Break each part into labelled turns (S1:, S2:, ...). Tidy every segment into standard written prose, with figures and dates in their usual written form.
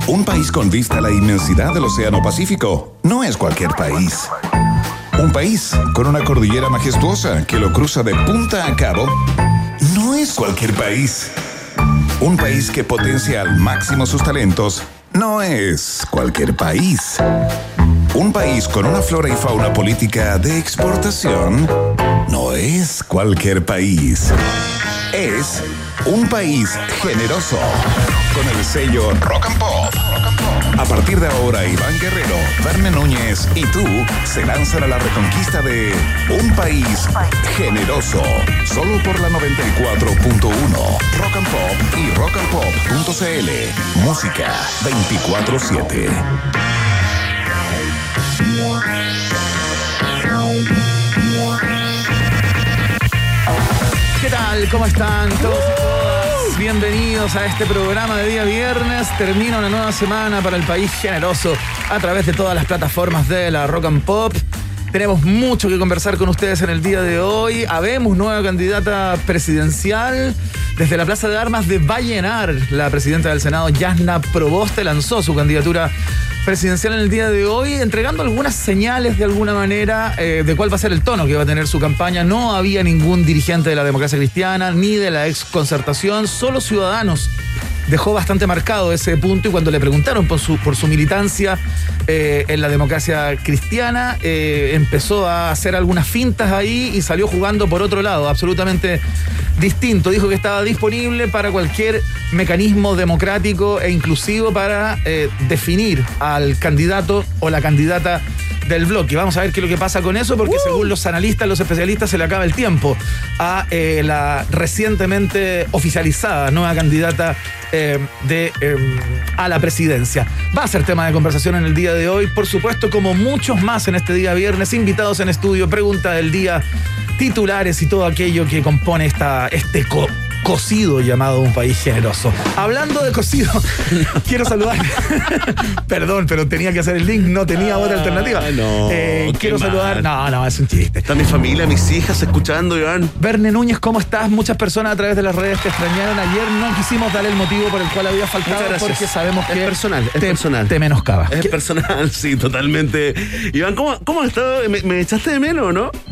S1: Un país con vista a la inmensidad del Océano Pacífico no es cualquier país. Un país con una cordillera majestuosa que lo cruza de punta a cabo no es cualquier país. Un país que potencia al máximo sus talentos no es cualquier país. Un país con una flora y fauna política de exportación no es cualquier país. Es un país generoso con el sello Rock and Pop. A partir de ahora, Iván Guerrero, Verne Núñez y tú se lanzan a la reconquista de un país generoso. Solo por la 94.1 Rock and Pop y rockandpop.cl. Música 24/7.
S2: ¿Qué tal? ¿Cómo están todos y todas? Bienvenidos a este programa de día viernes. Termina una nueva semana para el país generoso a través de todas las plataformas de la Rock and Pop. Tenemos mucho que conversar con ustedes en el día de hoy. Habemos nueva candidata presidencial. Desde la Plaza de Armas de Vallenar, la presidenta del Senado, Yasna Proboste, lanzó su candidatura presidencial en el día de hoy, entregando algunas señales de alguna manera de cuál va a ser el tono que va a tener su campaña. No había ningún dirigente de la democracia cristiana ni de la ex Concertación, solo Ciudadanos. Dejó bastante marcado ese punto y cuando le preguntaron por su militancia en la democracia cristiana, empezó a hacer algunas fintas ahí y salió jugando por otro lado, absolutamente distinto. Dijo que estaba disponible para cualquier mecanismo democrático e inclusivo para definir al candidato o la candidata del bloque. Vamos a ver qué es lo que pasa con eso, porque según los analistas, los especialistas, se le acaba el tiempo a la recientemente oficializada nueva candidata a la presidencia. Va a ser tema de conversación en el día de hoy, por supuesto, como muchos más en este día viernes, invitados en estudio, pregunta del día, titulares y todo aquello que compone este cocido llamado Un País Generoso. Hablando de cocido, quiero saludar. Perdón, pero tenía que hacer el link, no tenía otra alternativa. Quiero saludar. No, es un chiste.
S3: Está mi familia, mis hijas escuchando, Iván.
S2: Verne Núñez, ¿cómo estás? Muchas personas a través de las redes te extrañaron ayer. No quisimos darle el motivo por el cual había faltado, porque sabemos que
S3: es personal.
S2: Te menoscaba.
S3: Es personal, sí, totalmente. Iván, ¿cómo has estado? ¿Me echaste de menos o no?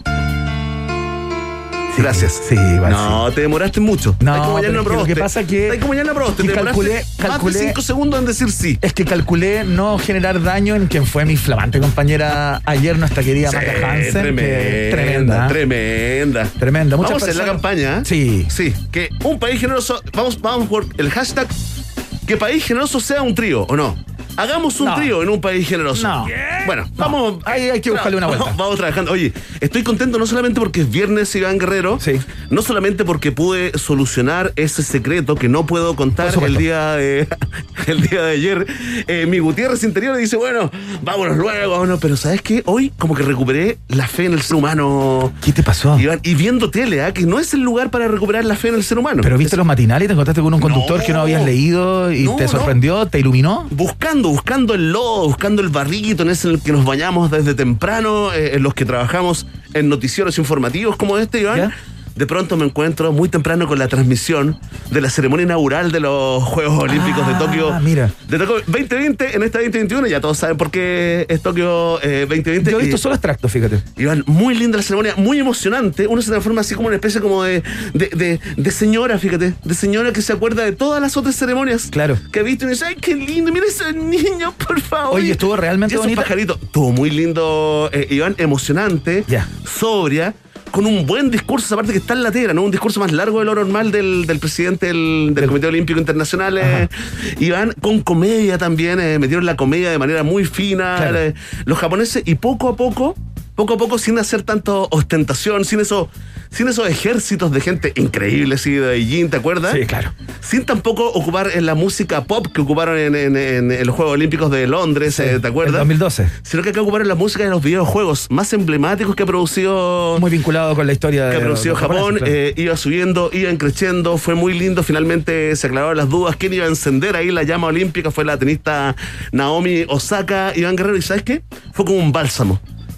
S3: Gracias.
S2: Sí, vale.
S3: No, te demoraste mucho.
S2: No, lo que pasa que...
S3: Como ya no probaste. Te
S2: calculé
S3: más de 5 segundos en decir sí.
S2: Es que calculé no generar daño en quien fue mi flamante compañera ayer, nuestra querida Maca Hansen.
S3: Tremenda.
S2: Muchas
S3: vamos a hacer la campaña.
S2: Sí.
S3: Que un país generoso... Vamos por el hashtag que país generoso sea un trío, ¿o no? Hagamos un trío en un país generoso.
S2: No.
S3: Bueno, vamos.
S2: Ahí hay que buscarle una vuelta.
S3: Vamos trabajando. Oye, estoy contento no solamente porque es viernes, Iván Guerrero.
S2: Sí.
S3: No solamente porque pude solucionar ese secreto que no puedo contar el día de ayer. Mi Gutiérrez interior dice, bueno, vámonos luego. Pero ¿sabes qué? Hoy como que recuperé la fe en el ser humano.
S2: ¿Qué te pasó?
S3: Iván, y viendo tele, que no es el lugar para recuperar la fe en el ser humano.
S2: ¿Pero viste los matinales y te encontraste con un conductor que no habías leído y te sorprendió, te iluminó?
S3: Buscando el lodo, buscando el barrito en ese en el que nos bañamos desde temprano, en los que trabajamos en noticieros informativos como este, Iván.
S2: ¿Ya?
S3: De pronto me encuentro muy temprano con la transmisión de la ceremonia inaugural de los Juegos Olímpicos de Tokio.
S2: Mira.
S3: De Tokio 2020, en esta 2021, ya todos saben por qué es Tokio 2020.
S2: Yo he visto solo extractos, fíjate.
S3: Iván, muy linda la ceremonia, muy emocionante. Uno se transforma así como una especie como de señora, fíjate. De señora que se acuerda de todas las otras ceremonias.
S2: Claro.
S3: Que ha visto y dice, ay, qué lindo, mira ese niño, por favor.
S2: Oye, estuvo realmente bonito.
S3: Estuvo muy lindo, Iván, emocionante, sobria, con un buen discurso, esa parte que está en la tela, ¿no? Un discurso más largo de lo normal del presidente del Comité Olímpico Internacional, Iván, con comedia también, metieron la comedia de manera muy fina,
S2: claro.
S3: Los japoneses, y poco a poco, sin hacer tanto ostentación, sin esos ejércitos de gente increíble, así de Beijing, ¿te acuerdas?
S2: Sí, claro.
S3: Sin tampoco ocupar en la música pop que ocuparon en los Juegos Olímpicos de Londres, sí, ¿te acuerdas?
S2: En 2012.
S3: Sino que acá ocuparon la música de los videojuegos más emblemáticos que ha producido...
S2: Muy vinculado con la historia
S3: que ha producido Japón, claro. Iba subiendo, iban creciendo, fue muy lindo, finalmente se aclararon las dudas, quién iba a encender ahí la llama olímpica, fue la tenista Naomi Osaka, Iván Guerrero, y ¿sabes qué? Fue como un bálsamo.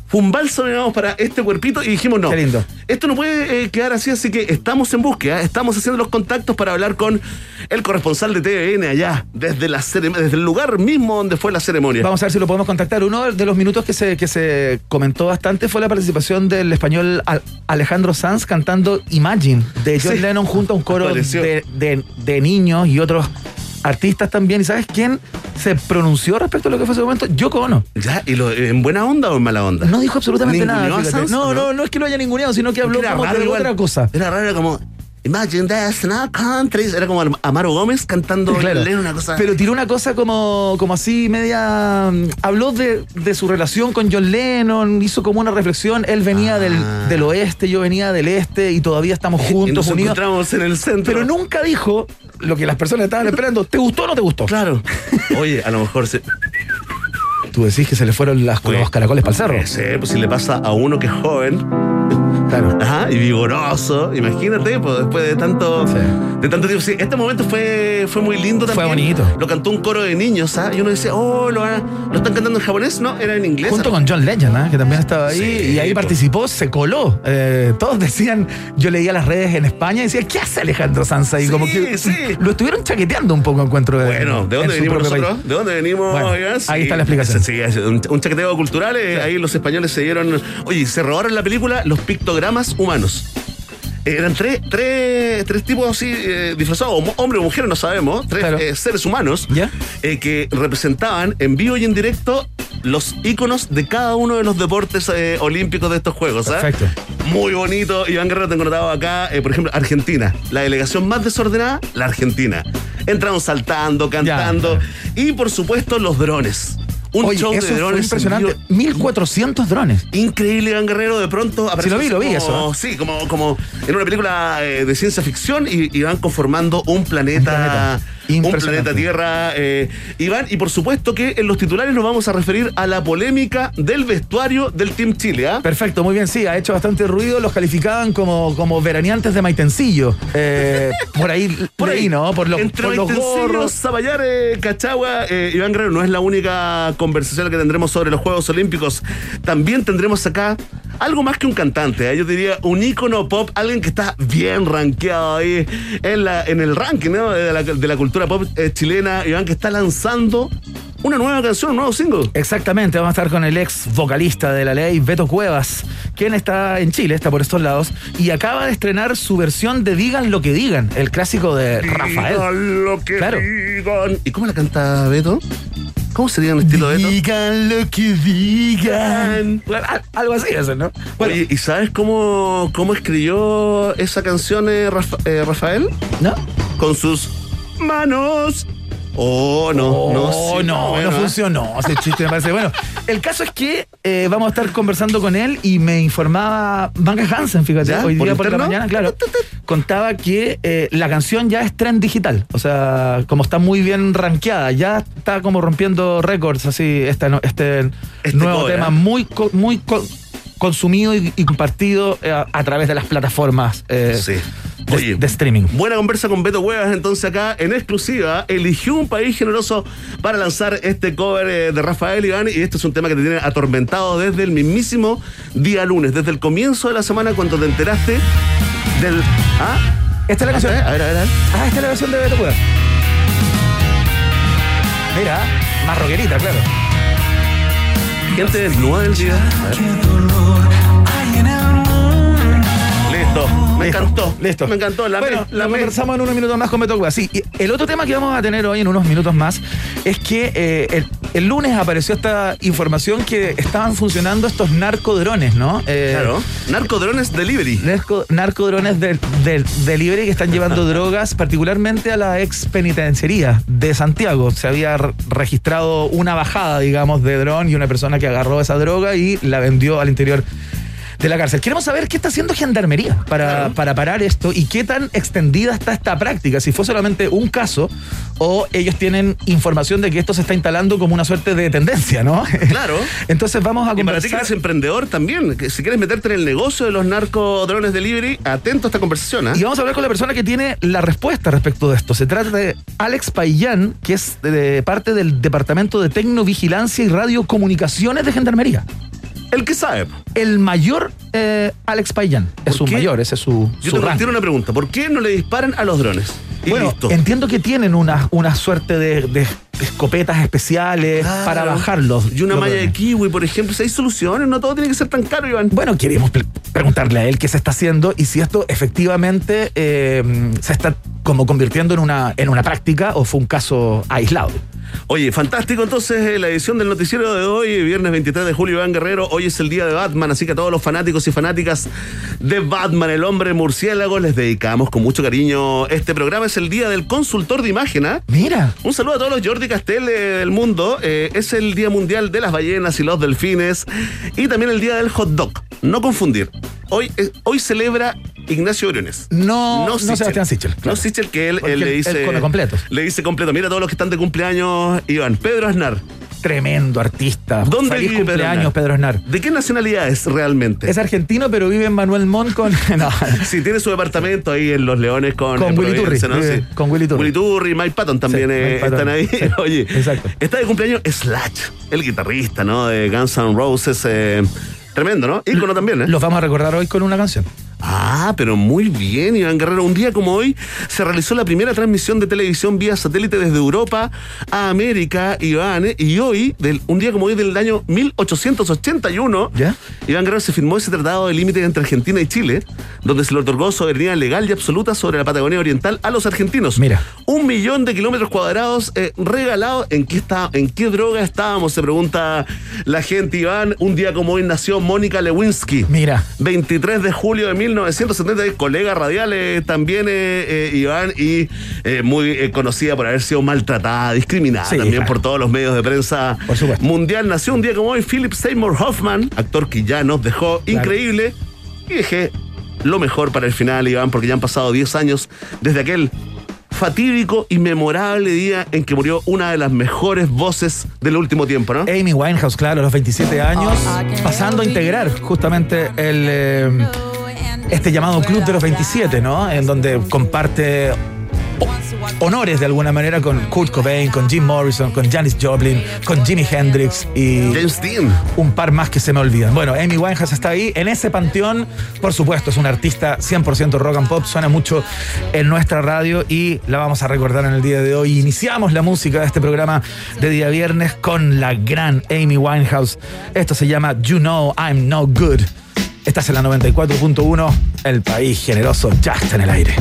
S3: Fue un bálsamo, digamos, para este cuerpito y dijimos, no,
S2: qué lindo.
S3: Esto no puede quedar así que estamos en búsqueda, estamos haciendo los contactos para hablar con el corresponsal de TVN allá, desde el lugar mismo donde fue la ceremonia.
S2: Vamos a ver si lo podemos contactar. Uno de los minutos que se comentó bastante fue la participación del español Alejandro Sanz cantando Imagine, de John Lennon junto a un coro de niños y otros artistas también. ¿Y sabes quién se pronunció respecto a lo que fue ese momento? Yoko Ono.
S3: ¿Ya? ¿Y en buena onda o en mala onda?
S2: No dijo absolutamente nada.
S3: No
S2: Es que lo haya ninguneado, sino que habló como de otra cosa.
S3: Era raro, como Imagine there's no countries. Era como Amaro Gómez cantando una cosa.
S2: Pero tiró una cosa como así media. Habló de su relación con John Lennon, hizo como una reflexión. Él venía del oeste, yo venía del este y todavía estamos juntos,
S3: y nos
S2: unidos.
S3: Encontramos en el centro.
S2: Pero nunca dijo lo que las personas estaban esperando. ¿Te gustó o no te gustó?
S3: Claro. Oye, a lo mejor
S2: Tú decís que se le fueron los caracoles para el cerro.
S3: Sí, pues si le pasa a uno que es joven.
S2: Claro.
S3: Ajá, y vigoroso. Imagínate, pues después de tanto tiempo. Sí, este momento fue muy lindo también.
S2: Fue bonito.
S3: Lo cantó un coro de niños, ¿sabes? Y uno decía, lo están cantando en japonés. No, era en inglés.
S2: Junto con John Legend, que también estaba ahí.
S3: Sí,
S2: y ahí participó, se coló. Todos decían, yo leía las redes en España y decía, ¿qué hace Alejandro Sanz ahí? Como que lo estuvieron chaqueteando un poco, encuentro.
S3: Bueno, ¿de dónde venimos nosotros? ¿De dónde venimos?
S2: Bueno, ahí está la explicación.
S3: Sí, un chaqueteo cultural. Ahí los españoles se dieron. Oye, se robaron la película los pictogramas humanos. Eran tres tipos así disfrazados, hombre o mujer, no sabemos, seres humanos que representaban en vivo y en directo los íconos de cada uno de los deportes olímpicos de estos juegos.
S2: Perfecto.
S3: Muy bonito. Iván Guerrero, tengo notado acá, por ejemplo, Argentina, la delegación más desordenada, la Argentina. Entraron saltando, cantando y por supuesto los drones. Un show de drones
S2: impresionante. 1.400 drones.
S3: Increíble, Iván Guerrero. De pronto apareció.
S2: Sí, lo vi eso.
S3: Sí, como en una película de ciencia ficción y van conformando un planeta Tierra, Iván. Y por supuesto que en los titulares nos vamos a referir a la polémica del vestuario del Team Chile.
S2: Perfecto, muy bien, sí, ha hecho bastante ruido. Los calificaban como veraneantes de Maitencillo. Por ahí, ¿no?
S3: Entre
S2: por los gorros.
S3: Zapallar, Cachagua, Iván Guerrero, no es la única conversación que tendremos sobre los Juegos Olímpicos. También tendremos acá algo más que un cantante, yo diría un ícono pop, alguien que está bien rankeado ahí en el ranking, ¿no? de la cultura pop chilena, Iván, que está lanzando una nueva canción, un nuevo single.
S2: Exactamente, vamos a estar con el ex vocalista de La Ley, Beto Cuevas, quien está en Chile, está por estos lados, y acaba de estrenar su versión de Digan lo que digan, el clásico de Rafael.
S3: Digan lo que digan. ¿Y cómo la canta Beto? ¿Cómo sería un estilo de Beto?
S2: Digan lo que digan. Algo así eso, ¿no?
S3: Bueno. Oye, ¿y sabes cómo escribió esa canción Rafael?
S2: ¿No?
S3: Con sus manos.
S2: No funcionó ese chiste, me parece. Bueno, el caso es que vamos a estar conversando con él y me informaba Banca Hansen, fíjate, hoy día por la mañana, claro, contaba que la canción ya es trend digital, o sea, como está muy bien rankeada, ya está como rompiendo récords, así, este nuevo tema, muy consumido y compartido a través de las plataformas de streaming.
S3: Buena conversa con Beto Cuevas, entonces acá en exclusiva eligió un país generoso para lanzar este cover de Rafael, Iván, y este es un tema que te tiene atormentado desde el mismísimo día lunes, desde el comienzo de la semana cuando te enteraste del...
S2: Esta es la canción.
S3: A ver.
S2: Esta es la versión de Beto Cuevas. Mira, más rockerita, claro.
S3: Gente desnuda del día. Listo. Me encantó.
S2: La conversamos en unos minutos más con Beto Cuevas. Sí, y el otro tema que vamos a tener hoy en unos minutos más es que el lunes apareció esta información que estaban funcionando estos narcodrones, ¿no?
S3: Claro. Narcodrones delivery.
S2: Narcodrones delivery que están llevando drogas, particularmente a la ex penitenciaría de Santiago. Se había registrado una bajada, digamos, de dron y una persona que agarró esa droga y la vendió al interior de la cárcel. Queremos saber qué está haciendo Gendarmería para parar esto y qué tan extendida está esta práctica, si fue solamente un caso o ellos tienen información de que esto se está instalando como una suerte de tendencia, ¿no?
S3: Claro.
S2: Entonces vamos a conversar.
S3: Y para ti que eres emprendedor también, que si quieres meterte en el negocio de los narcodrones delivery, atento a esta conversación. Y
S2: vamos a hablar con la persona que tiene la respuesta respecto de esto. Se trata de Alex Paillán, que es parte del Departamento de Tecnovigilancia y Radiocomunicaciones de Gendarmería.
S3: El que sabe.
S2: El mayor Alex Payan. Es su mayor, ese es su
S3: Yo te
S2: rango.
S3: tiro una pregunta. ¿Por qué no le disparan a los drones? Y
S2: Bueno,
S3: listo.
S2: entiendo que tienen una suerte de escopetas especiales para bajarlos.
S3: Y una
S2: los
S3: malla de
S2: drones.
S3: kiwi, por ejemplo. Si hay soluciones, no todo tiene que ser tan caro, Iván.
S2: Bueno, queremos preguntarle a él qué se está haciendo y si esto efectivamente se está como convirtiendo en una práctica o fue un caso aislado.
S3: Oye, fantástico entonces la edición del noticiero de hoy, viernes 23 de julio, Iván Guerrero. Hoy es el día de Batman, así que a todos los fanáticos y fanáticas de Batman, el hombre murciélago, les dedicamos con mucho cariño este programa. Es el día del consultor de imagen, ¿ah?
S2: Mira.
S3: Un saludo a todos los Jordi Castell del mundo. Es el Día Mundial de las Ballenas y los Delfines y también el Día del Hot Dog. No confundir. Hoy celebra Ignacio Briones.
S2: No Sebastián Sichel.
S3: No Sichel, que él
S2: Porque
S3: le dice...
S2: él come completos.
S3: Le dice completo. Mira todos los que están de cumpleaños, Iván. Pedro Aznar.
S2: Tremendo artista.
S3: ¿Dónde
S2: Feliz
S3: vive
S2: cumpleaños, Pedro Aznar?
S3: ¿De qué nacionalidad es realmente?
S2: Es argentino, pero vive en Manuel Montt con... No.
S3: Sí, tiene su departamento ahí en Los Leones con
S2: Willy Turri.
S3: ¿no? Sí.
S2: Con Willy Turri.
S3: Willy Turri y Mike Patton también
S2: Sí, Mike Patton.
S3: están ahí.
S2: Sí,
S3: Oye,
S2: exacto.
S3: está de cumpleaños Slash, el guitarrista, ¿no? De Guns N' Roses. Tremendo, ¿no? Ícono también, ¿eh?
S2: Los vamos a recordar hoy con una canción.
S3: Ah, pero muy bien, Iván Guerrero. Un día como hoy se realizó la primera transmisión de televisión vía satélite desde Europa a América, Iván. Y hoy, un día como hoy del año 1881,
S2: ¿Ya?
S3: Iván Guerrero se firmó ese tratado de límite entre Argentina y Chile, donde se le otorgó soberanía legal y absoluta sobre la Patagonia Oriental a los argentinos.
S2: Mira.
S3: 1 millón de kilómetros cuadrados regalados. ¿En qué droga estábamos? Se pregunta la gente, Iván. Un día como hoy nació Mónica Lewinsky.
S2: Mira.
S3: 23 de julio de 1970, colega radial también, Iván, y muy conocida por haber sido maltratada, discriminada
S2: Sí,
S3: también
S2: claro.
S3: por todos los medios de prensa
S2: Por supuesto.
S3: mundial. Nació un día como hoy Philip Seymour Hoffman, actor que ya nos dejó
S2: Claro.
S3: increíble, y dejé lo mejor para el final, Iván, porque ya han pasado 10 años desde aquel fatídico y memorable día en que murió una de las mejores voces del último tiempo, ¿no?
S2: Amy Winehouse, claro, a los 27 años, pasando a integrar justamente este llamado Club de los 27, ¿no? En donde comparte honores de alguna manera con Kurt Cobain, con Jim Morrison, con Janis Joplin, con Jimi Hendrix y
S3: James Dean.
S2: un par más que se me olvidan. Bueno, Amy Winehouse está ahí, en ese panteón, por supuesto, es una artista 100% rock and pop, suena mucho en nuestra radio y la vamos a recordar en el día de hoy. Iniciamos la música de este programa de día viernes con la gran Amy Winehouse. Esto se llama You Know I'm No Good. Estás en la 94.1, el país generoso ya está en el aire.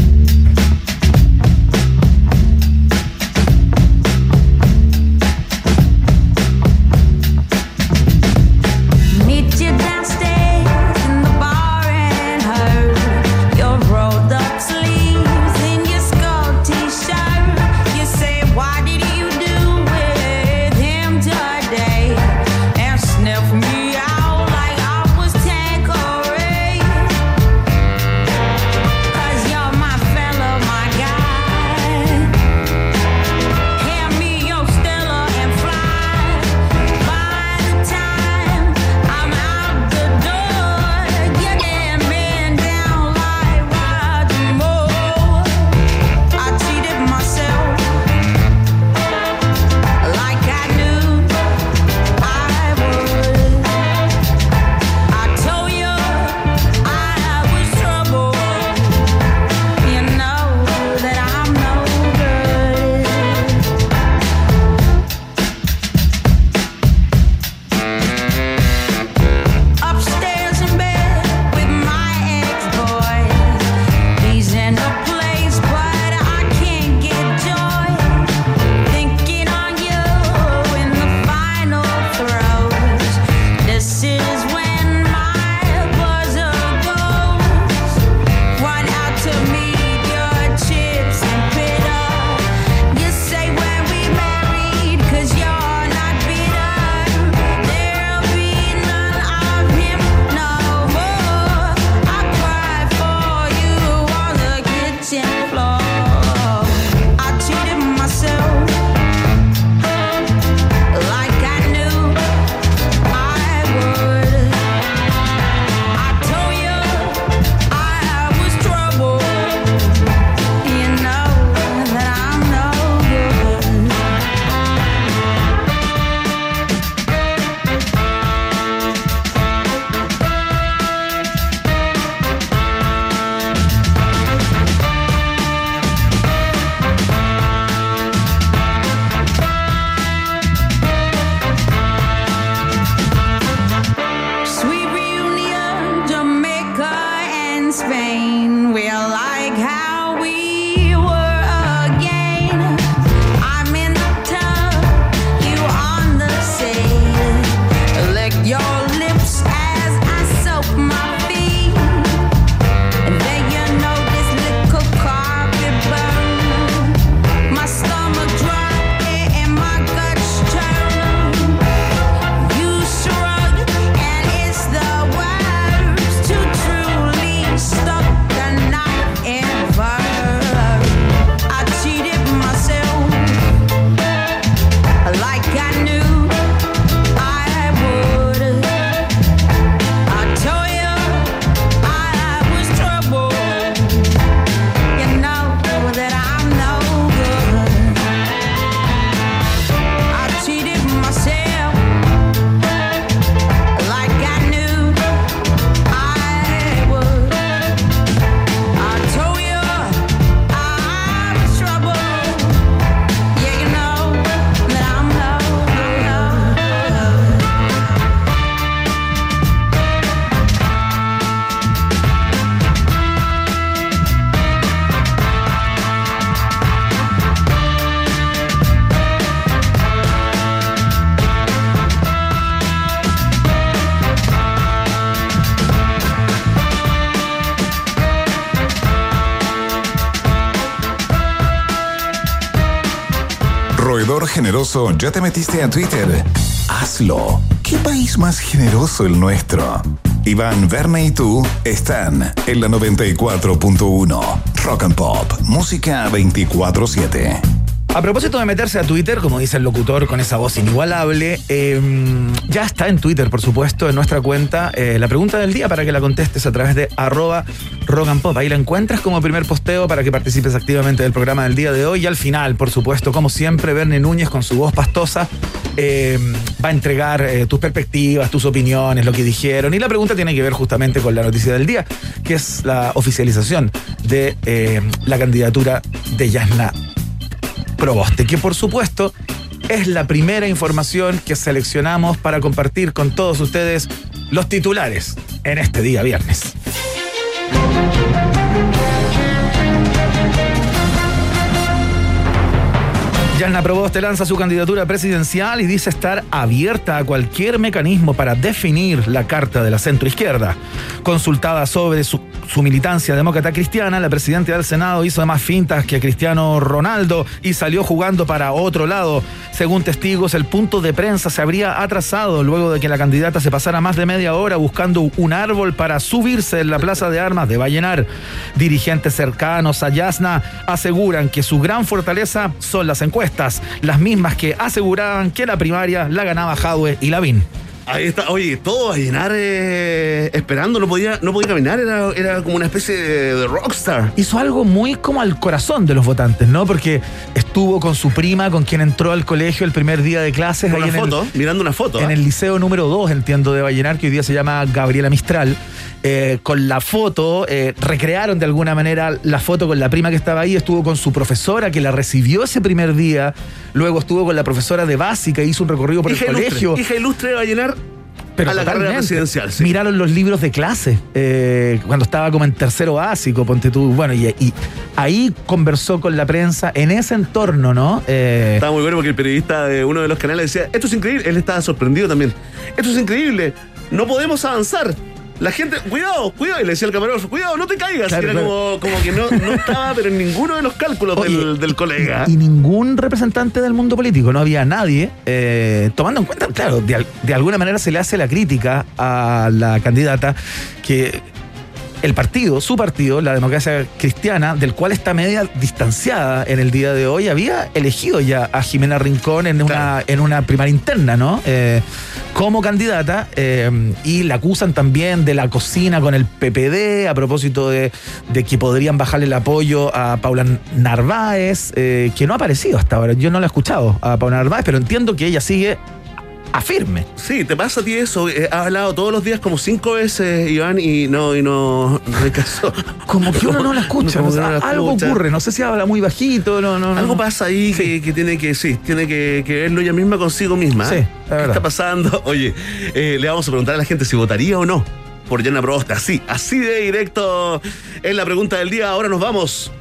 S4: Meet you downstairs in the bar and her. Your rolled up sleeves in your skull t-shirt. You say, what did you do with him today? And sniff me out like I was Tanqueray. 'Cause you're my
S1: emprendedor generoso, ¿ya te metiste a Twitter? Hazlo. ¿Qué país más generoso el nuestro? Iván, Verne y tú están en la 94.1. Rock and Pop, música 24/7.
S2: A propósito de meterse a Twitter, como dice el locutor con esa voz inigualable, ya está en Twitter, por supuesto, en nuestra cuenta, la pregunta del día para que la contestes a través de @rockandpop. Ahí la encuentras como primer posteo para que participes activamente del programa del día de hoy. Y al final, por supuesto, como siempre, Verne Núñez con su voz pastosa va a entregar tus perspectivas, tus opiniones, lo que dijeron. Y la pregunta tiene que ver justamente con la noticia del día, que es la oficialización de la candidatura de Jasna Proboste, que por supuesto es la primera información que seleccionamos para compartir con todos ustedes los titulares en este día viernes. Jasna Proboste lanza su candidatura presidencial y dice estar abierta a cualquier mecanismo para definir la carta de la centroizquierda. Consultada sobre su militancia demócrata cristiana, la presidenta del Senado hizo más fintas que Cristiano Ronaldo y salió jugando para otro lado. Según testigos, el punto de prensa se habría atrasado luego de que la candidata se pasara más de media hora buscando un árbol para subirse en la Plaza de Armas de Vallenar. Dirigentes cercanos a Jasna aseguran que su gran fortaleza son las encuestas, las mismas que aseguraban que la primaria la ganaba Jadwe y Lavín.
S3: Ahí está, oye, todo a llenar esperando, no podía caminar, era como una especie de rockstar.
S2: Hizo algo muy como al corazón de los votantes, ¿no? Porque estuvo con su prima, con quien entró al colegio el primer día de clases.
S3: Con
S2: ahí
S3: una foto, mirando una foto.
S2: En el liceo número 2, entiendo, de Vallenar, que hoy día se llama Gabriela Mistral. Con la foto, recrearon de alguna manera la foto con la prima que estaba ahí, estuvo con su profesora que la recibió ese primer día, luego estuvo con la profesora de básica, hizo un recorrido por el colegio.
S3: Hija ilustre de Vallenar.
S2: Pero
S3: a la carrera presidencial, sí.
S2: Miraron los libros de clase cuando estaba como en tercero básico, ponte tú. Bueno, y ahí conversó con la prensa en ese entorno, ¿no?
S3: Estaba muy bueno porque el periodista de uno de los canales decía, esto es increíble. Él estaba sorprendido también. Esto es increíble. No podemos avanzar. La gente, cuidado, y le decía al camarógrafo, cuidado, no te caigas. Claro, era como que no estaba, pero en ninguno de los cálculos del colega.
S2: Y ningún representante del mundo político, no había nadie, tomando en cuenta, claro, de alguna manera se le hace la crítica a la candidata que el partido, su partido, la Democracia Cristiana, del cual está media distanciada en el día de hoy, había elegido ya a Jimena Rincón en una primaria interna, ¿no? Como candidata, y la acusan también de la cocina con el PPD, a propósito de que podrían bajarle el apoyo a Paula Narváez, que no ha aparecido hasta ahora. Yo no la he escuchado a Paula Narváez, pero entiendo que ella sigue afirme.
S3: Sí, te pasa a ti eso. Has hablado todos los días como 5 veces, Iván, y no hay caso.
S2: Como que uno no la escucha. No, algo ocurre, no sé si habla muy bajito, no.
S3: Algo pasa ahí, sí, que tiene que verlo ella misma consigo misma.
S2: Sí,
S3: ¿Qué está pasando? Oye, le vamos a preguntar a la gente si votaría o no por Jasna Proboste. Así de directo en la pregunta del día. Ahora nos vamos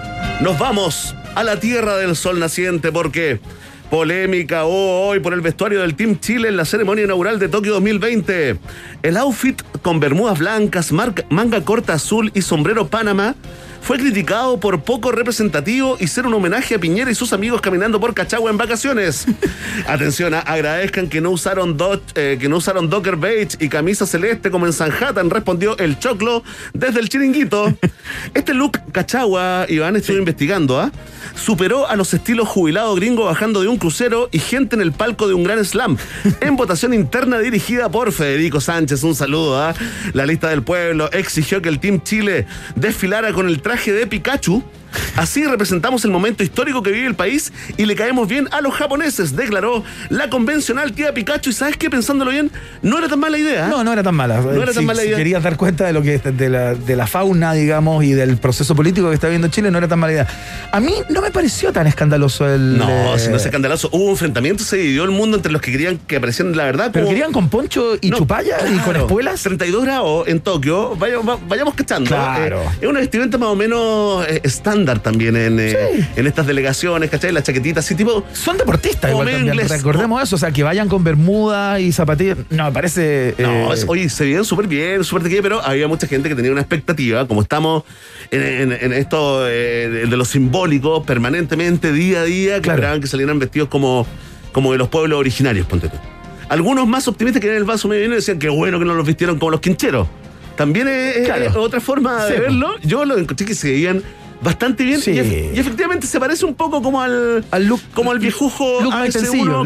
S3: a la tierra del sol naciente, porque polémica hoy por el vestuario del Team Chile en la ceremonia inaugural de Tokio 2020. El outfit con bermudas blancas, manga corta azul y sombrero Panamá fue criticado por poco representativo y ser un homenaje a Piñera y sus amigos caminando por Cachagua en vacaciones. Atención, agradezcan que no usaron Docker beige y camisa celeste como en Sanhattan, respondió el Choclo desde el Chiringuito. Este look Cachagua, Iván, estuve investigando, superó a los estilos jubilado gringo bajando de un crucero y gente en el palco de un gran slam. En votación interna dirigida por Federico Sánchez, un saludo, La lista del pueblo exigió que el Team Chile desfilara con el traje de Pikachu. Así representamos el momento histórico que vive el país y le caemos bien a los japoneses, declaró la convencional tía Pikachu. Y ¿sabes qué? Pensándolo bien, no era tan mala idea.
S2: No era tan mala.
S3: No era tan mala idea.
S2: Si querías dar cuenta de lo que de la fauna, digamos, y del proceso político que está viviendo Chile, no era tan mala idea. A mí no me pareció tan escandaloso el...
S3: No, si no es escandaloso. Hubo un enfrentamiento, se dividió el mundo entre los que querían que aparecieran la verdad.
S2: Pero querían con poncho y chupalla, claro, y con espuelas.
S3: 32 grados en Tokio, vayamos cachando.
S2: Claro.
S3: Es una vestimenta más o menos estándar estándar también en estas delegaciones, ¿cachai? Las chaquetitas así tipo...
S2: Son deportistas igual también,
S3: inglés,
S2: recordemos eso, o sea, que vayan con bermuda y zapatillas, no, me parece...
S3: Oye, se veían súper bien, súper de qué, pero había mucha gente que tenía una expectativa, como estamos en esto de lo simbólico, permanentemente, día a día, que esperaban que salieran vestidos como de los pueblos originarios, ponte tú. Algunos más optimistas que en el vaso medio lleno decían que bueno que no los vistieron como los quincheros. También es otra forma de verlo. Yo lo encontré que se veían bastante bien y efectivamente se parece un poco como al look, como al viejujo
S2: Luke Maitencillo.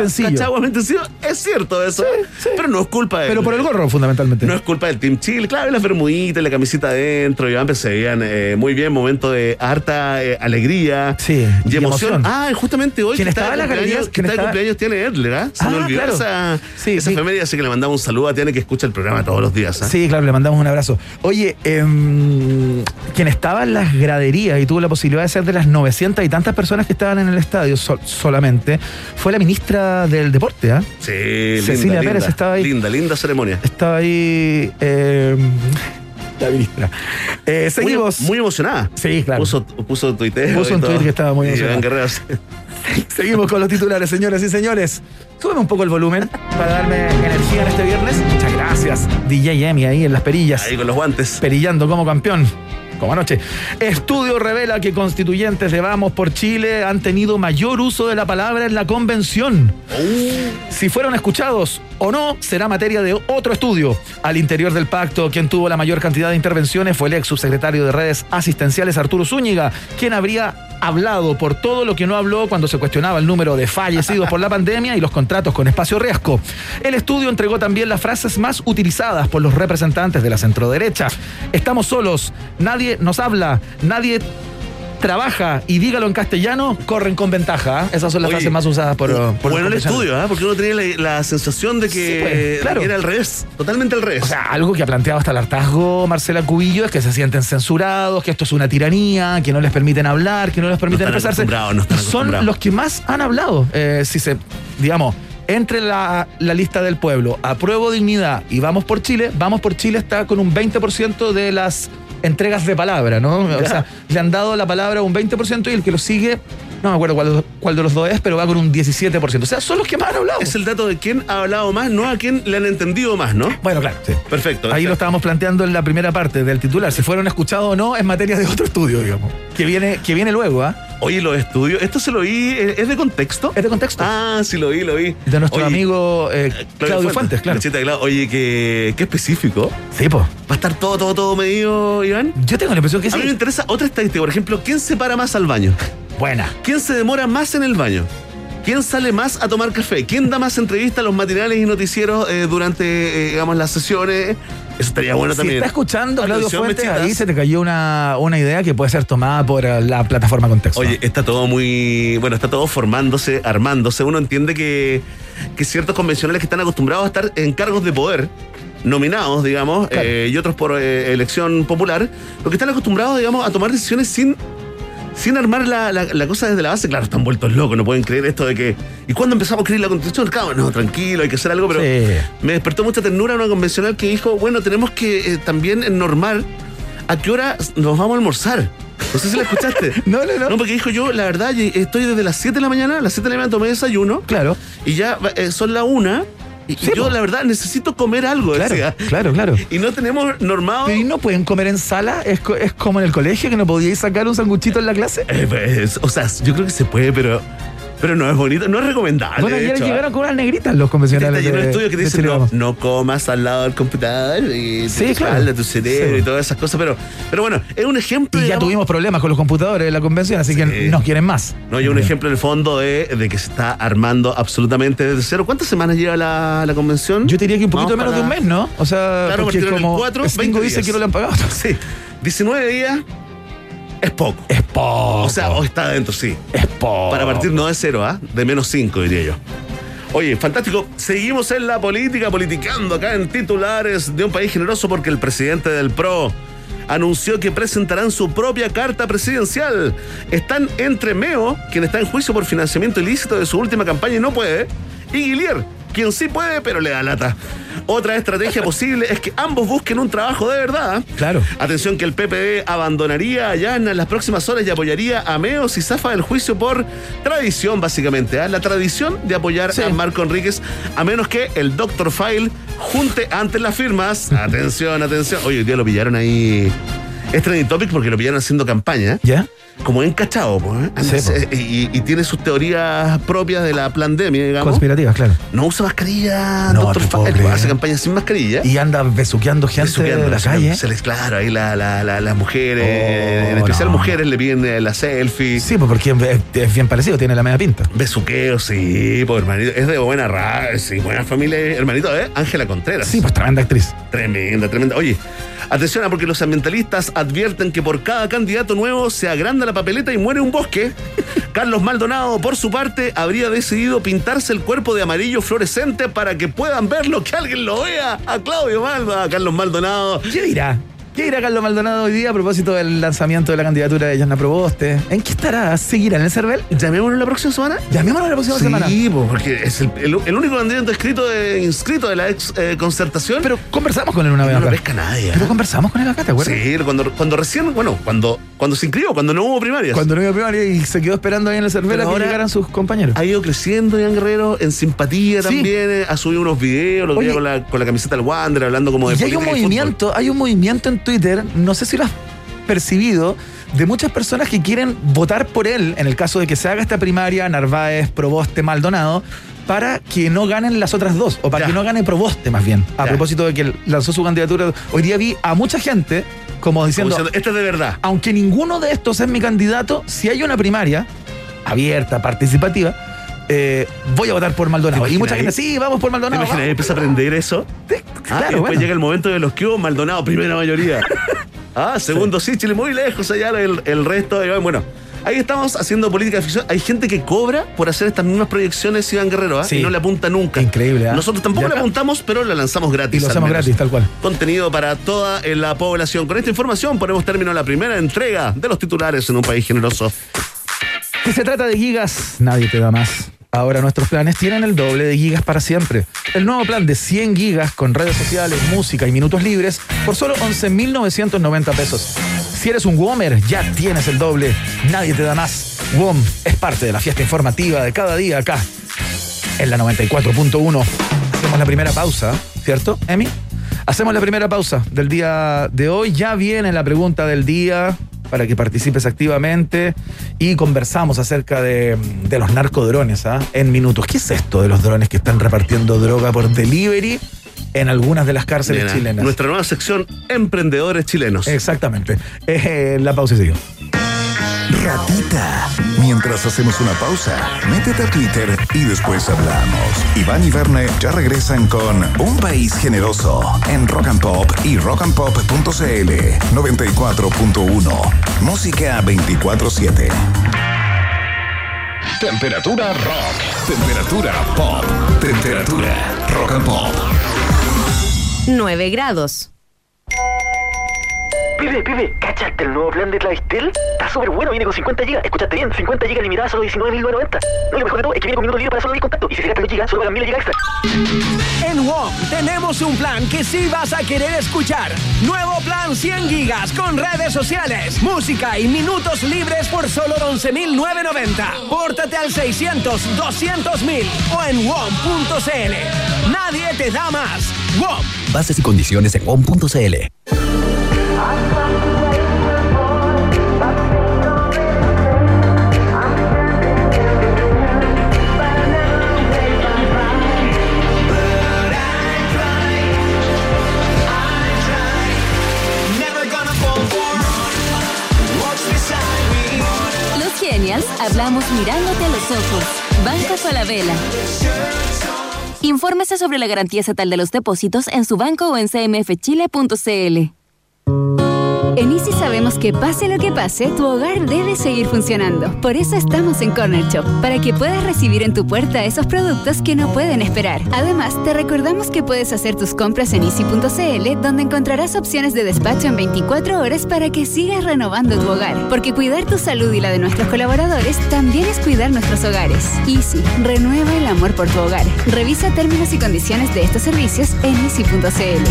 S3: Es cierto eso, pero no es culpa de él.
S2: Pero por el gorro, fundamentalmente.
S3: No es culpa del Team Chile, claro, las bermuditas, la camisita adentro, y se veían muy bien, momento de harta alegría y emoción. Justamente hoy
S2: quien estaba en las galerías,
S3: que está de cumpleaños Tiene Edler, ¿eh? Se me olvidó esa efeméride, así que le mandamos un saludo a Tiene, que escucha el programa todos los días.
S2: Sí, claro, le mandamos un abrazo. Oye, quien estaba en las graderías y tuvo la posibilidad de ser de las 900 y tantas personas que estaban en el estadio solamente, fue la ministra del Deporte, ¿ah?
S3: Sí,
S2: Cecilia Pérez estaba ahí.
S3: Linda ceremonia.
S2: Estaba ahí la ministra. Seguimos.
S3: Muy emocionada.
S2: Sí, claro.
S3: Puso un tuiteo.
S2: Puso un tuit que estaba muy emocionada. Seguimos con los titulares, señoras y señores. Súbeme un poco el volumen para darme energía en este viernes. Muchas gracias, DJ Emi, ahí en las perillas.
S3: Ahí con los guantes.
S2: Perillando como campeón. Como anoche. Estudio revela que constituyentes de Vamos por Chile han tenido mayor uso de la palabra en la convención. Si fueron escuchados o no, será materia de otro estudio. Al interior del pacto, quien tuvo la mayor cantidad de intervenciones fue el ex subsecretario de Redes Asistenciales, Arturo Zúñiga, quien habría hablado por todo lo que no habló cuando se cuestionaba el número de fallecidos por la pandemia y los contratos con espacio riesgo. El estudio entregó también las frases más utilizadas por los representantes de la centroderecha. Estamos solos, nadie nos habla, nadie trabaja, y dígalo en castellano, corren con ventaja. Esas son las frases más usadas por
S3: bueno, el estudio, porque uno tenía la sensación de que era al revés, totalmente al revés.
S2: O sea, algo que ha planteado hasta el hartazgo Marcela Cubillo es que se sienten censurados, que esto es una tiranía, que no les permiten hablar, que no les permiten expresarse. Son los que más han hablado. Entre la lista del pueblo, Apruebo Dignidad y Vamos por Chile está con un 20% de las entregas de palabra, ¿no? O sea, le han dado la palabra un 20% y el que lo sigue, no me acuerdo cuál de los dos es, pero va con un 17%. O sea, son los que más han hablado.
S3: Es el dato de quién ha hablado más, no a quién le han entendido más, ¿no?
S2: Bueno, claro. Sí.
S3: Perfecto.
S2: Ahí lo estábamos planteando en la primera parte del titular. Si fueron escuchados o no, es materia de otro estudio, digamos. Que viene luego, ¿ah?
S3: Oye, los estudios, esto se lo vi, ¿es de contexto?
S2: Es de contexto.
S3: Ah, sí, lo vi.
S2: De nuestro amigo Claudio Fuentes, claro.
S3: Oye, qué específico.
S2: Sí, po.
S3: ¿Va a estar todo medido, Iván?
S2: Yo tengo la impresión que sí.
S3: A mí me interesa otra estadística, por ejemplo, ¿quién se para más al baño?
S2: Buena.
S3: ¿Quién se demora más en el baño? ¿Quién sale más a tomar café? ¿Quién da más entrevistas a los matinales y noticieros durante, las sesiones? Eso estaría bueno también.
S2: Si está escuchando Claudio Fuentes, ahí se te cayó una idea que puede ser tomada por la plataforma Contexto.
S3: Oye, está todo formándose, armándose. Uno entiende que ciertos convencionales que están acostumbrados a estar en cargos de poder, nominados, digamos, claro, y otros por elección popular, los que están acostumbrados, digamos, a tomar decisiones sin armar la cosa desde la base. Claro, están vueltos locos, no pueden creer esto de que... ¿Y cuándo empezamos a escribir la Constitución? Claro, no, tranquilo, hay que hacer algo, pero me despertó mucha ternura una convencional que dijo, bueno, tenemos que también normar a qué hora nos vamos a almorzar. No sé si la escuchaste.
S2: No,
S3: porque dijo yo, la verdad, estoy desde las 7 de la mañana, a las 7 de la mañana tomé desayuno.
S2: Claro.
S3: Y ya son las 1. Y yo, la verdad, necesito comer algo.
S2: Claro.
S3: Y no tenemos normado.
S2: ¿Y no pueden comer en sala? ¿Es como en el colegio que no podíais sacar un sanguchito en la clase?
S3: Yo creo que se puede, pero no es bonito, no es recomendable.
S2: Bueno, ayer llegaron con unas negritas los convencionales.
S3: Hay un estudio que dice no comas al lado del computador y tu cerebro y todas esas cosas, pero bueno, es un ejemplo.
S2: Y ya tuvimos problemas con los computadores de la convención, así que nos quieren más.
S3: No, hay un ejemplo en el fondo de que se está armando absolutamente desde cero. ¿Cuántas semanas lleva la convención?
S2: Yo te diría que un poquito menos de un mes, ¿no? O sea,
S3: claro, porque como
S2: 20 dice que no le han pagado.
S3: Sí, 19 días. Es poco. O sea, o está adentro, sí.
S2: Es poco.
S3: Para partir no de 0, de menos 5, diría yo. Oye, fantástico. Seguimos en la política, politicando acá en titulares de Un País Generoso, porque el presidente del PRO anunció que presentarán su propia carta presidencial. Están entre Meo, quien está en juicio por financiamiento ilícito de su última campaña y no puede, y Guillier, quien sí puede, pero le da lata. Otra estrategia posible es que ambos busquen un trabajo de verdad.
S2: Claro.
S3: Atención que el PPD abandonaría a Yana en las próximas horas y apoyaría a Meo si zafa del juicio por tradición, básicamente. La tradición de apoyar a Marco Enríquez, a menos que el Dr. File junte antes las firmas. Atención. Oye, hoy día lo pillaron ahí. Es trending topic porque lo pillaron haciendo campaña.
S2: ¿Ya?
S3: Como encachado, pues. Y tiene sus teorías propias de la pandemia, digamos.
S2: Conspirativas, claro.
S3: No usa mascarilla,
S2: No,
S3: Dr.
S2: te puedo
S3: File.
S2: creer.
S3: Hace campaña sin mascarilla.
S2: Y anda besuqueando gente de la calle.
S3: Claro, ahí las mujeres, en especial mujeres, le piden la selfie.
S2: Sí, pues porque es bien parecido, tiene la media pinta.
S3: Besuqueo, sí, pues hermanito. Es de buena raza, sí, buena familia. Hermanito, Ángela Contreras.
S2: Sí, pues tremenda actriz.
S3: Tremenda. Oye, atención, porque los ambientalistas advierten que por cada candidato nuevo se agranda la papeleta y muere un bosque. Carlos Maldonado, por su parte, habría decidido pintarse el cuerpo de amarillo fluorescente para que puedan verlo, que alguien lo vea. A Claudio Malva, a Carlos Maldonado.
S2: ¿Qué dirá? ¿Qué dirá Carlos Maldonado hoy día a propósito del lanzamiento de la candidatura de Yana Proboste? ¿En qué estará? ¿Seguirá en el CERVEL?
S3: ¿Llamémoslo la próxima semana?
S2: Llamémoslo la próxima semana.
S3: Sí, porque es el único candidato inscrito de la ex concertación.
S2: Pero conversamos con él una vez
S3: no lo
S2: acá.
S3: pesca nadie.
S2: Pero conversamos con él acá, ¿te acuerdas?
S3: Sí, cuando recién, cuando se inscribió, cuando no hubo primarias.
S2: Cuando no iba a primaria y se quedó esperando ahí en el CERVEL a que llegaran sus compañeros.
S3: Ha ido creciendo Iván Guerrero en simpatía también. Ha subido unos videos, los videos con la camiseta del Wander, hablando como de
S2: y
S3: política
S2: hay un movimiento en Twitter, no sé si lo has percibido, de muchas personas que quieren votar por él, en el caso de que se haga esta primaria, Narváez, Proboste, Maldonado, para que no ganen las otras dos, o para que no gane Proboste más bien, a propósito de que él lanzó su candidatura. Hoy día vi a mucha gente como diciendo,
S3: este es de verdad.
S2: Aunque ninguno de estos es mi candidato, si hay una primaria abierta, participativa, voy a votar por Maldonado. Y mucha gente, sí, vamos por Maldonado.
S3: ¿Te imaginas? Empieza a aprender eso.
S2: Claro,
S3: y después llega el momento de los que hubo Maldonado, primera mayoría. Segundo sí, Chile muy lejos allá, el resto. Bueno, ahí estamos haciendo política de ficción. Hay gente que cobra por hacer estas mismas proyecciones, Iván Guerrero, y no le apunta nunca.
S2: Increíble,
S3: Nosotros tampoco le apuntamos, pero la lanzamos gratis.
S2: Y lo hacemos gratis, tal cual.
S3: Contenido para toda la población. Con esta información ponemos término a la primera entrega de los titulares en un país generoso.
S2: Si se trata de gigas, nadie te da más. Ahora nuestros planes tienen el doble de gigas para siempre. El nuevo plan de 100 gigas con redes sociales, música y minutos libres por solo 11.990 pesos. Si eres un WOMer, ya tienes el doble. Nadie te da más. WOM es parte de la fiesta informativa de cada día acá, en la 94.1. Hacemos la primera pausa, ¿cierto, Emi? Hacemos la primera pausa del día de hoy. Ya viene la pregunta del día para que participes activamente y conversamos acerca de los narcodrones en minutos. ¿Qué es esto de los drones que están repartiendo droga por delivery en algunas de las cárceles chilenas?
S3: Nuestra nueva sección, Emprendedores Chilenos.
S2: Exactamente. La pausa y sigo.
S1: Ratita. Mientras hacemos una pausa, métete a Twitter y después hablamos. Iván y Verne ya regresan con Un País Generoso en Rock and Pop y rockandpop.cl 94.1. Música 24/7. Temperatura rock. Temperatura pop. Temperatura rock and pop.
S5: 9 grados.
S6: Pibe, ¿cachaste el nuevo plan de Clavistel? Está súper bueno, viene con 50 GB. Escuchaste bien, 50 GB limitadas solo 19.990. No, lo mejor de todo es que viene con minutos libres para solo 10 contactos. Y si se gastan 2 GB, solo pagan 1.000 GB extra.
S7: En WOM tenemos un plan que sí vas a querer escuchar. Nuevo plan 100 gigas con redes sociales, música y minutos libres por solo 11.990. Pórtate al 600-200.000 o en WOM.cl. Nadie te da más. WOM.
S8: Bases y condiciones en WOM.cl.
S5: Los Genials hablamos mirándote a los ojos. Banco Falabella. Infórmese sobre la garantía estatal de los depósitos en su banco o en cmfchile.cl. En Easy sabemos que pase lo que pase, tu hogar debe seguir funcionando. Por eso estamos en Corner Shop, para que puedas recibir en tu puerta esos productos que no pueden esperar. Además, te recordamos que puedes hacer tus compras en easy.cl, donde encontrarás opciones de despacho en 24 horas para que sigas renovando tu hogar. Porque cuidar tu salud y la de nuestros colaboradores también es cuidar nuestros hogares. Easy, renueva el amor por tu hogar. Revisa términos y condiciones de estos servicios en easy.cl.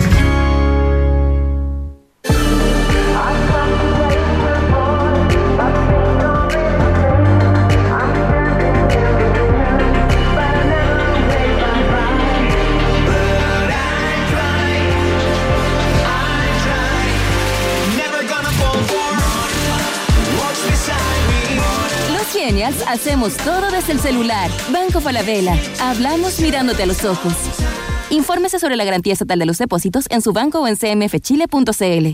S5: Hacemos todo desde el celular. Banco Falabella. Hablamos mirándote a los ojos. Infórmese sobre la garantía estatal de los depósitos en su banco o en cmfchile.cl.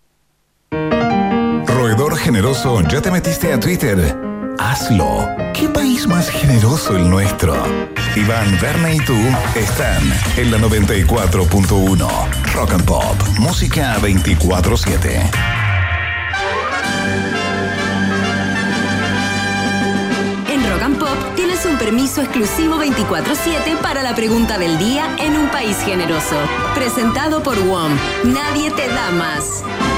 S1: Roedor generoso, ¿ya te metiste a Twitter? Hazlo. ¿Qué país más generoso el nuestro? Iván, Verne y tú están en la 94.1. Rock and Pop. Música 24/7.
S5: Rock and Pop tienes un permiso exclusivo 24/7 para la pregunta del día en un país generoso. Presentado por WOM. Nadie te da más.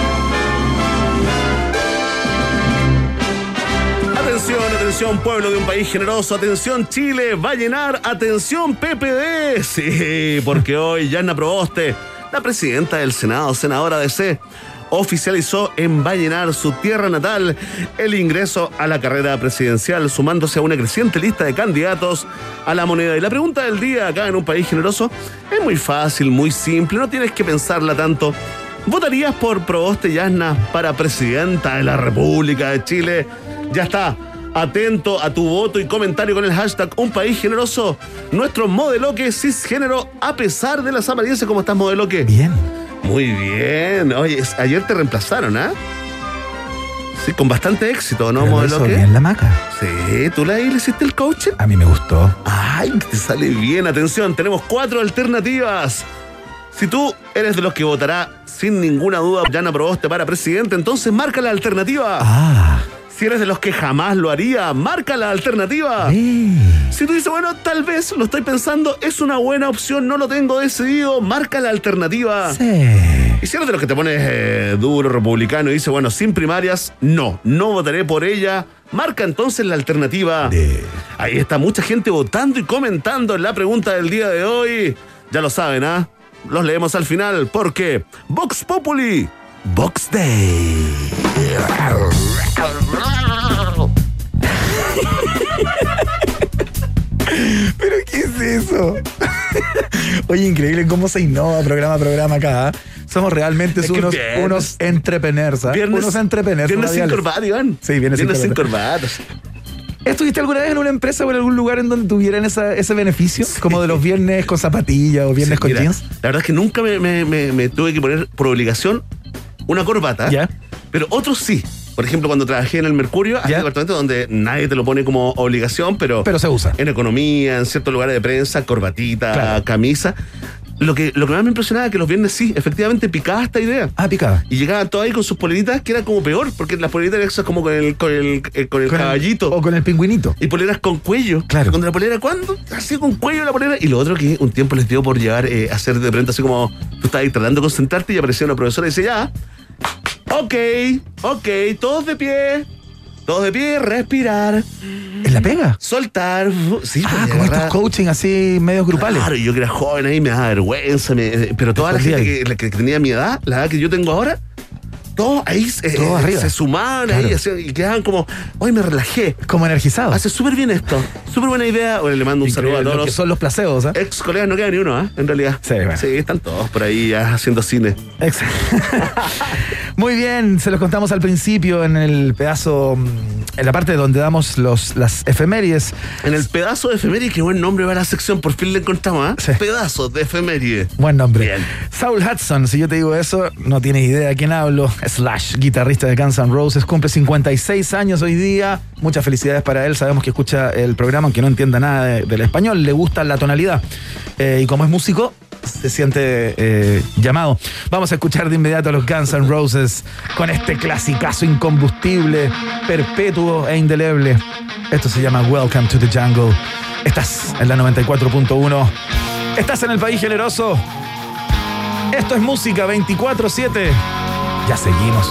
S3: Atención, atención, pueblo de un país generoso. Atención, Chile va a llenar. Atención, PPD. Sí, porque hoy Yanna Proboste, la presidenta del Senado, senadora DC, oficializó en Vallenar, su tierra natal, el ingreso a la carrera presidencial, sumándose a una creciente lista de candidatos a la moneda. Y la pregunta del día acá en un país generoso es muy fácil, muy simple, no tienes que pensarla tanto. ¿Votarías por Proboste Yasna para presidenta de la República de Chile? Ya está. Atento a tu voto y comentario con el hashtag Un País Generoso. Nuestro modeloque cisgénero, a pesar de las apariencias. ¿Cómo estás, modeloque?
S2: Bien.
S3: Muy bien. Oye, ayer te reemplazaron, ¿ah? Sí, con bastante éxito, ¿no, modeloque?
S2: Bien la maca.
S3: Sí, ¿tú le hiciste el coaching?
S2: A mí me gustó.
S3: Ay, te sale bien. Atención, tenemos 4 alternativas. Si tú eres de los que votará sin ninguna duda Yanna Proboste para presidente, entonces marca la alternativa. Si eres de los que jamás lo haría, marca la alternativa. Si tú dices, bueno, tal vez lo estoy pensando, es una buena opción, no lo tengo decidido, marca la alternativa. Y si eres de los que te pones duro, republicano, y dices, bueno, sin primarias, no votaré por ella, marca entonces la alternativa. Ahí está mucha gente votando y comentando en la pregunta del día de hoy. Ya lo saben, ¿ah? Los leemos al final, porque Vox Populi, Vox Day.
S2: ¿Pero qué es eso? Oye, increíble cómo se innova programa a programa acá. Somos realmente unos entrepreneurs, ¿eh? Unos entrepreneurs.
S3: Viernes sin corbata, Iván.
S2: Sí, viernes sin corbata. ¿Estuviste alguna vez en una empresa o en algún lugar en donde tuvieran ese beneficio? Como de los viernes con zapatillas o viernes con jeans.
S3: La verdad es que nunca me tuve que poner por obligación una corbata.
S2: ¿Ya?
S3: Pero otros sí. Por ejemplo, cuando trabajé en el Mercurio, hay departamentos donde nadie te lo pone como obligación, pero
S2: se usa.
S3: En economía, en ciertos lugares de prensa, corbatita,
S2: claro,
S3: camisa. Lo que más me impresionaba es que los viernes sí, efectivamente picaba esta idea.
S2: Picaba.
S3: Y llegaban todos ahí con sus poleritas, que era como peor, porque las poleritas eran como con el caballito.
S2: O con el pingüinito.
S3: Y poleras con cuello.
S2: Claro.
S3: Cuando la polera, ¿cuándo? Así con cuello la polera. Y lo otro que un tiempo les dio por llevar a hacer de pronto así como tú estabas ahí tratando de concentrarte y aparecía una profesora y dice, ya, ok, todos de pie, respirar.
S2: ¿En la pega?
S3: Soltar. Sí,
S2: como estos coaching así medios grupales.
S3: Claro, yo que era joven ahí me daba vergüenza, pero toda la gente que tenía mi edad, la edad que yo tengo ahora, todos ahí se sumaban, claro, ahí y quedaban como, hoy me relajé.
S2: Como energizados.
S3: Hace súper bien esto, súper buena idea. Bueno, le mando un saludo a todos.
S2: Lo que son los placebos, ¿eh?
S3: Ex colegas, no queda ni uno, en realidad.
S2: Sí, bueno.
S3: Sí, están todos por ahí ya haciendo cine.
S2: Muy bien, se los contamos al principio en el pedazo, en la parte donde damos las efemérides.
S3: En el pedazo de efemérides, qué buen nombre va la sección, por fin le encontramos, ¿eh? Sí. Pedazos de efemérides.
S2: Buen nombre.
S3: Bien.
S2: Saul Hudson, si yo te digo eso, no tienes idea de quién hablo. Slash, guitarrista de Guns N' Roses, cumple 56 años hoy día. Muchas felicidades para él. Sabemos que escucha el programa, aunque no entienda nada del español, le gusta la tonalidad. Y como es músico, se siente llamado. Vamos a escuchar de inmediato a los Guns N' Roses con este clasicazo incombustible, perpetuo e indeleble. Esto se llama Welcome to the Jungle. Estás en la 94.1. Estás en el país generoso. Esto es música 24/7. Ya seguimos.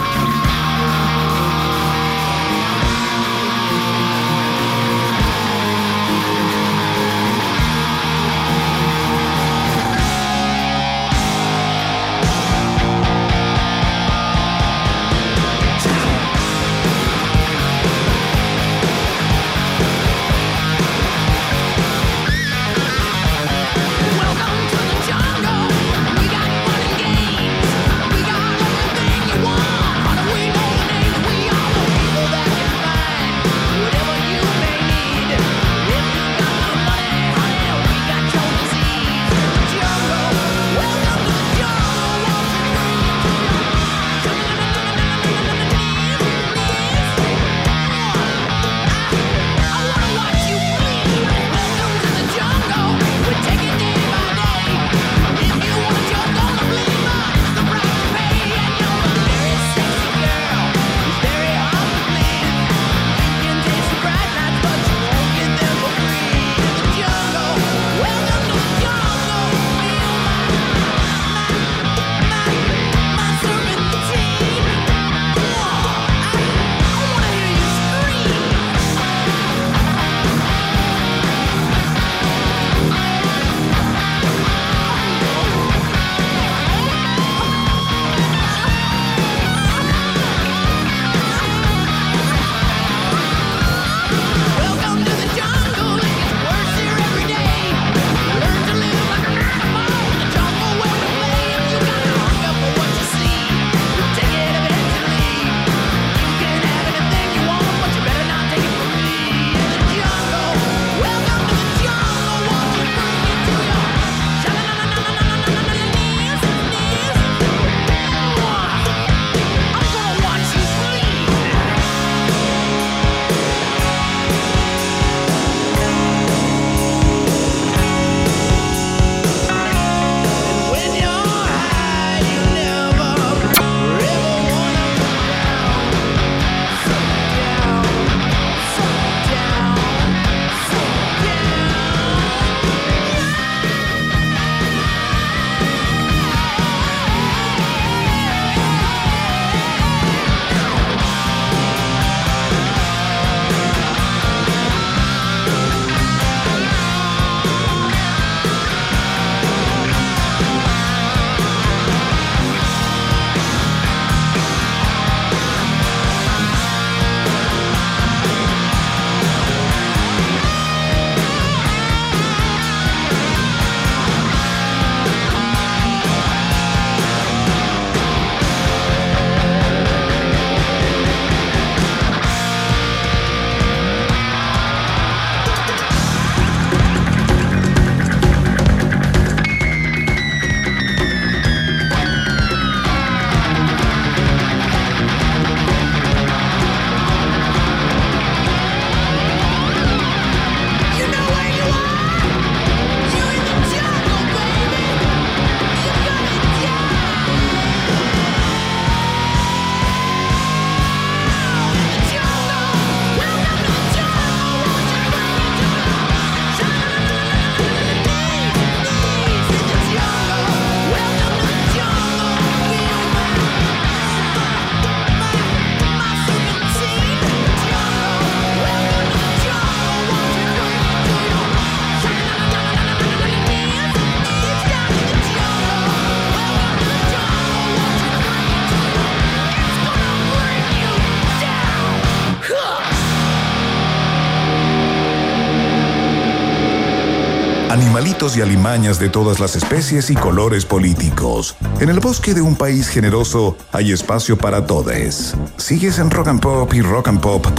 S1: animalitos y alimañas de todas las especies y colores políticos. En el bosque de un país generoso hay espacio para todes. Sigues en Rock and Pop y rockandpop.cl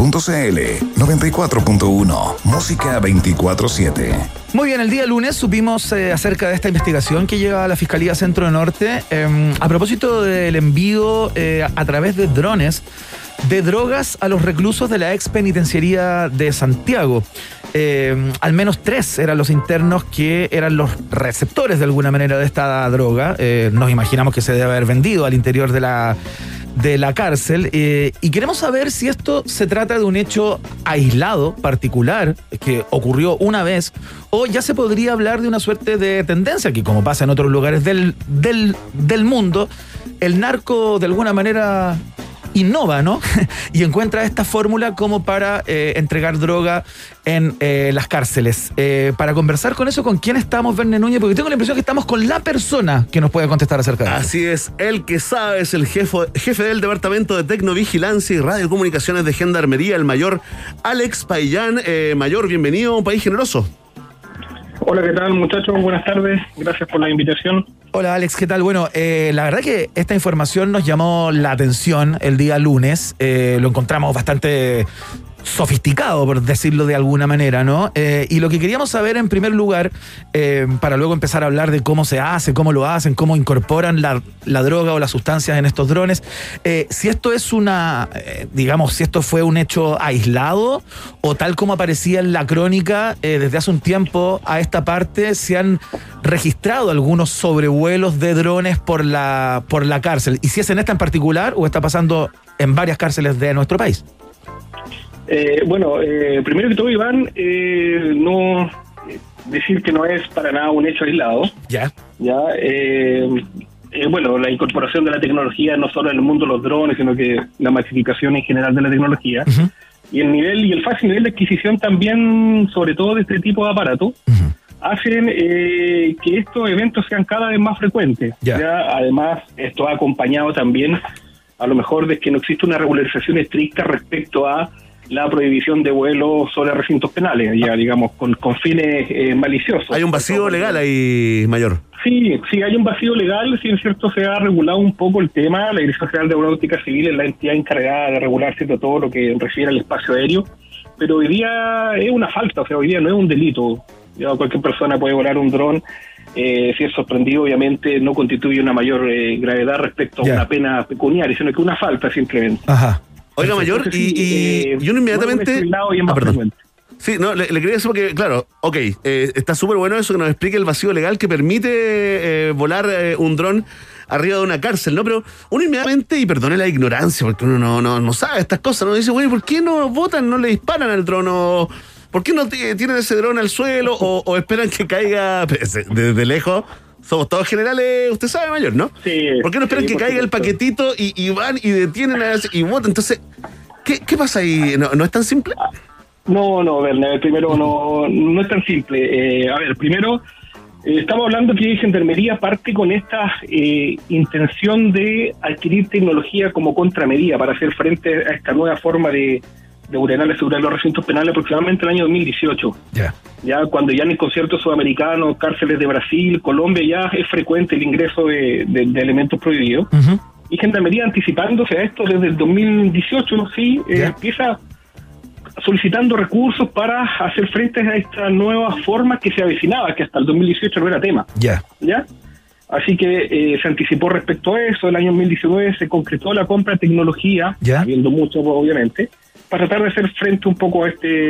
S1: 94.1, música 24/7.
S2: Muy bien, el día lunes supimos acerca de esta investigación que lleva la Fiscalía Centro Norte a propósito del envío a través de drones de drogas a los reclusos de la ex penitenciaría de Santiago. Al menos 3 eran los internos que eran los receptores de alguna manera de esta droga. Nos imaginamos que se debe haber vendido al interior de la cárcel, y queremos saber si esto se trata de un hecho aislado, particular, que ocurrió una vez, o ya se podría hablar de una suerte de tendencia que, como pasa en otros lugares del mundo, el narco de alguna manera innova, ¿no? Y encuentra esta fórmula como para entregar droga en las cárceles. Para conversar con eso, ¿con quién estamos, Verne Núñez? Porque tengo la impresión que estamos con la persona que nos puede contestar acerca de eso.
S3: Así es, el que sabe es el jefe del Departamento de Tecnovigilancia y Radiocomunicaciones de Gendarmería, el mayor Alex Paillán. Mayor, bienvenido a Un País Generoso.
S9: Hola, ¿qué tal, muchachos? Buenas tardes, gracias por la invitación.
S2: Hola, Alex, ¿qué tal? Bueno, la verdad que esta información nos llamó la atención el día lunes. Lo encontramos bastante sofisticado, por decirlo de alguna manera, ¿no? Y lo que queríamos saber en primer lugar, para luego empezar a hablar de cómo se hace, cómo lo hacen, cómo incorporan la droga o las sustancias en estos drones, si esto es si esto fue un hecho aislado o tal como aparecía en la crónica, desde hace un tiempo a esta parte se han registrado algunos sobrevuelos de drones por la cárcel, y si es en esta en particular o está pasando en varias cárceles de nuestro país.
S9: Primero que todo, Iván, no decir que no es para nada un hecho aislado.
S2: Ya.
S9: La incorporación de la tecnología no solo en el mundo de los drones, sino que la masificación en general de la tecnología. Uh-huh. Y el nivel y el fácil nivel de adquisición también, sobre todo de este tipo de aparatos, uh-huh, hacen que estos eventos sean cada vez más frecuentes. Además, esto ha acompañado también, a lo mejor, de que no existe una regularización estricta respecto a la prohibición de vuelos sobre recintos penales, ya digamos, con fines maliciosos.
S3: Hay un vacío legal ahí, mayor.
S9: Sí, hay un vacío legal. Si es cierto, se ha regulado un poco el tema. La Dirección General de Aeronáutica Civil es la entidad encargada de regular todo lo que refiere al espacio aéreo, pero hoy día es una falta, hoy día no es un delito. Ya cualquier persona puede volar un dron. Si es sorprendido, obviamente no constituye una mayor gravedad respecto a una pena pecuniaria, sino que una falta simplemente.
S2: Ajá.
S3: Oiga, mayor, y uno inmediatamente... perdón. Sí, no, le quería decir porque, claro, está súper bueno eso, que nos explique el vacío legal que permite volar un dron arriba de una cárcel, ¿no? Pero uno inmediatamente, y perdone la ignorancia, porque uno no sabe estas cosas, ¿no? Dice, güey, ¿por qué no botan, no le disparan al dron? ¿Por qué no tienen ese dron al suelo o esperan que caiga desde lejos? Somos todos generales, usted sabe, mayor, ¿no?
S9: Sí.
S3: ¿Por qué no esperan que caiga el paquetito y van y detienen y votan? Entonces, ¿qué pasa ahí? ¿No es tan simple?
S9: No, Werner, primero no es tan simple. Primero, estamos hablando que Gendarmería parte con esta intención de adquirir tecnología como contramedida para hacer frente a esta nueva forma de ordenar y asegurar los recintos penales aproximadamente el año 2018. Ya cuando ya en el concierto sudamericano, cárceles de Brasil, Colombia, ya es frecuente el ingreso de elementos prohibidos. Uh-huh. Y Gendarmería, anticipándose a esto desde el 2018, empieza solicitando recursos para hacer frente a esta nueva forma que se avecinaba, que hasta el 2018 no era tema. ¿Ya? Así que se anticipó respecto a eso. El año 2019 se concretó la compra de tecnología, habiendo mucho, obviamente, para tratar de hacer frente un poco a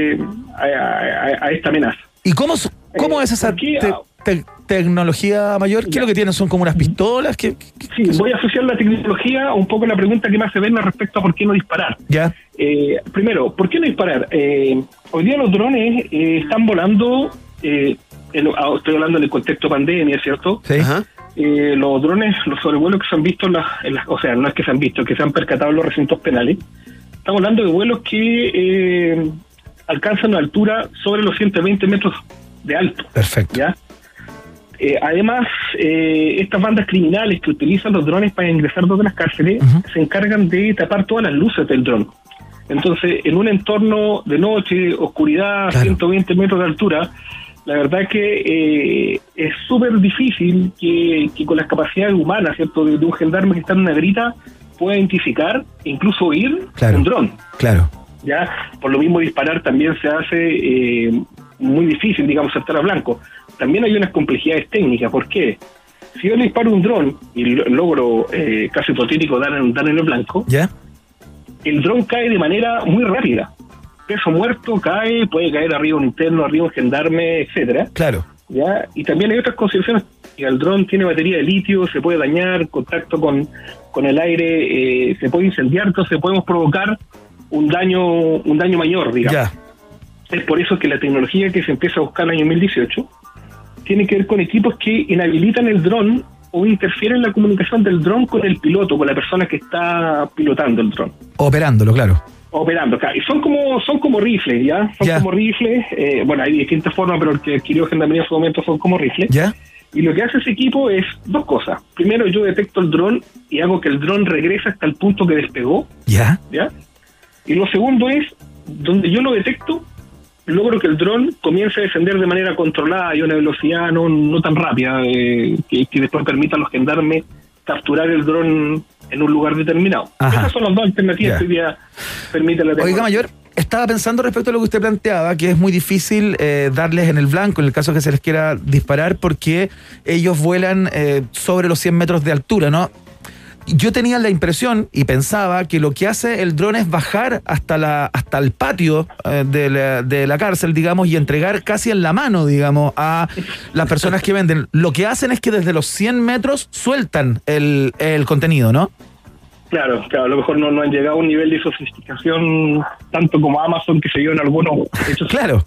S9: esta amenaza.
S2: ¿Y cómo es esa tecnología, mayor? ¿Qué es lo que tienen? ¿Son como unas pistolas? ¿Qué
S9: voy a asociar la tecnología un poco a la pregunta que me hace Berna respecto a por qué no disparar. Primero, ¿por qué no disparar? Hoy día los drones están volando, estoy hablando en el contexto pandemia, ¿cierto?
S2: Sí. Ajá.
S9: Los drones, los sobrevuelos que se han visto o sea, no es que se han visto, que se han percatado en los recintos penales. Estamos hablando de vuelos que alcanzan una altura sobre los 120 metros de alto.
S2: Perfecto.
S9: ¿Ya? Además, estas bandas criminales que utilizan los drones para ingresar desde las cárceles, uh-huh, se encargan de tapar todas las luces del dron. Entonces, en un entorno de noche, oscuridad, claro, 120 metros de altura, la verdad es que es súper difícil que con las capacidades humanas, ¿cierto?, de un gendarme que está en una grita, pueda identificar, incluso oír, un dron.
S2: Claro.
S9: Ya, por lo mismo disparar también se hace muy difícil, digamos, saltar a blanco. También hay unas complejidades técnicas. ¿Por qué? Si yo le disparo un dron y logro, caso hipotético, dar en el blanco, el dron cae de manera muy rápida. Peso muerto cae, puede caer arriba un interno, arriba un gendarme, etcétera.
S2: Claro.
S9: ¿Ya? Y también hay otras consideraciones. El dron tiene batería de litio, se puede dañar, contacto con el aire, se puede incendiar, entonces podemos provocar un daño mayor, digamos. Es por eso que la tecnología que se empieza a buscar en el año 2018 tiene que ver con equipos que inhabilitan el dron o interfieren en la comunicación del dron con el piloto, con la persona que está pilotando el dron.
S2: Operándolo, claro.
S9: Operando, claro. Y son como rifles, ¿ya? Son como rifles, bueno, hay distintas formas, pero el que adquirió Gendarmería en su momento son como rifles.
S2: ¿Ya?
S9: Y lo que hace ese equipo es dos cosas. Primero, yo detecto el dron y hago que el dron regrese hasta el punto que despegó.
S2: ¿Ya?
S9: Y lo segundo es, donde yo lo detecto, logro que el dron comience a descender de manera controlada y a una velocidad no tan rápida, que después permita a los gendarmes capturar el dron en un lugar determinado. Esas son las dos alternativas que hoy día permiten la tecnología.
S2: Oiga, Mayor, estaba pensando respecto a lo que usted planteaba, que es muy difícil darles en el blanco en el caso que se les quiera disparar, porque ellos vuelan sobre los 100 metros de altura, ¿no? Yo tenía la impresión y pensaba que lo que hace el dron es bajar hasta el patio de la cárcel, digamos, y entregar casi en la mano, digamos, a las personas que venden. Lo que hacen es que desde los 100 metros sueltan el contenido, ¿no?
S9: Claro, a lo mejor no han llegado a un nivel de sofisticación tanto como Amazon, que se dio en algunos hechos.
S2: Claro.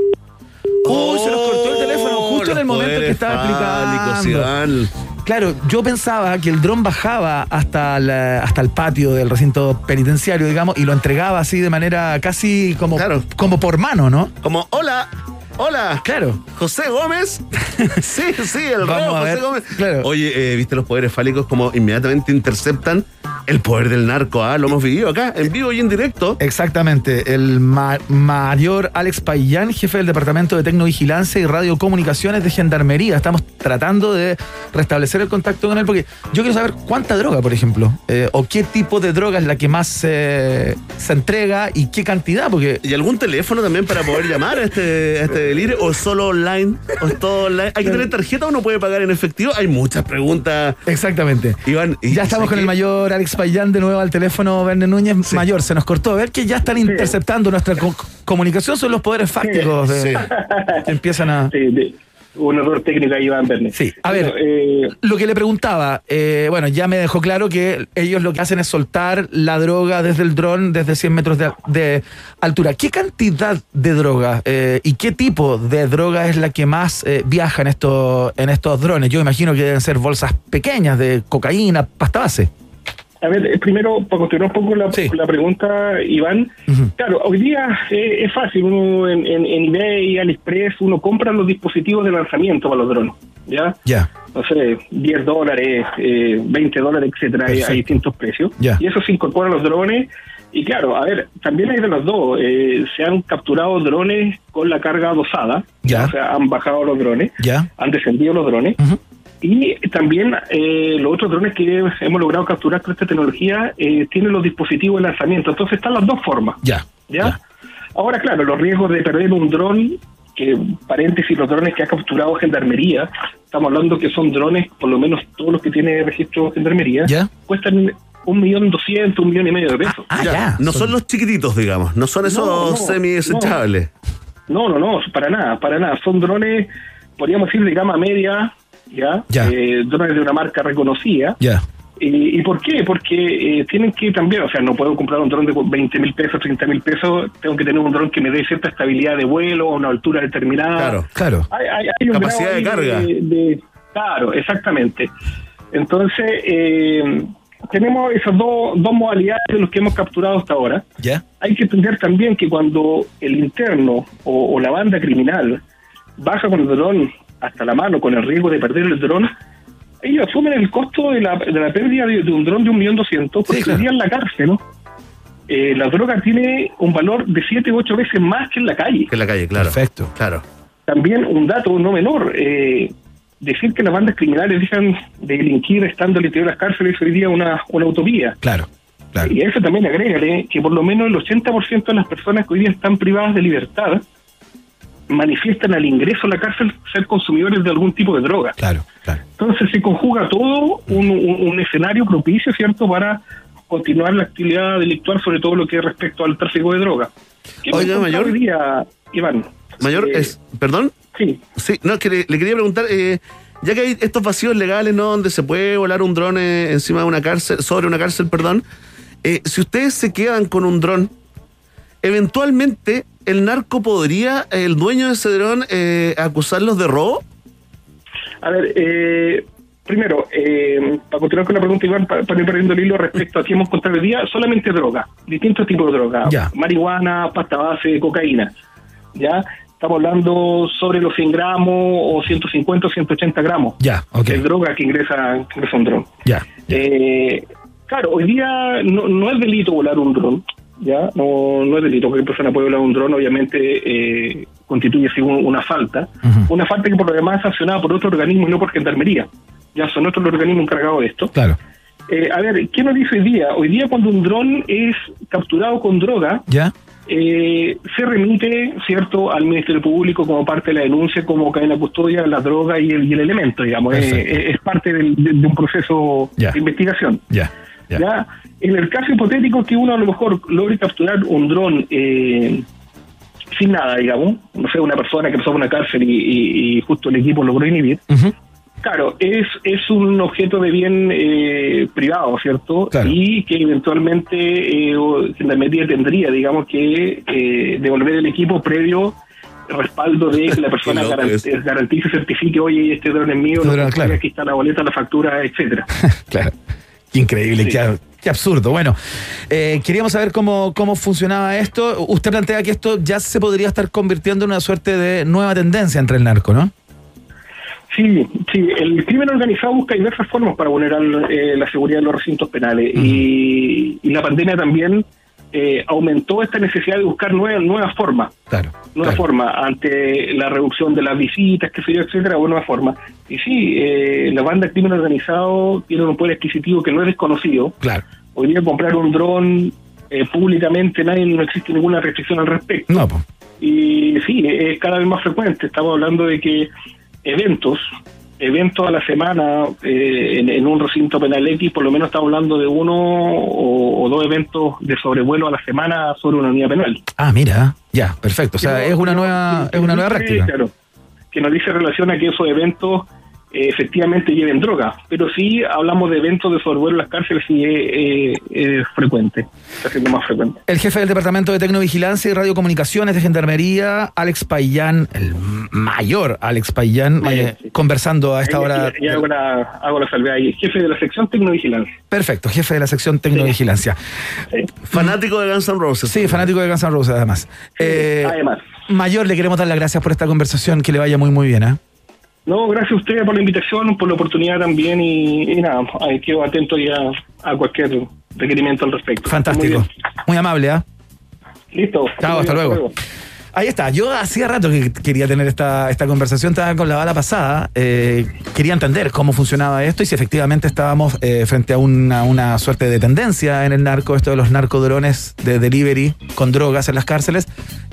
S2: Se nos cortó el teléfono justo en el momento que estaba explicando. Claro, yo pensaba que el dron bajaba hasta el patio del recinto penitenciario, digamos, y lo entregaba así de manera casi como por mano, ¿no?
S3: Como, hola,
S2: claro.
S3: José Gómez. Sí, el reo José Gómez.
S2: Claro.
S3: Oye, ¿viste los poderes fálicos como inmediatamente interceptan el poder del narco? Lo hemos vivido acá, en vivo y en directo.
S2: Exactamente. El mayor Alex Payán, jefe del Departamento de Tecnovigilancia y Radiocomunicaciones de Gendarmería. Estamos tratando de restablecer el contacto con él porque yo quiero saber cuánta droga, por ejemplo, o qué tipo de droga es la que más se entrega y qué cantidad, porque...
S3: ¿Y algún teléfono también para poder llamar a este delirio? ¿O solo online? ¿O es todo online? ¿Hay que tener tarjeta o no puede pagar en efectivo? Hay muchas preguntas.
S2: Exactamente.
S3: Iván,
S2: ya estamos con el mayor Alex Payán de nuevo al teléfono. Verne Núñez. Sí. Mayor, se nos cortó. A ver que ya están interceptando nuestra comunicación. Son los poderes fácticos que empiezan a...
S9: Un error técnico ahí, Iván Verne.
S2: Sí, a ver, lo que le preguntaba, bueno, ya me dejó claro que ellos lo que hacen es soltar la droga desde el dron, desde 100 metros de altura. ¿Qué cantidad de droga y qué tipo de droga es la que más viaja en estos drones? Yo imagino que deben ser bolsas pequeñas de cocaína, pasta base.
S9: A ver, primero, para continuar un poco la pregunta, Iván, claro, hoy día es fácil, uno en eBay, AliExpress, uno compra los dispositivos de lanzamiento para los drones, ¿ya? No sé, $10, $20, etcétera, hay distintos precios, y eso se incorpora a los drones, y claro, a ver, también hay de los dos, se han capturado drones con la carga dosada, o sea, han bajado los drones, han descendido los drones, y también los otros drones que hemos logrado capturar con esta tecnología tienen los dispositivos de lanzamiento. Entonces están las dos formas. Ahora, claro, los riesgos de perder un dron, que paréntesis, los drones que ha capturado Gendarmería, estamos hablando que son drones, por lo menos todos los que tiene registro Gendarmería, cuestan 1.200.000, $1.5 million de pesos.
S3: No son los chiquititos, digamos, no son esos semi-desechables.
S9: No, para nada. Son drones, podríamos decir, de gama media, drones de una marca reconocida. ¿Y por qué? Porque tienen que también, o sea, no puedo comprar un dron de 20.000 pesos, 30.000 pesos, tengo que tener un dron que me dé cierta estabilidad de vuelo, a una altura determinada.
S2: Claro.
S9: Hay un
S3: capacidad de carga.
S9: Claro, exactamente. Entonces, tenemos esas dos modalidades de los que hemos capturado hasta ahora. Hay que entender también que cuando el interno o la banda criminal baja con el dron hasta la mano con el riesgo de perder el dron, ellos asumen el costo de la pérdida de un dron de 1.200.000, porque hoy día en la cárcel, ¿no? La droga tiene un valor de 7 u 8 veces más que en la calle.
S3: Claro.
S2: Perfecto.
S3: Claro.
S9: También un dato no menor, decir que las bandas criminales dejan de delinquir estando al interior de las cárceles hoy día una utopía.
S2: Claro.
S9: Y a eso también agrégale que por lo menos el 80% de las personas que hoy día están privadas de libertad manifiestan al ingreso a la cárcel ser consumidores de algún tipo de droga. Claro. Entonces se conjuga todo un escenario propicio, ¿cierto?, para continuar la actividad delictual, sobre todo lo que es respecto al tráfico de drogas.
S3: Oiga, mayor.
S9: Hoy día, Iván.
S3: Mayor, ¿perdón?
S9: Sí.
S3: Sí, no, es que le quería preguntar, ya que hay estos vacíos legales, ¿no? Donde se puede volar un dron encima de una cárcel, sobre una cárcel, perdón. Si ustedes se quedan con un dron, eventualmente el narco podría, el dueño de ese dron, acusarlos de robo.
S9: A ver, primero, para continuar con la pregunta, Iván, para ir perdiendo el hilo respecto a qué hemos encontrado hoy día, solamente droga, distintos tipos de droga,
S2: Ya.
S9: marihuana, pasta base, cocaína, ¿ya? Estamos hablando sobre los 100 gramos o 150 o 180 gramos
S2: Ya, ok.
S9: de droga que ingresa un dron.
S2: Ya.
S9: Claro, hoy día no es delito volar un dron, ¿ya? No es delito. Cualquier persona puede volar un dron, obviamente constituye así una falta.
S2: Ujú.
S9: Una falta que por lo demás es sancionada por otro organismo y no por gendarmería. Ya son otros los organismos encargados de esto.
S2: Claro.
S9: A ver, ¿qué nos dice hoy día? Hoy día cuando un dron es capturado con droga,
S2: ¿Ya?
S9: se remite, ¿cierto?, al Ministerio Público como parte de la denuncia, como cadena custodia, la droga y el elemento, digamos. Es parte de un proceso
S2: Ya.
S9: de investigación.
S2: Ya. Ya.
S9: ¿Ya? En el caso hipotético que uno a lo mejor logre capturar un dron sin nada, digamos, no sé, una persona que pasó por una cárcel y justo el equipo logró inhibir,
S2: Ujú.
S9: claro, es un objeto de bien privado, ¿cierto?
S2: Claro.
S9: Y que eventualmente la medida tendría, digamos, que devolver el equipo previo respaldo de que la persona
S3: Qué loco eso.
S9: garantice, certifique, oye, este dron es mío,
S2: Este dron,
S9: no,
S2: claro.
S9: aquí está la boleta, la factura, etcétera.
S2: Claro. Qué increíble,
S9: Sí.
S2: qué absurdo. Bueno, queríamos saber cómo funcionaba esto. Usted plantea que esto ya se podría estar convirtiendo en una suerte de nueva tendencia entre el narco, ¿no?
S9: Sí, el crimen organizado busca diversas formas para vulnerar la seguridad de los recintos penales y la pandemia también aumentó esta necesidad de buscar nuevas formas.
S2: Claro.
S9: Nueva
S2: claro.
S9: forma ante la reducción de las visitas, qué sé yo, etcétera, nueva forma. Y sí, la banda de crimen organizado tiene un poder adquisitivo que no es desconocido.
S2: Claro.
S9: Hoy día comprar un dron públicamente no existe ninguna restricción al respecto.
S2: No, pues.
S9: Y sí, es cada vez más frecuente. Estamos hablando de que eventos a la semana en un recinto penal X, por lo menos estamos hablando de uno o dos eventos de sobrevuelo a la semana sobre una unidad penal.
S2: Ah, mira, ya, perfecto. O sea, es una nueva práctica.
S9: Claro, que nos dice relación a que esos eventos efectivamente lleven droga, pero sí hablamos de eventos de sobrevuelo en las cárceles y es frecuente, está siendo más frecuente.
S2: El jefe del Departamento de Tecnovigilancia y Radiocomunicaciones de Gendarmería, Alex Payán, el mayor Alex Payán,
S9: Sí.
S2: conversando a esta hora.
S9: Ya hago la salvedad ahí, jefe de la sección Tecnovigilancia.
S2: Perfecto, jefe de la sección Tecnovigilancia.
S9: Sí.
S3: Fanático de Guns N' Roses.
S2: Sí, fanático de Guns N' Roses, además.
S9: Además.
S2: Mayor, le queremos dar las gracias por esta conversación, que le vaya muy, muy bien, ¿eh?
S9: No, gracias a ustedes por la invitación, por la oportunidad también y nada, ahí quedo atento ya a cualquier requerimiento al respecto.
S2: Fantástico.
S9: Muy
S2: Muy amable, ¿eh?
S9: bien. Listo.
S2: Chao, hasta luego. Ahí está, yo hacía rato que quería tener esta conversación, estaba con la bala pasada, quería entender cómo funcionaba esto y si efectivamente estábamos frente a una suerte de tendencia en el narco, esto de los narcodrones de delivery con drogas en las cárceles,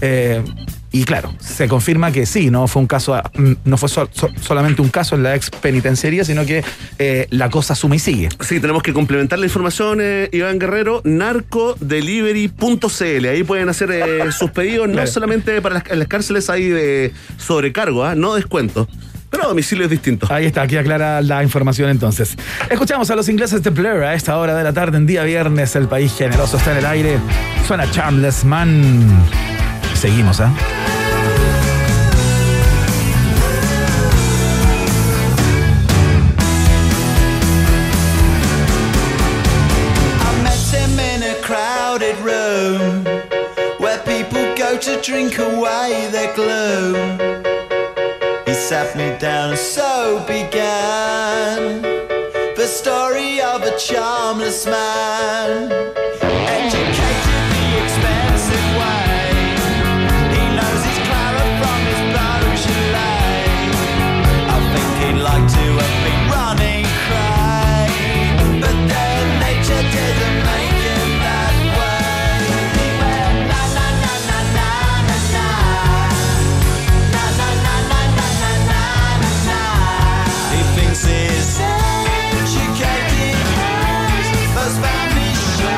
S2: y claro, se confirma que sí, no fue un caso, no fue solamente un caso en la ex penitenciaría, sino que la cosa suma y sigue.
S3: Sí, tenemos que complementar la información, Iván Guerrero, narcodelivery.cl. Ahí pueden hacer sus pedidos, no
S2: Claro.
S3: solamente para las cárceles hay de sobrecargo, no descuento, pero a domicilio es distinto.
S2: Ahí está, aquí aclara la información entonces. Escuchamos a los ingleses de Blur a esta hora de la tarde, en día viernes. El país generoso está en el aire. Suena Charmless Man. Seguimos, ¿ah?
S10: I met him in a crowded room where people go to drink away their gloom. He sat me down and so began the story of a charmless man, educated the expensive way. He knows his Clara from his Beaujolais. I think he'd like to have been running cray, but then nature didn't make him that way. He went na na na na na na na na na na na na na na na. He thinks he's educated, most family should.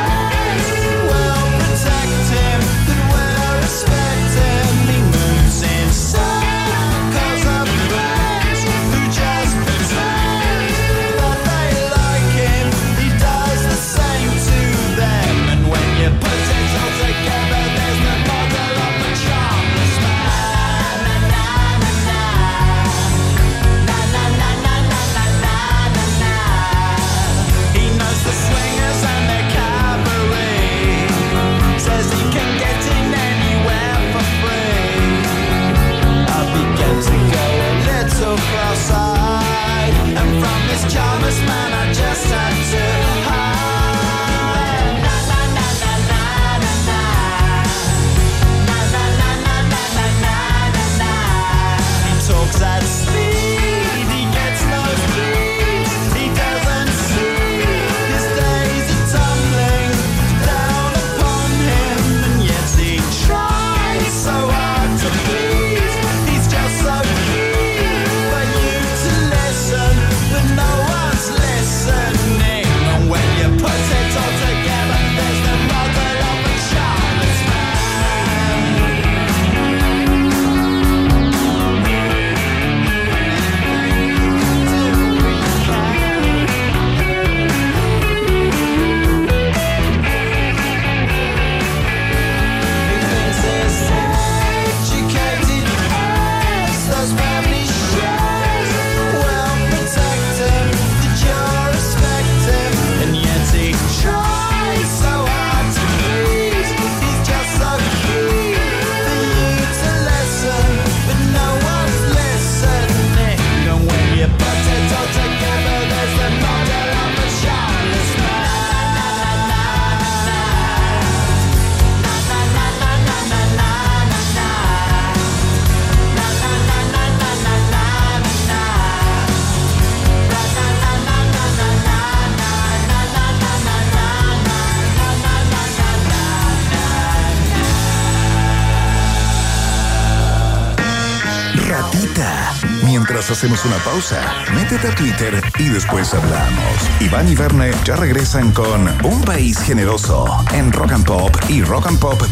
S1: hacemos una pausa. Métete a Twitter y después hablamos. Iván y Verne ya regresan con Un País Generoso en Rock and Pop y rockandpop.cl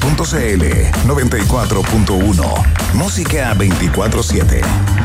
S1: 94.1. Música 24/7.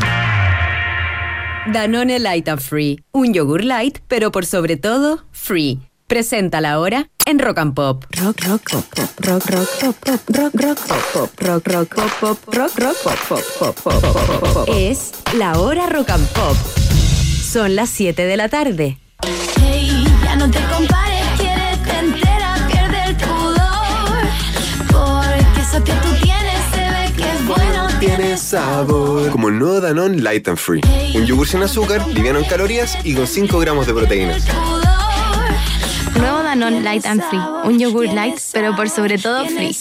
S11: Danone Light and Free. Un yogur light, pero por sobre todo, free. Presenta la hora en Rock and Pop. Rock, rock, pop, pop, rock, rock, pop, pop, rock, rock, pop, pop, rock, rock, pop, pop, rock, rock, pop, pop, pop, pop, pop, pop. Es la hora Rock and Pop. Son las 7 de la tarde.
S4: Hey, ya no te compares, quiérete entera, pierde el pudor. Porque eso que tú tienes se ve que es bueno,
S12: tiene sabor. Como el nuevo Danone Light and Free. Un yogur sin azúcar, liviano en calorías y con 5 gramos de proteínas.
S13: Nuevo Danone Light and Free. Un yogur light, pero por sobre todo free.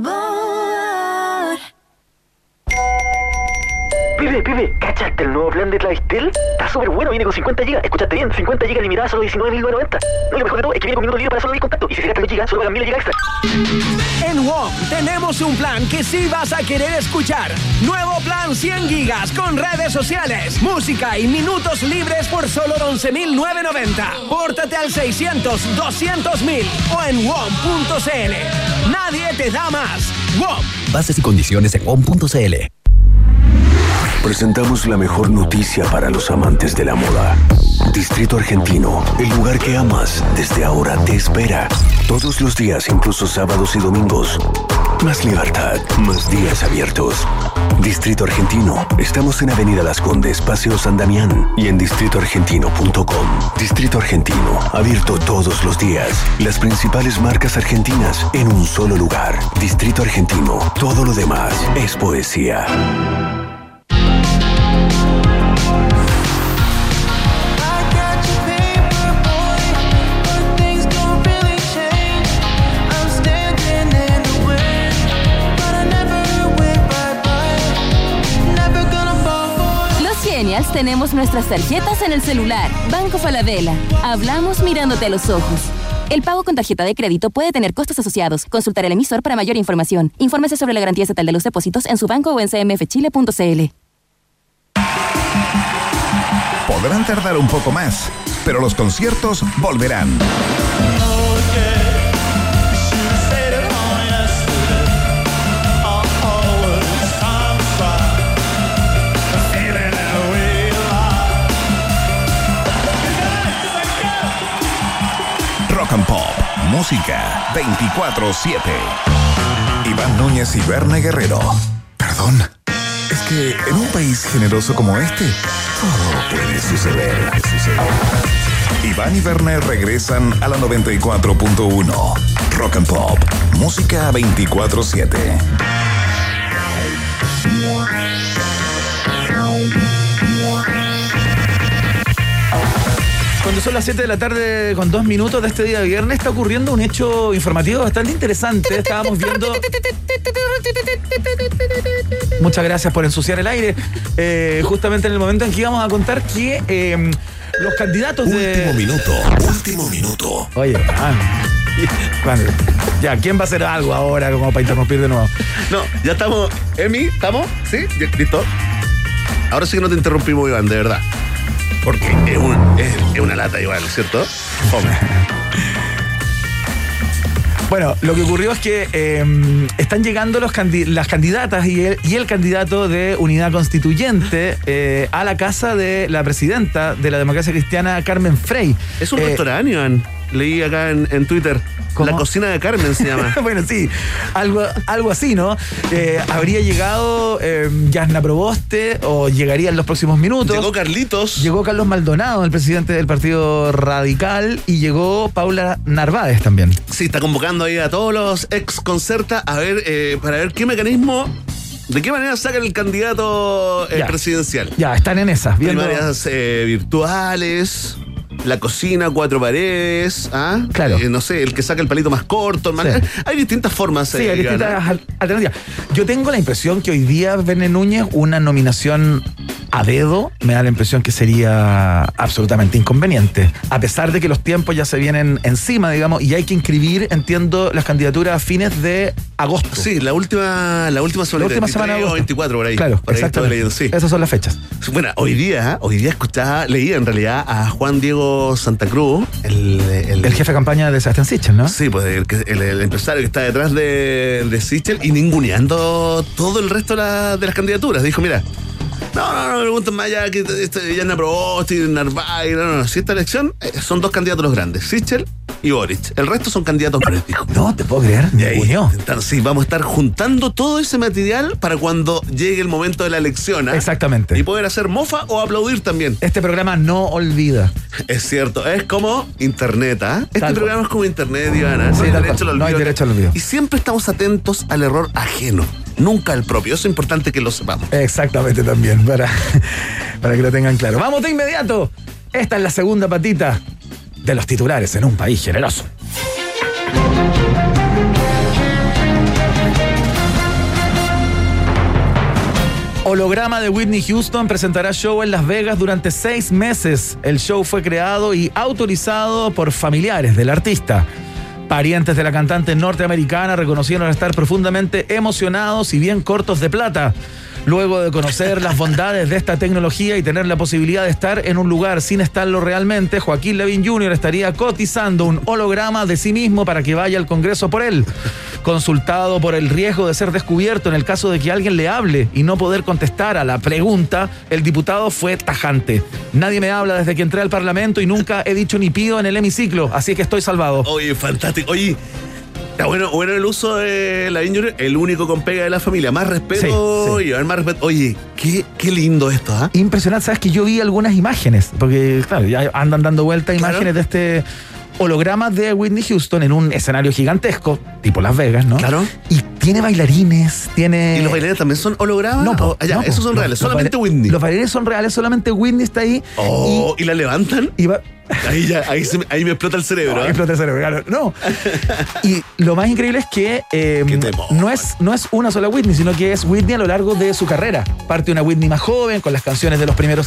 S6: Pibe, ¿cachaste el nuevo plan de Clavistel? Está súper bueno, viene con 50 GB. Escuchaste bien, 50 GB limitada, solo 19.990. No, y lo mejor de todo es que viene con minutos libres para solo 10 contactos. Y si se gastan 2 GB, solo pagan 1.000 GB extra.
S7: En WOM tenemos un plan que sí vas a querer escuchar. Nuevo plan 100 gigas con redes sociales, música y minutos libres por solo 11.990. Pórtate al 600-200.000 o en WOM.cl. Nadie te da más. WOM.
S8: Bases y condiciones en WOM.cl.
S14: Presentamos la mejor noticia para los amantes de la moda. Distrito Argentino, el lugar que amas, desde ahora te espera. Todos los días, incluso sábados y domingos. Más libertad, más días abiertos. Distrito Argentino, estamos en Avenida Las Condes, Paseo San Damián y en distritoargentino.com. Distrito Argentino, abierto todos los días. Las principales marcas argentinas en un solo lugar. Distrito Argentino, todo lo demás es poesía.
S15: Tenemos nuestras tarjetas en el celular. Banco Falabella. Hablamos mirándote a los ojos. El pago con tarjeta de crédito puede tener costos asociados. Consultar al emisor para mayor información. Infórmese sobre la garantía estatal de los depósitos en su banco o en cmfchile.cl.
S1: Podrán tardar un poco más, pero los conciertos volverán. Rock and Pop, música 24/7. Iván Núñez y Verne Guerrero. Perdón, es que en un país generoso como este, todo puede suceder. Iván y Verne regresan a la 94.1. Rock and Pop, música 24/7.
S2: Cuando son las 7 de la tarde con 2 minutos de este día viernes, está ocurriendo un hecho informativo bastante interesante. Estábamos viendo... Muchas gracias por ensuciar el aire. Justamente en el momento en que íbamos a contar que los candidatos
S1: Último minuto.
S2: Oye, bueno, ya, ¿quién va a hacer algo ahora como para interrumpir de nuevo?
S3: No, ya estamos. Emi, ¿estamos? ¿Sí? ¿Ya, listo? Ahora sí que no te interrumpimos, Iván, de verdad. Porque es una lata igual, ¿cierto? Hombre.
S2: Bueno, lo que ocurrió es que están llegando las candidatas y el candidato de Unidad Constituyente a la casa de la presidenta de la Democracia Cristiana, Carmen Frey.
S3: Es un restaurante, Iván. Leí acá en Twitter. ¿Cómo? La cocina de Carmen se llama.
S2: Bueno, sí, algo así, ¿no? Habría llegado Yasna Proboste, o llegaría en los próximos minutos.
S3: Llegó Carlitos.
S2: Llegó Carlos Maldonado, el presidente del Partido Radical, y llegó Paula Narváez también.
S3: Sí, está convocando ahí a todos los ex Concerta a ver, para ver qué mecanismo, de qué manera sacan el candidato presidencial.
S2: Ya, están en esas.
S3: Primarias sí, la cocina, 4 paredes,
S2: claro.
S3: No sé, el que saca el palito más corto. Sí. Hay distintas formas.
S2: Sí, hay distintas alternativas. Yo tengo la impresión que hoy día Verne Núñez, una nominación a dedo, me da la impresión que sería absolutamente inconveniente. A pesar de que los tiempos ya se vienen encima, digamos, y hay que inscribir, entiendo, las candidaturas a fines de agosto.
S3: Sí, la última semana
S2: de agosto.
S3: 24 por ahí.
S2: Claro,
S3: por ahí
S2: exactamente.
S3: Sí.
S2: Esas son las fechas.
S3: Bueno, hoy día leía en realidad a Juan Diego Santa Cruz, el
S2: jefe de campaña de Sebastián Sichel, ¿no?
S3: Sí, pues el empresario que está detrás de Sichel y ninguneando todo el resto de las candidaturas. Dijo, mira, no me pregunten más allá que Yana Proboste y Narváez. No. Si esta elección son dos candidatos los grandes, Sichel y Boric. El resto son candidatos menores, dijo.
S2: No te puedo creer.
S3: Entonces, sí, vamos a estar juntando todo ese material para cuando llegue el momento de la elección.
S2: Exactamente.
S3: Y poder hacer mofa o aplaudir también.
S2: Este programa no olvida.
S3: Es cierto, es como internet, ¿ah? Este programa es como internet, Ivana.
S2: Sí, no hay derecho al olvido.
S3: Y siempre estamos atentos al error ajeno, nunca al propio. Eso es importante que lo sepamos.
S2: Exactamente también, para que lo tengan claro. Vamos de inmediato. Esta es la segunda patita de los titulares en un país generoso. Holograma de Whitney Houston presentará show en Las Vegas durante 6 meses. El show fue creado y autorizado por familiares del artista. Parientes de la cantante norteamericana reconocieron estar profundamente emocionados y bien cortos de plata. Luego de conocer las bondades de esta tecnología y tener la posibilidad de estar en un lugar sin estarlo realmente, Joaquín Lavín Jr. estaría cotizando un holograma de sí mismo para que vaya al Congreso por él. Consultado por el riesgo de ser descubierto en el caso de que alguien le hable y no poder contestar a la pregunta, el diputado fue tajante. Nadie me habla desde que entré al Parlamento y nunca he dicho ni pido en el hemiciclo, así que estoy salvado.
S3: Oye, fantástico. Oye, está bueno el uso de Lavín Jr., el único con pega de la familia. Más respeto,
S2: sí.
S3: Más respeto. Oye, qué lindo esto, ¿ah?
S2: Impresionante. Sabes que yo vi algunas imágenes, porque claro, ya andan dando vueltas imágenes de este holograma de Whitney Houston en un escenario gigantesco, tipo Las Vegas, ¿no?
S3: Claro.
S2: Y tiene bailarines, tiene...
S3: ¿Y los bailarines también son hologramas?
S2: No,
S3: esos son reales, solamente Whitney.
S2: Los bailarines son reales, solamente Whitney está ahí.
S3: ¿Y la levantan?
S2: Y va...
S3: Ahí me explota el cerebro.
S2: No, explota el cerebro, claro. No. Y lo más increíble es que no es una sola Whitney, sino que es Whitney a lo largo de su carrera. Parte una Whitney más joven, con las canciones de los primeros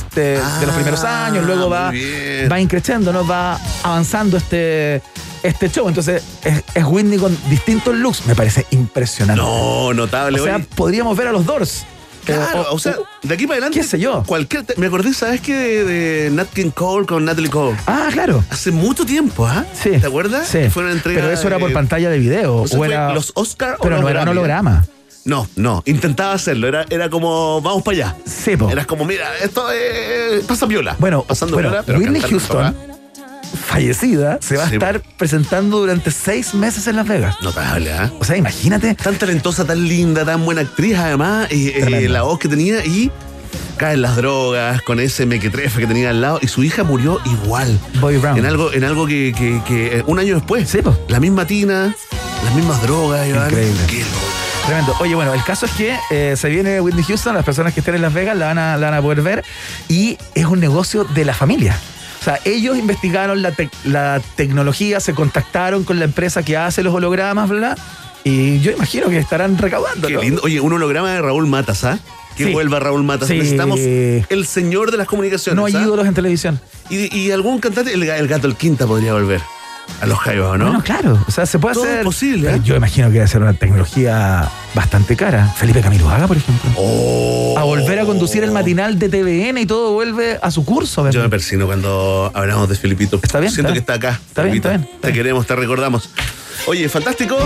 S2: años, luego va increciendo, ¿no? Va avanzando este show. Entonces es Whitney con distintos looks. Me parece impresionante.
S3: No, notable.
S2: O sea, podríamos ver a los Doors.
S3: Claro, o sea, de aquí para adelante.
S2: ¿Qué sé yo?
S3: Me acordé, ¿sabes qué? De Nat King Cole con Natalie Cole.
S2: Ah, claro.
S3: Hace mucho tiempo, ¿ah?
S2: Sí.
S3: ¿Te acuerdas?
S2: Sí.
S3: Fue una entrega.
S2: Pero eso era por pantalla de video.
S3: O era los Oscar
S2: pero
S3: o
S2: no era un holograma.
S3: No, intentaba hacerlo, era como, vamos para allá.
S2: Sí, po.
S3: Era como, mira, esto pasa viola.
S2: Pasando viola, pero Whitney Houston, fallecida, se va a estar presentando durante 6 meses en Las Vegas.
S3: Notable, ¿eh?
S2: O sea, imagínate.
S3: Tan talentosa, tan linda, tan buena actriz, además, y la voz que tenía, y caen las drogas con ese mequetrefe que tenía al lado, y su hija murió igual.
S2: Bobby Brown.
S3: En algo que un año después.
S2: Sí, po.
S3: La misma tina, las mismas drogas, Iván.
S2: Increíble.
S3: Qué loco.
S2: Tremendo. Oye, bueno, el caso es que se viene Whitney Houston, las personas que estén en Las Vegas la van a poder ver, y es un negocio de la familia. O sea, ellos investigaron la tecnología, se contactaron con la empresa que hace los hologramas, bla, y yo imagino que estarán recaudando.
S3: Qué lindo. Oye, un holograma de Raúl Matas, ¿ah? Que vuelva Raúl Matas. Sí. Necesitamos el señor de las comunicaciones.
S2: No hay ídolos en televisión.
S3: Y algún cantante, el Gato El Quinta podría volver a los Jaivas, ¿no?
S2: Bueno, claro. O sea, se puede
S3: todo
S2: hacer.
S3: Es posible.
S2: Yo imagino que debe ser una tecnología bastante cara. Felipe Camiroaga, por ejemplo. A volver a conducir el matinal de TVN y todo vuelve a su curso, ¿verdad?
S3: Yo me persino cuando hablamos de Felipito.
S2: Está bien.
S3: Siento que está acá.
S2: Está bien.
S3: Te queremos, te recordamos. Oye, fantástico.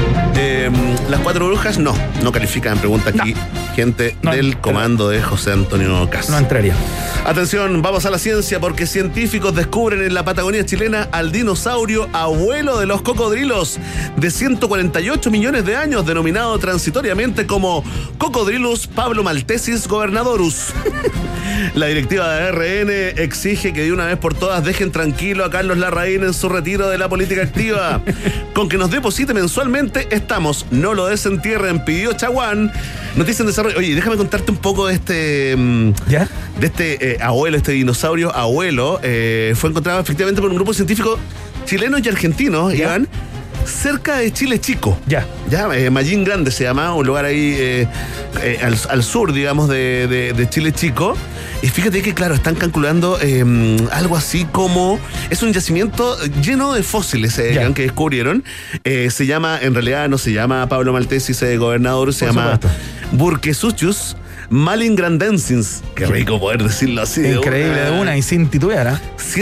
S3: Las 4 brujas no califican, pregunta aquí gente del comando de José Antonio Caz.
S2: No entraría.
S3: Atención, vamos a la ciencia porque científicos descubren en la Patagonia chilena al dinosaurio abuelo de los cocodrilos de 148 millones de años, denominado transitoriamente como Cocodrilus pablomaltesis gobernadorus. La directiva de RN exige que de una vez por todas dejen tranquilo a Carlos Larraín en su retiro de la política activa. Con que nos deposite mensualmente estamos, no lo desentierren, pidió Chaguán. Noticia en desarrollo. Oye, déjame contarte un poco de este de este abuelo, este dinosaurio abuelo. Fue encontrado efectivamente por un grupo científico chileno y argentino, Iván, cerca de Chile Chico. Mallín Grande se llama, un lugar ahí al sur, digamos, de Chile Chico. Y fíjate que, claro, están calculando algo así como... Es un yacimiento lleno de fósiles que descubrieron. Se llama, en realidad no se llama Pablo Maltesi, ese gobernador, se llama Burkesuchus Malingrandensis. Qué rico poder decirlo así.
S2: Increíble de una y sin titubear.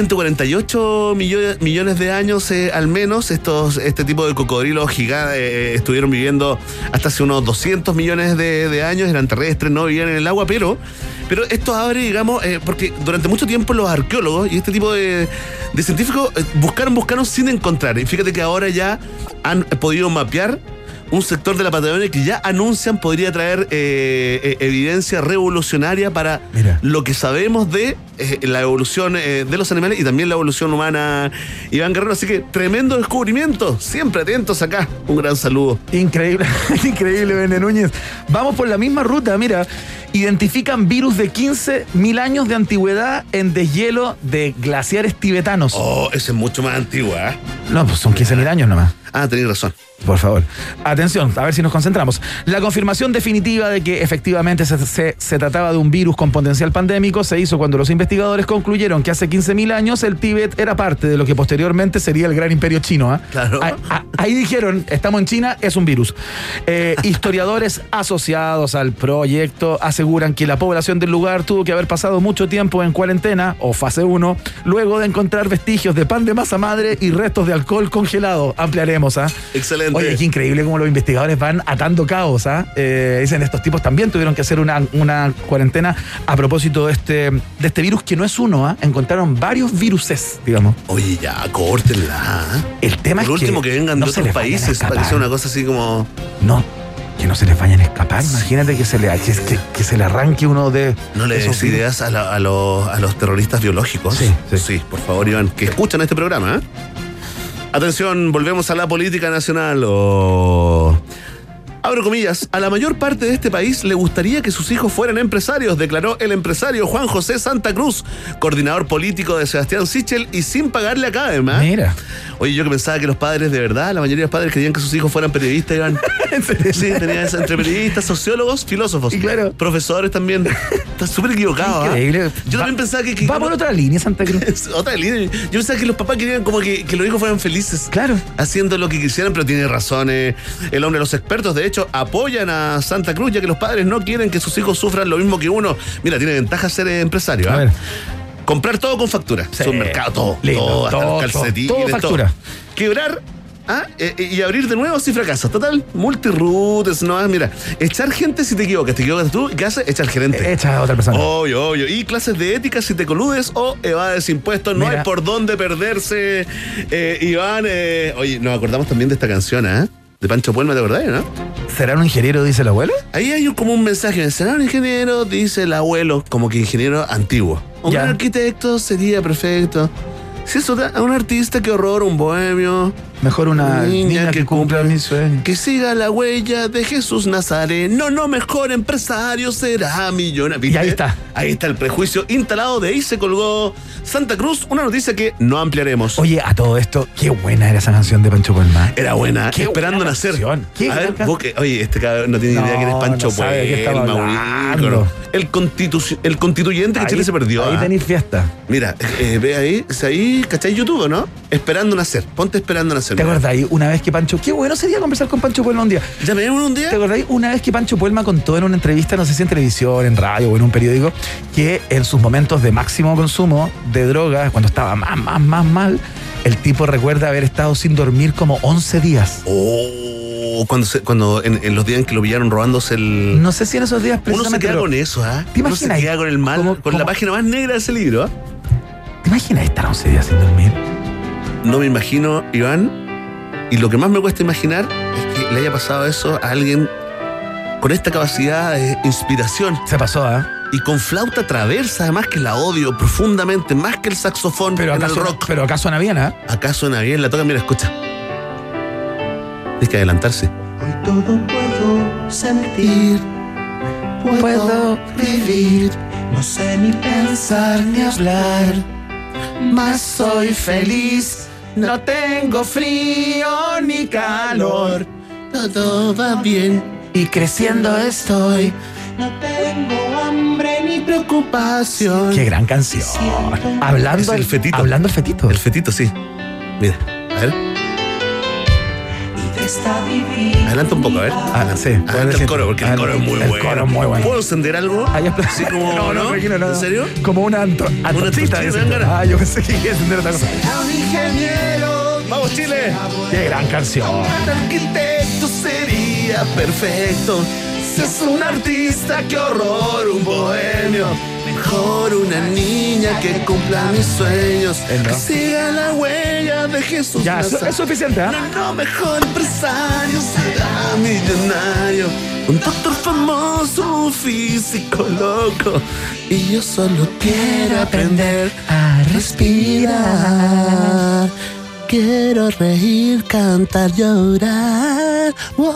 S3: 148 millones de años al menos. Este tipo de cocodrilos gigantes estuvieron viviendo hasta hace unos 200 millones de años. Eran terrestres, no vivían en el agua, pero esto abre, digamos, porque durante mucho tiempo los arqueólogos y este tipo de científicos buscaron sin encontrar. Y fíjate que ahora ya han podido mapear un sector de la Patagonia que ya anuncian podría traer evidencia revolucionaria para lo que sabemos de la evolución de los animales y también la evolución humana. Iván Guerrero, así que tremendo descubrimiento. Siempre atentos acá. Un gran saludo.
S2: Increíble, increíble, Bene Núñez. Vamos por la misma ruta, mira. Identifican virus de 15.000 años de antigüedad en deshielo de glaciares tibetanos.
S3: Oh, ese es mucho más antiguo, ¿eh?
S2: No, pues son 15.000 años nomás.
S3: Ah, tenés razón.
S2: Por favor. Atención, a ver si nos concentramos. La confirmación definitiva de que efectivamente se trataba de un virus con potencial pandémico se hizo cuando los investigadores concluyeron que hace 15.000 años el Tíbet era parte de lo que posteriormente sería el gran imperio chino. ¿Eh?
S3: Claro.
S2: Ahí dijeron, estamos en China, es un virus. Historiadores asociados al proyecto aseguran que la población del lugar tuvo que haber pasado mucho tiempo en cuarentena, o fase 1, luego de encontrar vestigios de pan de masa madre y restos de alcohol congelado. Ampliaremos, ¿ah?
S3: Excelente.
S2: Oye, qué increíble cómo los investigadores van atando cabos, ¿ah? Dicen, estos tipos también tuvieron que hacer una cuarentena a propósito de este virus, que no es uno, ¿ah? Encontraron varios viruses, digamos.
S3: Oye, ya, córtenla.
S2: El tema
S3: Por
S2: es que
S3: último, que vengan
S2: no
S3: de otros países, parece una cosa así como...
S2: No, que no se les vayan a escapar. Imagínate que se le arranque uno de...
S3: No le des ideas a los terroristas biológicos. Sí, por favor, Iván, que escuchan este programa, ¿eh? Atención, volvemos a la política nacional. Abro comillas, a la mayor parte de este país le gustaría que sus hijos fueran empresarios, declaró el empresario Juan José Santa Cruz, coordinador político de Sebastián Sichel, y sin pagarle acá, además.
S2: Mira.
S3: Oye, yo que pensaba que los padres, de verdad, la mayoría de los padres querían que sus hijos fueran periodistas, Iván. Sí, tenía esa entre periodistas, sociólogos, filósofos.
S2: Y claro.
S3: Profesores también. Estás súper equivocado.
S2: Increíble.
S3: Yo también pensaba que
S2: va por otra línea, Santa Cruz.
S3: Otra línea. Yo pensaba que los papás querían como que los hijos fueran felices.
S2: Claro.
S3: Haciendo lo que quisieran, pero tiene razón. El hombre de los expertos, de hecho, apoyan a Santa Cruz, ya que los padres no quieren que sus hijos sufran lo mismo que uno. Mira, tiene ventaja ser empresario.
S2: A ver.
S3: Comprar todo con factura. Sí. Supermercado, todo, hasta los calcetines,
S2: todo factura.
S3: Quebrar y abrir de nuevo si fracasas. Total, multiroutes, no, mira, echar gente si te equivocas tú, ¿qué haces? Echa al gerente.
S2: Echa a otra persona.
S3: Obvio. Y clases de ética si te coludes o evades impuestos. No hay por dónde perderse, Iván. Oye, nos acordamos también de esta canción, de Pancho Puelma, ¿te acordás, no?
S2: ¿Será un ingeniero, dice el abuelo?
S3: Ahí hay como un mensaje, ¿será un ingeniero? Dice el abuelo, como que ingeniero antiguo. Un gran arquitecto sería perfecto. Si eso da a un artista, qué horror, un bohemio.
S2: Mejor una niña que cumpla mis sueños.
S3: Que siga la huella de Jesús Nazareno. No, mejor empresario será millonario.
S2: Y ahí está.
S3: Ahí está el prejuicio instalado. De ahí se colgó Santa Cruz. Una noticia que no ampliaremos.
S2: Oye, a todo esto, qué buena era esa canción de Pancho Puelma.
S3: Era buena. Qué Esperando nacer.
S2: Qué
S3: a ver, oye, este cabrón no tiene idea quién es Pancho Puelma. El constituyente que Chile se perdió.
S2: Ahí tenéis fiesta.
S3: Mira, ve ahí, ¿cachai? YouTube, ¿no? Esperando nacer. Ponte Esperando nacer.
S2: ¿Te acordás una vez que Pancho... Qué bueno sería conversar con Pancho Puelma un día.
S3: ¿Ya me un día?
S2: ¿Te acordás una vez que Pancho Puelma contó en una entrevista, no sé si en televisión, en radio o en un periódico, que en sus momentos de máximo consumo de drogas, cuando estaba más mal, el tipo recuerda haber estado sin dormir como 11 días.
S3: Cuando en los días en que lo pillaron robándose el...
S2: No sé si en esos días
S3: precisamente... Uno se queda con eso,
S2: ¿Te imaginas?
S3: Uno se queda con el mal, con la página más negra de ese libro,
S2: ¿Te imaginas estar 11 días sin dormir?
S3: No me imagino, Iván, y lo que más me cuesta imaginar es que le haya pasado eso a alguien con esta capacidad de inspiración.
S2: Se pasó,
S3: Y con flauta traversa, además, que la odio profundamente, más que el saxofón
S2: pero
S3: en el rock.
S2: Pero acá suena bien,
S3: Acá suena bien, la toca, mira, escucha. Tienes que adelantarse.
S10: Hoy todo puedo sentir, puedo vivir, no sé ni pensar ni hablar, mas soy feliz, no tengo frío ni calor, todo va bien y creciendo estoy,
S3: No tengo hambre ni preocupación.
S2: Qué gran canción. Hablando
S3: el fetito.
S2: Hablando el fetito.
S3: El fetito, sí. Mira, a ver. Adelanta un poco, a ver.
S2: No sé.
S3: Adelanta el coro, porque el coro es muy bueno.
S2: El coro es muy bueno.
S3: ¿Puedo encender algo? Así como,
S2: no,
S3: ¿En serio?
S2: Como una antorchita. Yo pensé que iba a encender otra cosa.
S3: Un ingeniero. ¡Vamos, Chile!
S2: ¡Qué gran canción!
S3: Un arquitecto sería perfecto. Si es un artista, qué horror, un bohemio. Mejor una niña que cumpla mis sueños. Que siga la huella de Jesús.
S2: Ya, eso es suficiente, ¿eh?
S3: No, mejor empresario, será millonario. Un doctor famoso, un físico loco. Y yo solo quiero aprender a respirar. Quiero reír, cantar, llorar. Wow,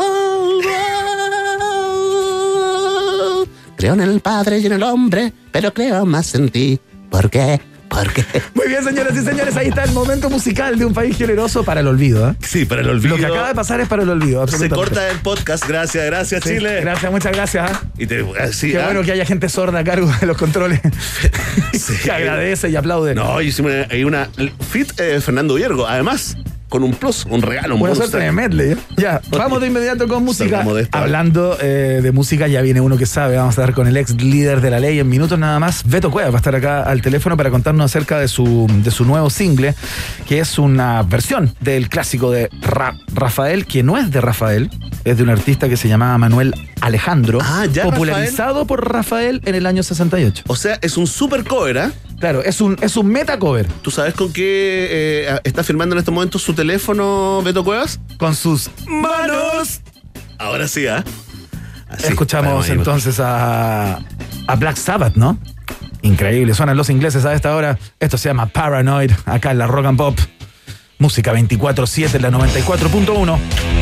S3: wow. Creo en el Padre y en el hombre, pero creo más en ti. ¿Por qué?
S2: Muy bien, señoras y señores, ahí está el momento musical de un país generoso para el olvido, ¿eh?
S3: Sí, para el olvido.
S2: Lo que acaba de pasar es para el olvido.
S3: Se corta el podcast. Gracias, sí, Chile.
S2: Gracias, muchas gracias.
S3: Y
S2: Qué bueno que haya gente sorda a cargo de los controles.
S3: Sí.
S2: Que agradece y aplaude.
S3: No, hicimos una fit Fernando Viergo, además. Con un plus, un regalo, un
S2: Buena
S3: bonus
S2: suerte de medley. Ya, vamos de inmediato con música.
S3: Modesto.
S2: Hablando de música, ya viene uno que sabe. Vamos a estar con el ex líder de La Ley en minutos nada más. Beto Cuevas va a estar acá al teléfono para contarnos acerca de su nuevo single, que es una versión del clásico de Rafael, que no es de Rafael, es de un artista que se llamaba Manuel Alejandro, popularizado por Rafael en el año 68.
S3: O sea, es un super cover, ¿eh?
S2: Claro, es un meta cover.
S3: ¿Tú sabes con qué está firmando en estos momentos su teléfono Beto Cuevas?
S2: Con sus manos.
S3: Ahora sí, ¿ah?
S2: Escuchamos entonces a Black Sabbath, ¿no? Increíble, suenan los ingleses a esta hora. Esto se llama Paranoid, acá en la Rock and Pop. Música 24/7 en la 94.1.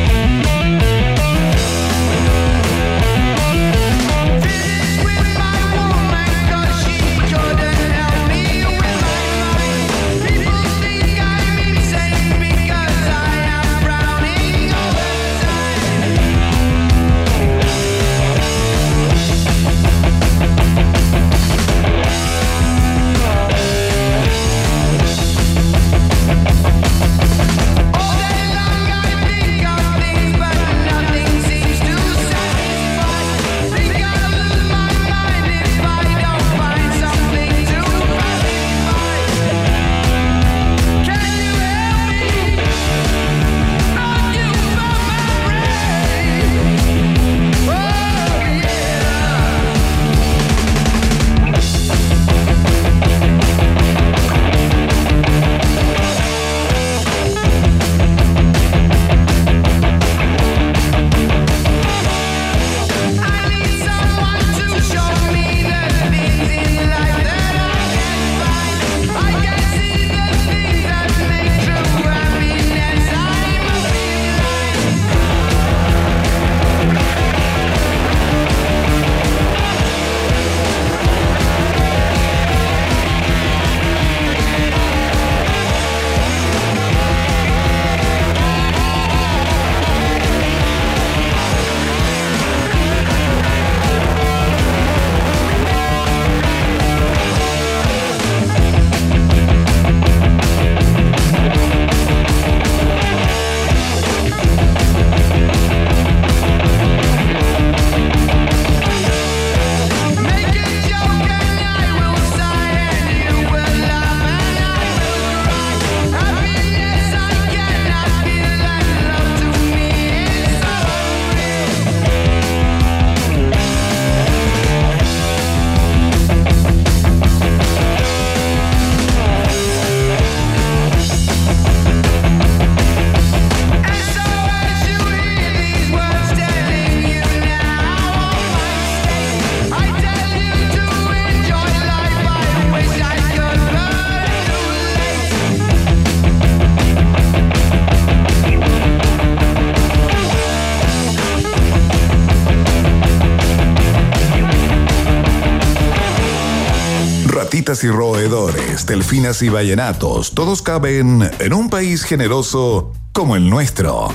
S1: Ratitas y roedores, delfinas y vallenatos, todos caben en un país generoso como el nuestro.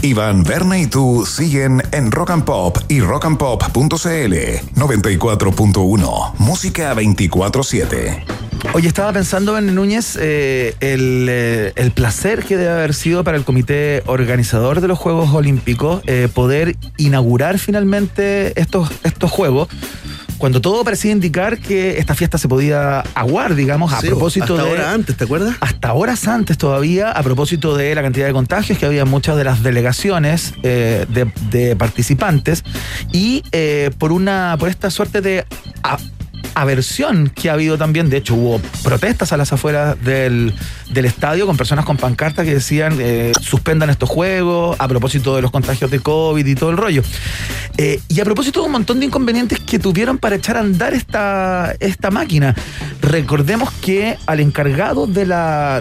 S1: Iván, Berna y tú siguen en Rock and Pop y rockandpop.cl 94.1. Música 24/7.
S2: Oye, estaba pensando, Berna Núñez, el placer que debe haber sido para el comité organizador de los Juegos Olímpicos poder inaugurar finalmente estos Juegos, cuando todo parecía indicar que esta fiesta se podía aguar, digamos, a propósito
S3: hasta
S2: de...
S3: horas antes, ¿te acuerdas?
S2: Hasta horas antes todavía, a propósito de la cantidad de contagios que había en muchas de las delegaciones de participantes y por esta suerte de aversión que ha habido también. De hecho, hubo protestas a las afueras del estadio con personas con pancartas que decían suspendan estos juegos a propósito de los contagios de COVID y todo el rollo. Y a propósito de un montón de inconvenientes que tuvieron para echar a andar esta máquina. Recordemos que al encargado de la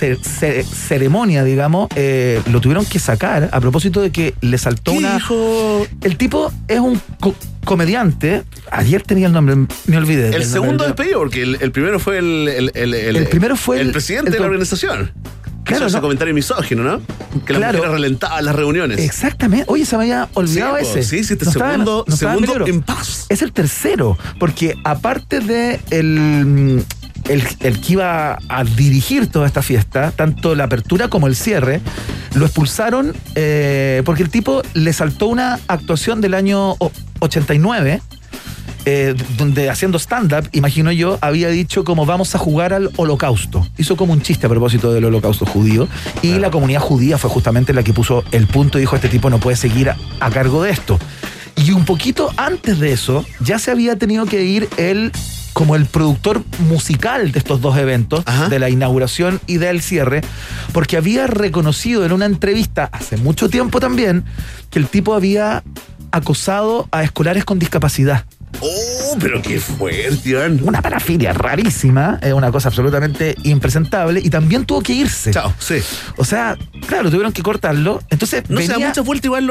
S2: ceremonia, digamos, lo tuvieron que sacar a propósito de que le saltó una...
S3: Hijo.
S2: El tipo es un comediante. Ayer tenía el nombre, me olvidé.
S3: El segundo despedido, porque el primero fue el presidente de la organización.
S2: Claro,
S3: ese comentario misógino, ¿no? Que las mujeres ralentaban las reuniones.
S2: Exactamente. Oye, se me había olvidado ese.
S3: Sí, segundo en paz.
S2: Es el tercero, porque aparte de el que iba a dirigir toda esta fiesta, tanto la apertura como el cierre, lo expulsaron porque el tipo le saltó una actuación del año 89, donde haciendo stand-up, imagino yo, había dicho como vamos a jugar al holocausto. Hizo como un chiste a propósito del holocausto judío y la comunidad judía fue justamente la que puso el punto y dijo: este tipo no puede seguir a cargo de esto. Y un poquito antes de eso ya se había tenido que ir como el productor musical de estos dos eventos, de la inauguración y del cierre, porque había reconocido en una entrevista hace mucho tiempo también que el tipo había acosado a escolares con discapacidad.
S3: ¡Oh, pero qué fuerte, Iván!
S2: Una parafilia rarísima, una cosa absolutamente impresentable, y también tuvo que irse.
S3: Chao, sí.
S2: O sea, claro, tuvieron que cortarlo. Entonces,
S3: no se da mucha vuelta igual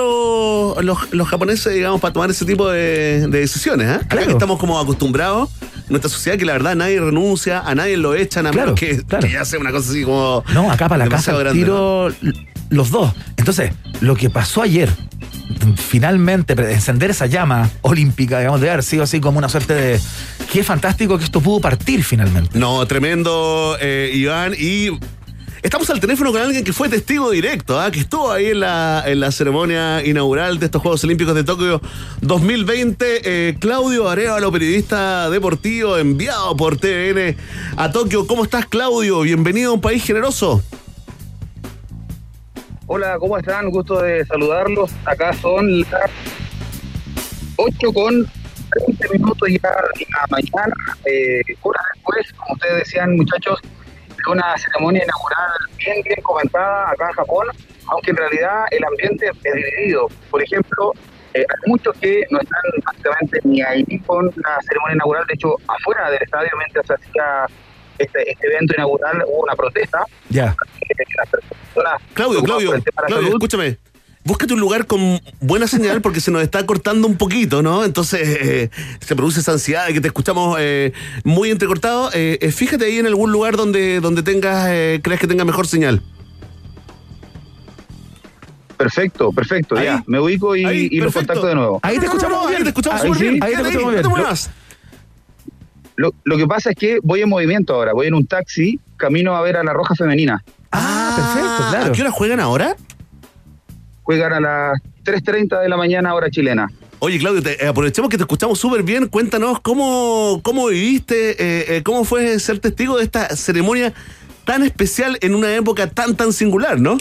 S3: los japoneses, digamos, para tomar ese tipo de decisiones, ¿eh? Claro. Acá que estamos como acostumbrados en nuestra sociedad que la verdad nadie renuncia, a nadie lo echan, a menos que ya sea una cosa así como...
S2: No, acá para la casa
S3: grande,
S2: tiro, ¿no? Los dos. Entonces, lo que pasó ayer, finalmente encender esa llama olímpica, digamos, de haber sido así como una suerte de... Qué fantástico que esto pudo partir finalmente.
S3: No, tremendo, Iván. Y estamos al teléfono con alguien que fue testigo directo, que estuvo ahí en la ceremonia inaugural de estos Juegos Olímpicos de Tokio 2020. Claudio Arévalo, periodista deportivo enviado por TVN a Tokio. ¿Cómo estás, Claudio? Bienvenido a un país generoso.
S16: Hola, ¿cómo están? Gusto de saludarlos. Acá son las 8:20 ya de la mañana. Horas después, como ustedes decían, muchachos, de una ceremonia inaugural bien comentada acá en Japón, aunque en realidad el ambiente es dividido. Por ejemplo, hay muchos que no están básicamente ni ahí con la ceremonia inaugural. De hecho, afuera del estadio, mientras se hacía este evento inaugural, hubo una protesta.
S2: Ya.
S3: Claudio, escúchame. Búscate un lugar con buena señal porque se nos está cortando un poquito, ¿no? Entonces se produce esa ansiedad de que te escuchamos muy entrecortado. Fíjate ahí en algún lugar donde creas que tenga mejor señal.
S16: Perfecto, ahí, ya. Me ubico y los contacto de nuevo.
S2: Ahí te escuchamos bien.
S3: Ahí te escuchamos bien.
S2: Ahí te escuchamos bien.
S16: Lo que pasa es que voy en movimiento ahora. Voy en un taxi, camino a ver a la Roja Femenina.
S2: Perfecto, claro.
S3: ¿A qué hora juegan ahora?
S16: Juegan a las 3:30 de la mañana, hora chilena.
S3: Oye, Claudio, aprovechemos que te escuchamos súper bien. Cuéntanos cómo viviste, cómo fue ser testigo de esta ceremonia tan especial en una época tan singular, ¿no?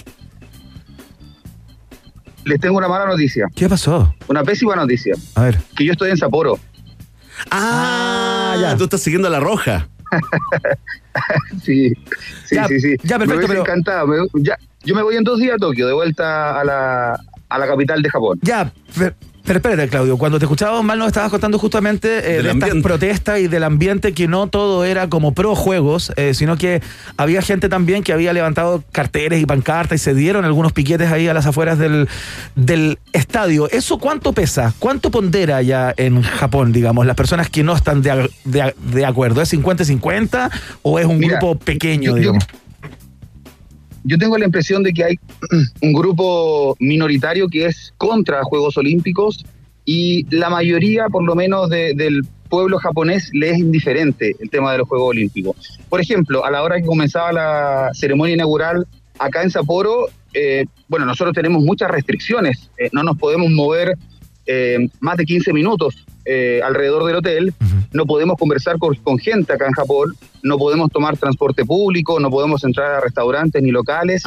S16: Les tengo una mala noticia.
S2: ¿Qué pasó?
S16: Una pésima noticia.
S2: A ver.
S16: Que yo estoy en Sapporo.
S3: Ya. Tú estás siguiendo a la Roja.
S16: Sí.
S2: Ya, perfecto,
S16: pero encantado. Yo me voy en 2 días a Tokio, de vuelta a la capital de Japón.
S2: Ya, pero espérate, Claudio, cuando te escuchábamos mal nos estabas contando justamente de estas protestas y del ambiente, que no todo era como pro juegos, sino que había gente también que había levantado carteles y pancartas y se dieron algunos piquetes ahí a las afueras del estadio. ¿Eso cuánto pesa? ¿Cuánto pondera ya en Japón, digamos, las personas que no están de acuerdo? ¿Es 50-50 o es un grupo pequeño, digamos?
S16: yo tengo la impresión de que hay un grupo minoritario que es contra Juegos Olímpicos y la mayoría, por lo menos del pueblo japonés, le es indiferente el tema de los Juegos Olímpicos. Por ejemplo, a la hora que comenzaba la ceremonia inaugural acá en Sapporo, nosotros tenemos muchas restricciones, no nos podemos mover más de 15 minutos alrededor del hotel, no podemos conversar con gente acá en Japón, no podemos tomar transporte público, no podemos entrar a restaurantes ni locales.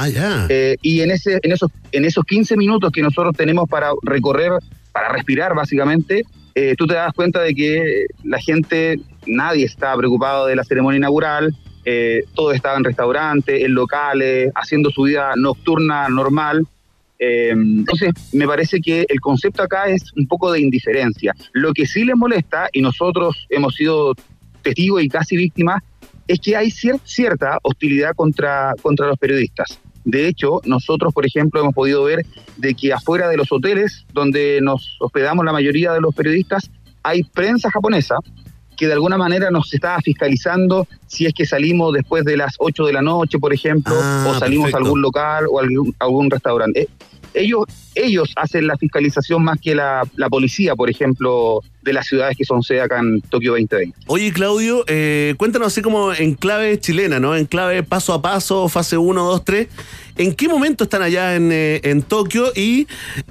S16: Y en esos 15 minutos que nosotros tenemos para recorrer, para respirar básicamente, tú te das cuenta de que la gente, nadie está preocupado de la ceremonia inaugural, todos estaban en restaurantes, en locales, haciendo su vida nocturna normal. Entonces, me parece que el concepto acá es un poco de indiferencia. Lo que sí les molesta, y nosotros hemos sido testigos y casi víctimas, es que hay cierta hostilidad contra los periodistas. De hecho, nosotros, por ejemplo, hemos podido ver de que afuera de los hoteles donde nos hospedamos la mayoría de los periodistas, hay prensa japonesa que de alguna manera nos está fiscalizando si es que salimos después de las 8 de la noche, por ejemplo, o salimos a algún local o a algún restaurante. Ellos hacen la fiscalización más que la policía, por ejemplo, de las ciudades que son sede acá en Tokio 2020.
S3: Oye, Claudio, cuéntanos así como en clave chilena, ¿no? En clave paso a paso, fase 1, 2, 3. ¿En qué momento están allá en Tokio? Y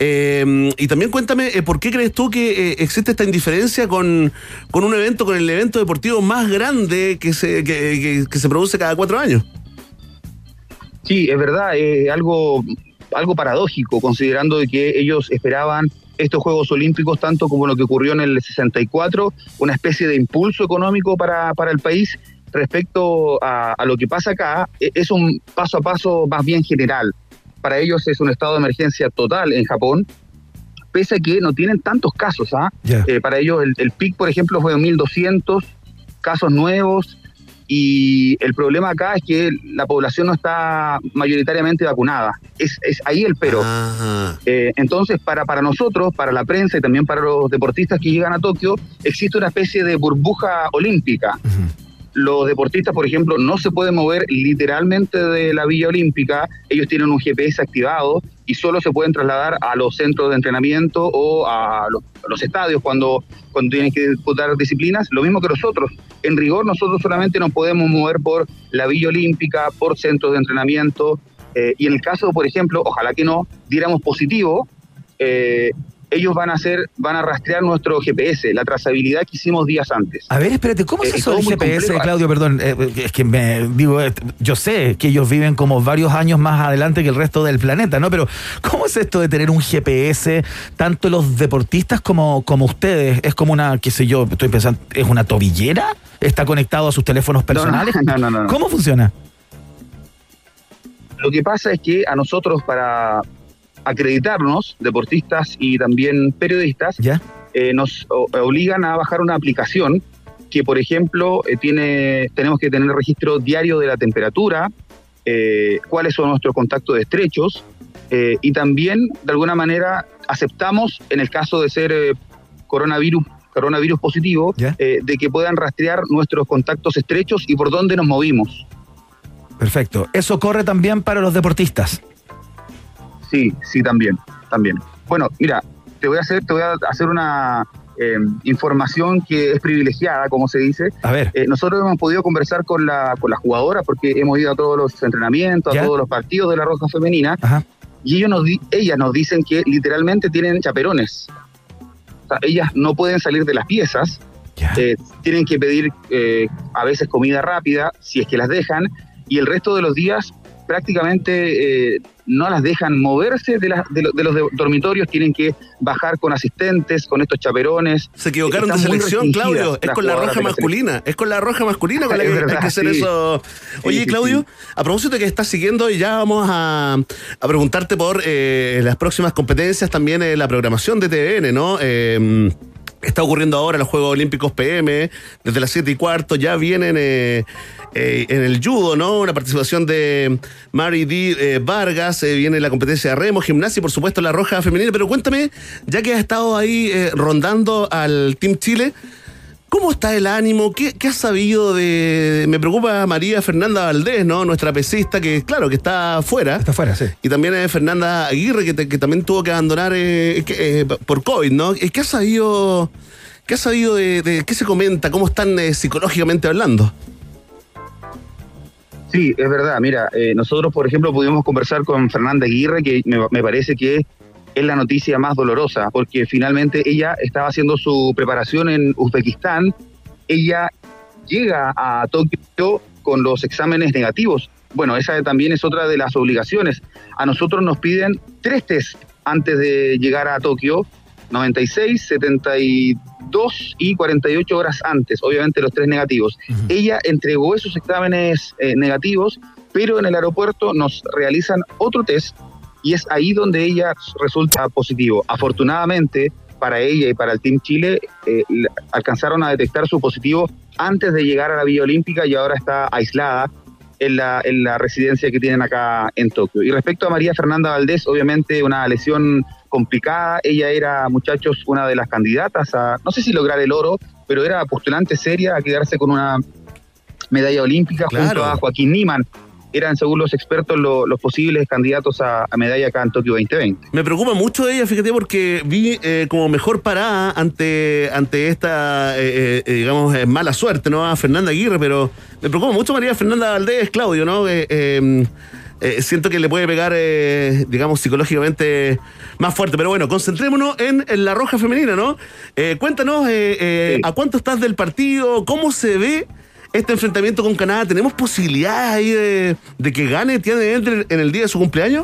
S3: también cuéntame, ¿por qué crees tú que existe esta indiferencia con un evento, con el evento deportivo más grande que se produce cada 4 años?
S16: Sí, es verdad, algo paradójico, considerando de que ellos esperaban estos Juegos Olímpicos tanto como lo que ocurrió en el 64, una especie de impulso económico para el país. Respecto a lo que pasa acá, es un paso a paso más bien general. Para ellos es un estado de emergencia total en Japón, pese a que no tienen tantos casos. Para ellos el pic, por ejemplo, fue de 1.200 casos nuevos, y el problema acá es que la población no está mayoritariamente vacunada. Es ahí el pero. Entonces, para nosotros, para la prensa y también para los deportistas que llegan a Tokio, existe una especie de burbuja olímpica. Los deportistas, por ejemplo, no se pueden mover literalmente de la Villa Olímpica. Ellos tienen un GPS activado y solo se pueden trasladar a los centros de entrenamiento o a los estadios cuando tienen que disputar disciplinas. Lo mismo que nosotros. En rigor, nosotros solamente nos podemos mover por la Villa Olímpica, por centros de entrenamiento. Y en el caso, por ejemplo, ojalá que no diéramos positivo, ellos van a rastrear nuestro GPS, la trazabilidad que hicimos días antes.
S2: A ver, espérate, ¿cómo es eso del GPS,
S16: complejo,
S2: Claudio? Perdón, es que yo sé que ellos viven como varios años más adelante que el resto del planeta, ¿no? Pero ¿cómo es esto de tener un GPS, tanto los deportistas como ustedes? ¿Es como una, qué sé yo, estoy pensando, es una tobillera? ¿Está conectado a sus teléfonos personales?
S16: No.
S2: ¿Cómo funciona?
S16: Lo que pasa es que a nosotros, para acreditarnos, deportistas y también periodistas, nos obligan a bajar una aplicación que, por ejemplo, tenemos que tener registro diario de la temperatura, cuáles son nuestros contactos estrechos, y también, de alguna manera, aceptamos, en el caso de ser coronavirus positivo, de que puedan rastrear nuestros contactos estrechos y por dónde nos movimos.
S2: Perfecto. ¿Eso corre también para los deportistas?
S16: Sí, también. Bueno, mira, te voy a hacer una información que es privilegiada, como se dice.
S2: A ver.
S16: Nosotros hemos podido conversar con la jugadora porque hemos ido a todos los entrenamientos, a todos los partidos de la Roja Femenina. Y ellas nos dicen que literalmente tienen chaperones. O sea, ellas no pueden salir de las piezas. Tienen que pedir a veces comida rápida, si es que las dejan, y el resto de los días prácticamente no las dejan moverse de los dormitorios, tienen que bajar con asistentes, con estos chaperones.
S3: Se equivocaron de selección, Claudio, es con la roja masculina, con la que hay que hacer eso. Oye, Claudio, a propósito de que estás siguiendo, y ya vamos a preguntarte por las próximas competencias, también la programación de TVN, ¿no? Está ocurriendo ahora los Juegos Olímpicos PM, desde las 7:15, ya vienen en el judo, ¿no? Una participación de Mari D. Vargas, viene la competencia de remo, gimnasia y por supuesto la roja femenina. Pero cuéntame, ya que has estado ahí rondando al Team Chile, ¿Cómo está el ánimo? ¿Qué has sabido de...? Me preocupa María Fernanda Valdés, ¿no? Nuestra pesista, que claro, que está afuera.
S2: Está afuera, sí.
S3: Y también Fernanda Aguirre, que también tuvo que abandonar por COVID, ¿no? ¿Qué has sabido de qué se comenta? ¿Cómo están psicológicamente hablando?
S16: Sí, es verdad. Mira, nosotros, por ejemplo, pudimos conversar con Fernanda Aguirre, que me parece que es la noticia más dolorosa, porque finalmente ella estaba haciendo su preparación en Uzbekistán. Ella llega a Tokio con los exámenes negativos. Bueno, esa también es otra de las obligaciones. A nosotros nos piden 3 test antes de llegar a Tokio, 96, 72 y 48 horas antes, obviamente los 3 negativos. Ella entregó esos exámenes negativos, pero en el aeropuerto nos realizan otro test y es ahí donde ella resulta positivo. Afortunadamente para ella y para el Team Chile alcanzaron a detectar su positivo antes de llegar a la Villa Olímpica y ahora está aislada en la residencia que tienen acá en Tokio. Y respecto a María Fernanda Valdés, obviamente una lesión complicada. Ella era, muchachos, una de las candidatas a, no sé si lograr el oro, pero era postulante seria a quedarse con una medalla olímpica junto a Joaquín Niemann. Eran, según los expertos, los posibles candidatos a medalla acá en Tokio 2020.
S3: Me preocupa mucho de ella, fíjate, porque vi como mejor parada ante esta, digamos, mala suerte, ¿no? A Fernanda Aguirre, pero me preocupa mucho María Fernanda Valdés, Claudio, ¿no? Siento que le puede pegar, digamos, psicológicamente más fuerte. Pero bueno, concentrémonos en la roja femenina, ¿no? Cuéntanos, ¿a cuánto estás del partido? ¿Cómo se ve este enfrentamiento con Canadá? ¿Tenemos posibilidades ahí de que gane Tiane Endler en el día de su cumpleaños?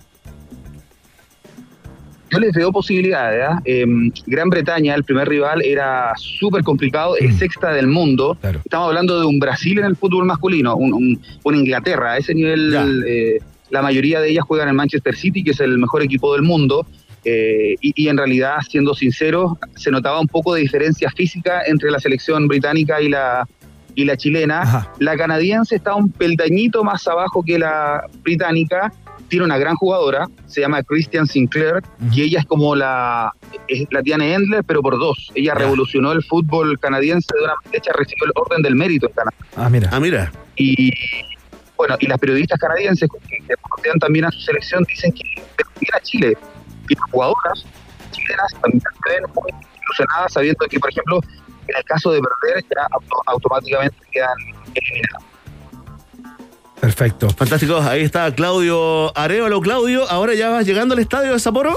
S16: Yo les veo posibilidades. Gran Bretaña, el primer rival, era súper complicado, es sexta del mundo. Claro. Estamos hablando de un Brasil en el fútbol masculino, un Inglaterra. A ese nivel, la mayoría de ellas juegan en Manchester City, que es el mejor equipo del mundo. Y en realidad, siendo sinceros, se notaba un poco de diferencia física entre la selección británica y la chilena. Ajá. La canadiense está un peldañito más abajo que la británica. Tiene una gran jugadora, se llama Christian Sinclair, y ella es como la Tiane Endler, pero por 2. Ella revolucionó el fútbol canadiense de una fecha, recibió el orden del mérito en Canadá.
S3: Mira.
S16: Y bueno, y las periodistas canadienses que reportean también a su selección dicen que viene a Chile. Y las jugadoras chilenas también se ven muy ilusionadas, sabiendo que, por ejemplo, en el caso de perder, ya automáticamente quedan eliminadas.
S2: Perfecto.
S3: Fantástico. Ahí está Claudio Arévalo. Claudio, ¿ahora ya vas llegando al estadio de Sapporo?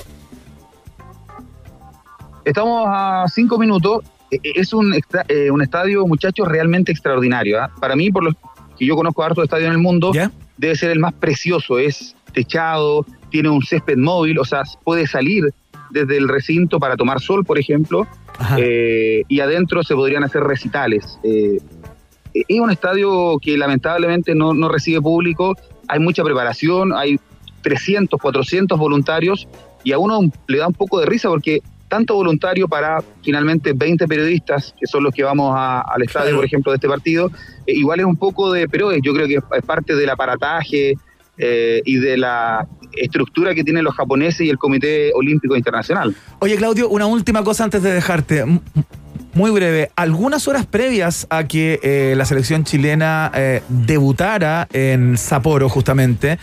S16: Estamos a 5 minutos. Es un estadio, muchachos, realmente extraordinario. Para mí, por lo que yo conozco harto de estadio en el mundo, debe ser el más precioso. Es techado, tiene un césped móvil, o sea, puede salir desde el recinto para tomar sol, por ejemplo, y adentro se podrían hacer recitales. Es un estadio que lamentablemente no recibe público, hay mucha preparación, hay 300, 400 voluntarios, y a uno le da un poco de risa porque tanto voluntario para finalmente 20 periodistas, que son los que vamos al estadio, por ejemplo, de este partido, igual es un poco pero yo creo que es parte del aparataje y de la estructura que tienen los japoneses y el Comité Olímpico Internacional.
S2: Oye, Claudio, una última cosa antes de dejarte. Muy breve, algunas horas previas a que la selección chilena debutara en Sapporo, justamente,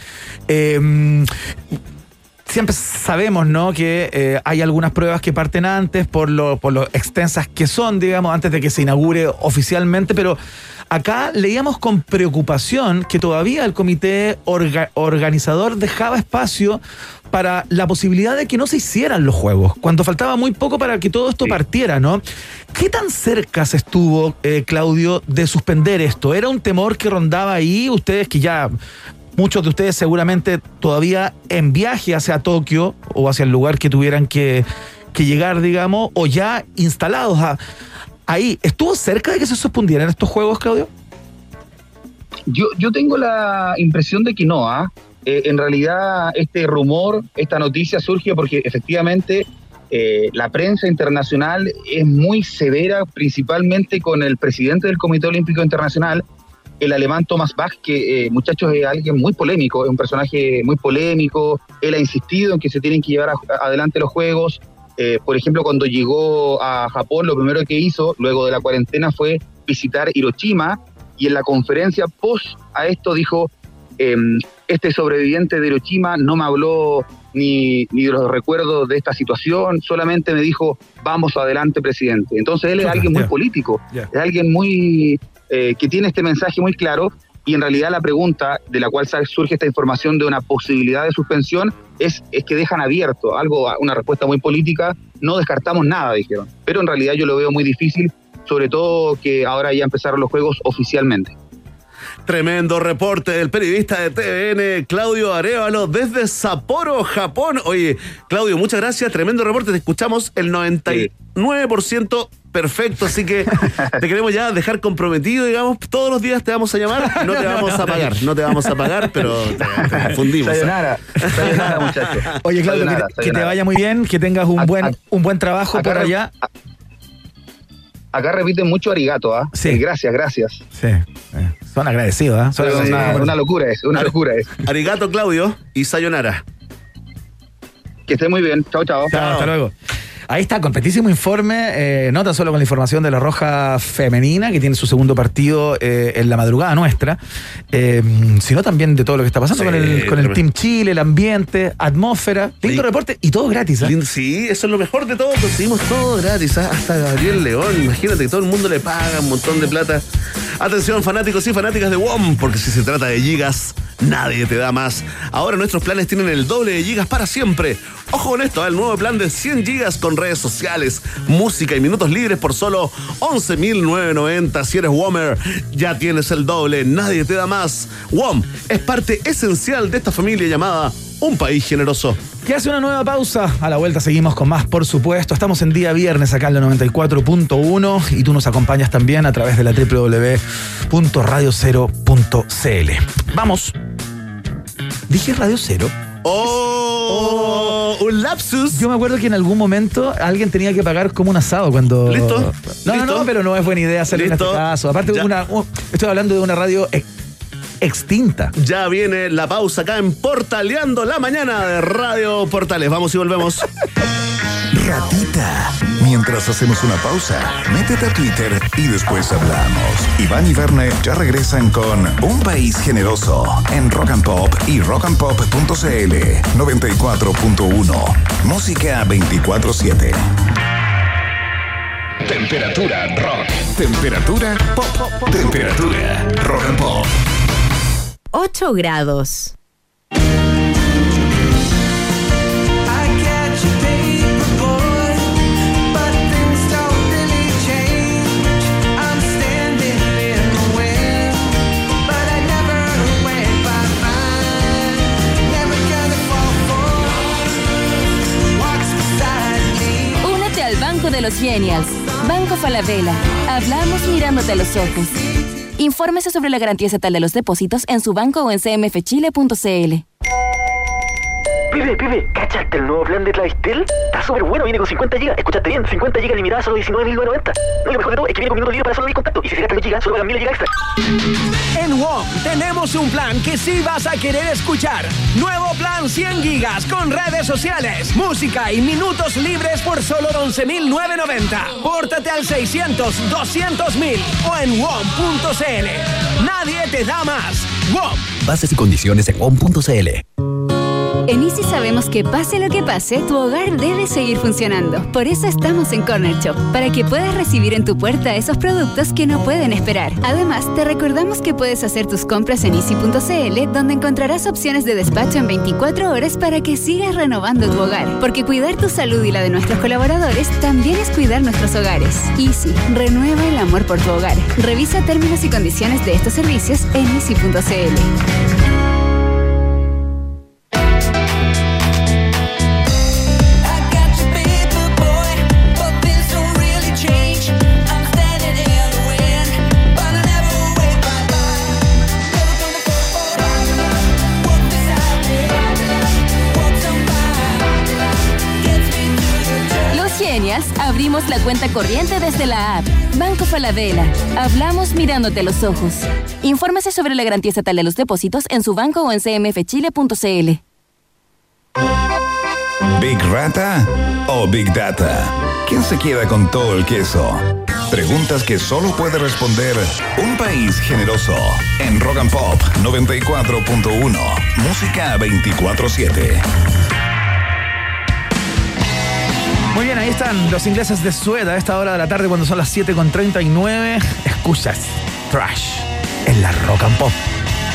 S2: siempre sabemos, ¿no?, que hay algunas pruebas que parten antes por lo extensas que son, digamos, antes de que se inaugure oficialmente, pero acá leíamos con preocupación que todavía el comité organizador dejaba espacio para la posibilidad de que no se hicieran los juegos, cuando faltaba muy poco para que todo esto partiera, ¿no? ¿Qué tan cerca se estuvo, Claudio, de suspender esto? ¿Era un temor que rondaba ahí? Ustedes que ya, muchos de ustedes seguramente todavía en viaje hacia Tokio o hacia el lugar que tuvieran que llegar, digamos, o ya instalados ahí. ¿Estuvo cerca de que se suspendieran estos juegos, Claudio?
S16: Yo tengo la impresión de que no, en realidad este rumor, esta noticia surge porque efectivamente la prensa internacional es muy severa, principalmente con el presidente del Comité Olímpico Internacional, el alemán Thomas Bach, que muchachos es alguien muy polémico, es un personaje muy polémico. Él ha insistido en que se tienen que llevar adelante los Juegos, Por ejemplo, cuando llegó a Japón, lo primero que hizo, luego de la cuarentena, fue visitar Hiroshima, y en la conferencia post a esto dijo, este sobreviviente de Hiroshima no me habló ni de los recuerdos de esta situación, solamente me dijo, vamos adelante, presidente. Entonces él es alguien muy político, es alguien muy que tiene este mensaje muy claro, y en realidad la pregunta de la cual surge esta información de una posibilidad de suspensión es que dejan abierto una respuesta muy política. No descartamos nada, dijeron, pero en realidad yo lo veo muy difícil, sobre todo que ahora ya empezaron los juegos oficialmente.
S3: Tremendo reporte del periodista de TVN, Claudio Arévalo, desde Sapporo, Japón. Oye, Claudio, muchas gracias, tremendo reporte, te escuchamos el 99% perfecto, así que te queremos ya dejar comprometido, digamos, todos los días te vamos a llamar, no te vamos a pagar, pero te fundimos.
S16: Sayonara, muchachos.
S2: Oye, Claudio, que te vaya muy bien, que tengas un buen trabajo por allá.
S16: Acá repiten mucho arigato, ¿ah?
S2: Sí.
S16: Gracias.
S2: Sí, son agradecidos, ¿ah?
S16: Una locura es.
S3: Arigato, Claudio, y sayonara.
S16: Que esté muy bien. Chao.
S2: Hasta luego. Ahí está, completísimo informe, no tan solo con la información de la Roja Femenina, que tiene su segundo partido en la madrugada nuestra, sino también de todo lo que está pasando con el Team Chile, el ambiente, atmósfera, lindo reporte y todo gratis.
S3: Sí, eso es lo mejor de todo, conseguimos todo gratis, hasta Gabriel León, imagínate que todo el mundo le paga un montón de plata. Atención, fanáticos y fanáticas de WOM, porque si se trata de gigas, nadie te da más. Ahora nuestros planes tienen el doble de gigas para siempre. Ojo con esto, el nuevo plan de 100 gigas con redes sociales, música y minutos libres por solo 11.990. Si eres WOMer, ya tienes el doble, nadie te da más. WOM es parte esencial de esta familia llamada Un País Generoso.
S2: Que hace una nueva pausa. A la vuelta seguimos con más, por supuesto. Estamos en día viernes acá en la 94.1 y tú nos acompañas también a través de la www.radiocero.cl. Vamos. ¿Dije Radio Cero?
S3: Un lapsus.
S2: Yo me acuerdo que en algún momento alguien tenía que pagar como un asado cuando...
S3: ¿Listo?
S2: No, pero no es buena idea hacerlo en este caso. Aparte, estoy hablando de una radio extinta.
S3: Ya viene la pausa acá en Portaleando la Mañana de Radio Portales. Vamos y volvemos.
S1: Ratita. Mientras hacemos una pausa, métete a Twitter y después hablamos. Iván y Verne ya regresan con Un País Generoso en Rock and Pop y rockandpop.cl 94.1. Música 24/7. Temperatura rock. Temperatura pop. Temperatura rock and pop.
S11: 8 grados.
S15: De los Genials. Banco Falabella. Hablamos mirándote a los ojos. Infórmese sobre la garantía estatal de los depósitos en su banco o en cmfchile.cl.
S6: Pibe, ¿cachaste el nuevo plan de Clavistel? Está súper bueno, viene con 50 GB. Escuchaste bien, 50 GB limitadas, solo 19.990. No, y lo mejor de todo es que viene con minutos libres para solo el contacto. Y si se gastan los GB, solo pagan 1.000 GB extra.
S7: En WOM tenemos un plan que sí vas a querer escuchar. Nuevo plan 100 gigas con redes sociales, música y minutos libres por solo 11.990. Pórtate al 600-200.000 o en WOM.cl. Nadie te da más. WOM.
S8: Bases y condiciones en WOM.cl.
S5: En Easy sabemos que pase lo que pase, tu hogar debe seguir funcionando. Por eso estamos en Corner Shop, para que puedas recibir en tu puerta esos productos que no pueden esperar. Además, te recordamos que puedes hacer tus compras en easy.cl, donde encontrarás opciones de despacho en 24 horas para que sigas renovando tu hogar. Porque cuidar tu salud y la de nuestros colaboradores también es cuidar nuestros hogares. Easy, renueva el amor por tu hogar. Revisa términos y condiciones de estos servicios en easy.cl.
S15: Abrimos la cuenta corriente desde la app. Banco Falabella. Hablamos mirándote a los ojos. Infórmese sobre la garantía estatal de los depósitos en su banco o en cmfchile.cl.
S1: ¿Big Rata o Big Data? ¿Quién se queda con todo el queso? Preguntas que solo puede responder un país generoso. En Rock and Pop 94.1. Música 24/7.
S2: Muy bien, ahí están los ingleses de Sueda a esta hora de la tarde cuando son las 7:39. Escuchas Trash en la Rock and Pop.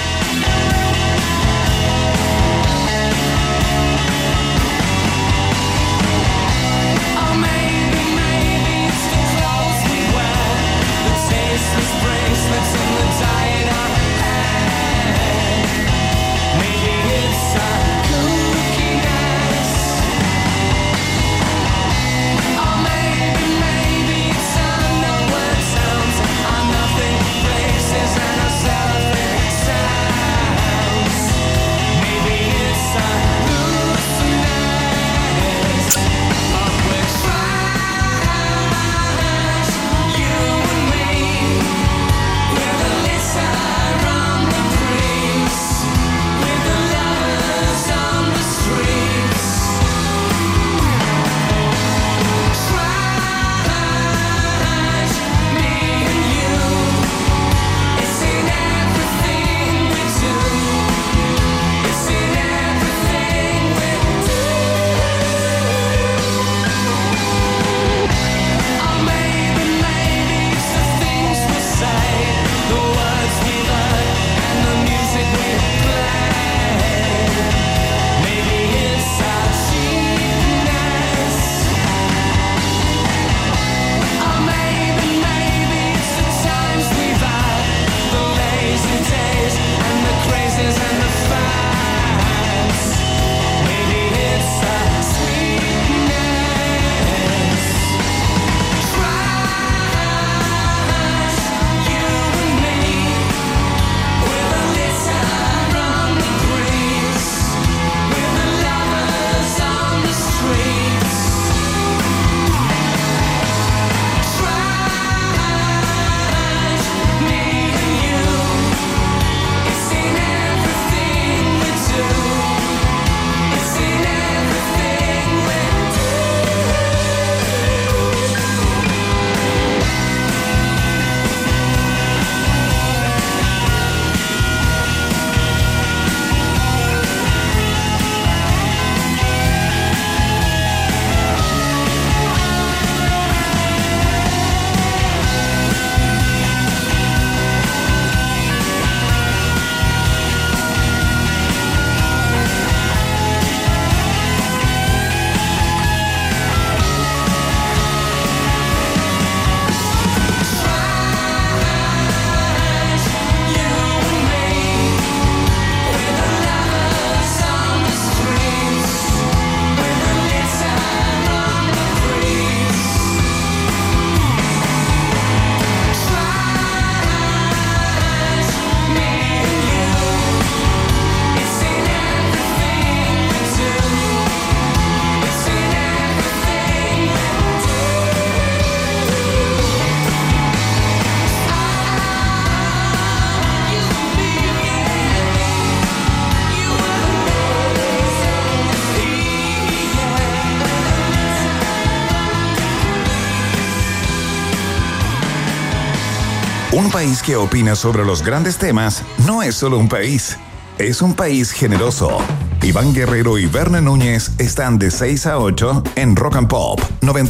S1: Un país que opina sobre los grandes temas no es solo un país, es un país generoso. Iván Guerrero y Verne Núñez están de 6 a 8 en Rock and Pop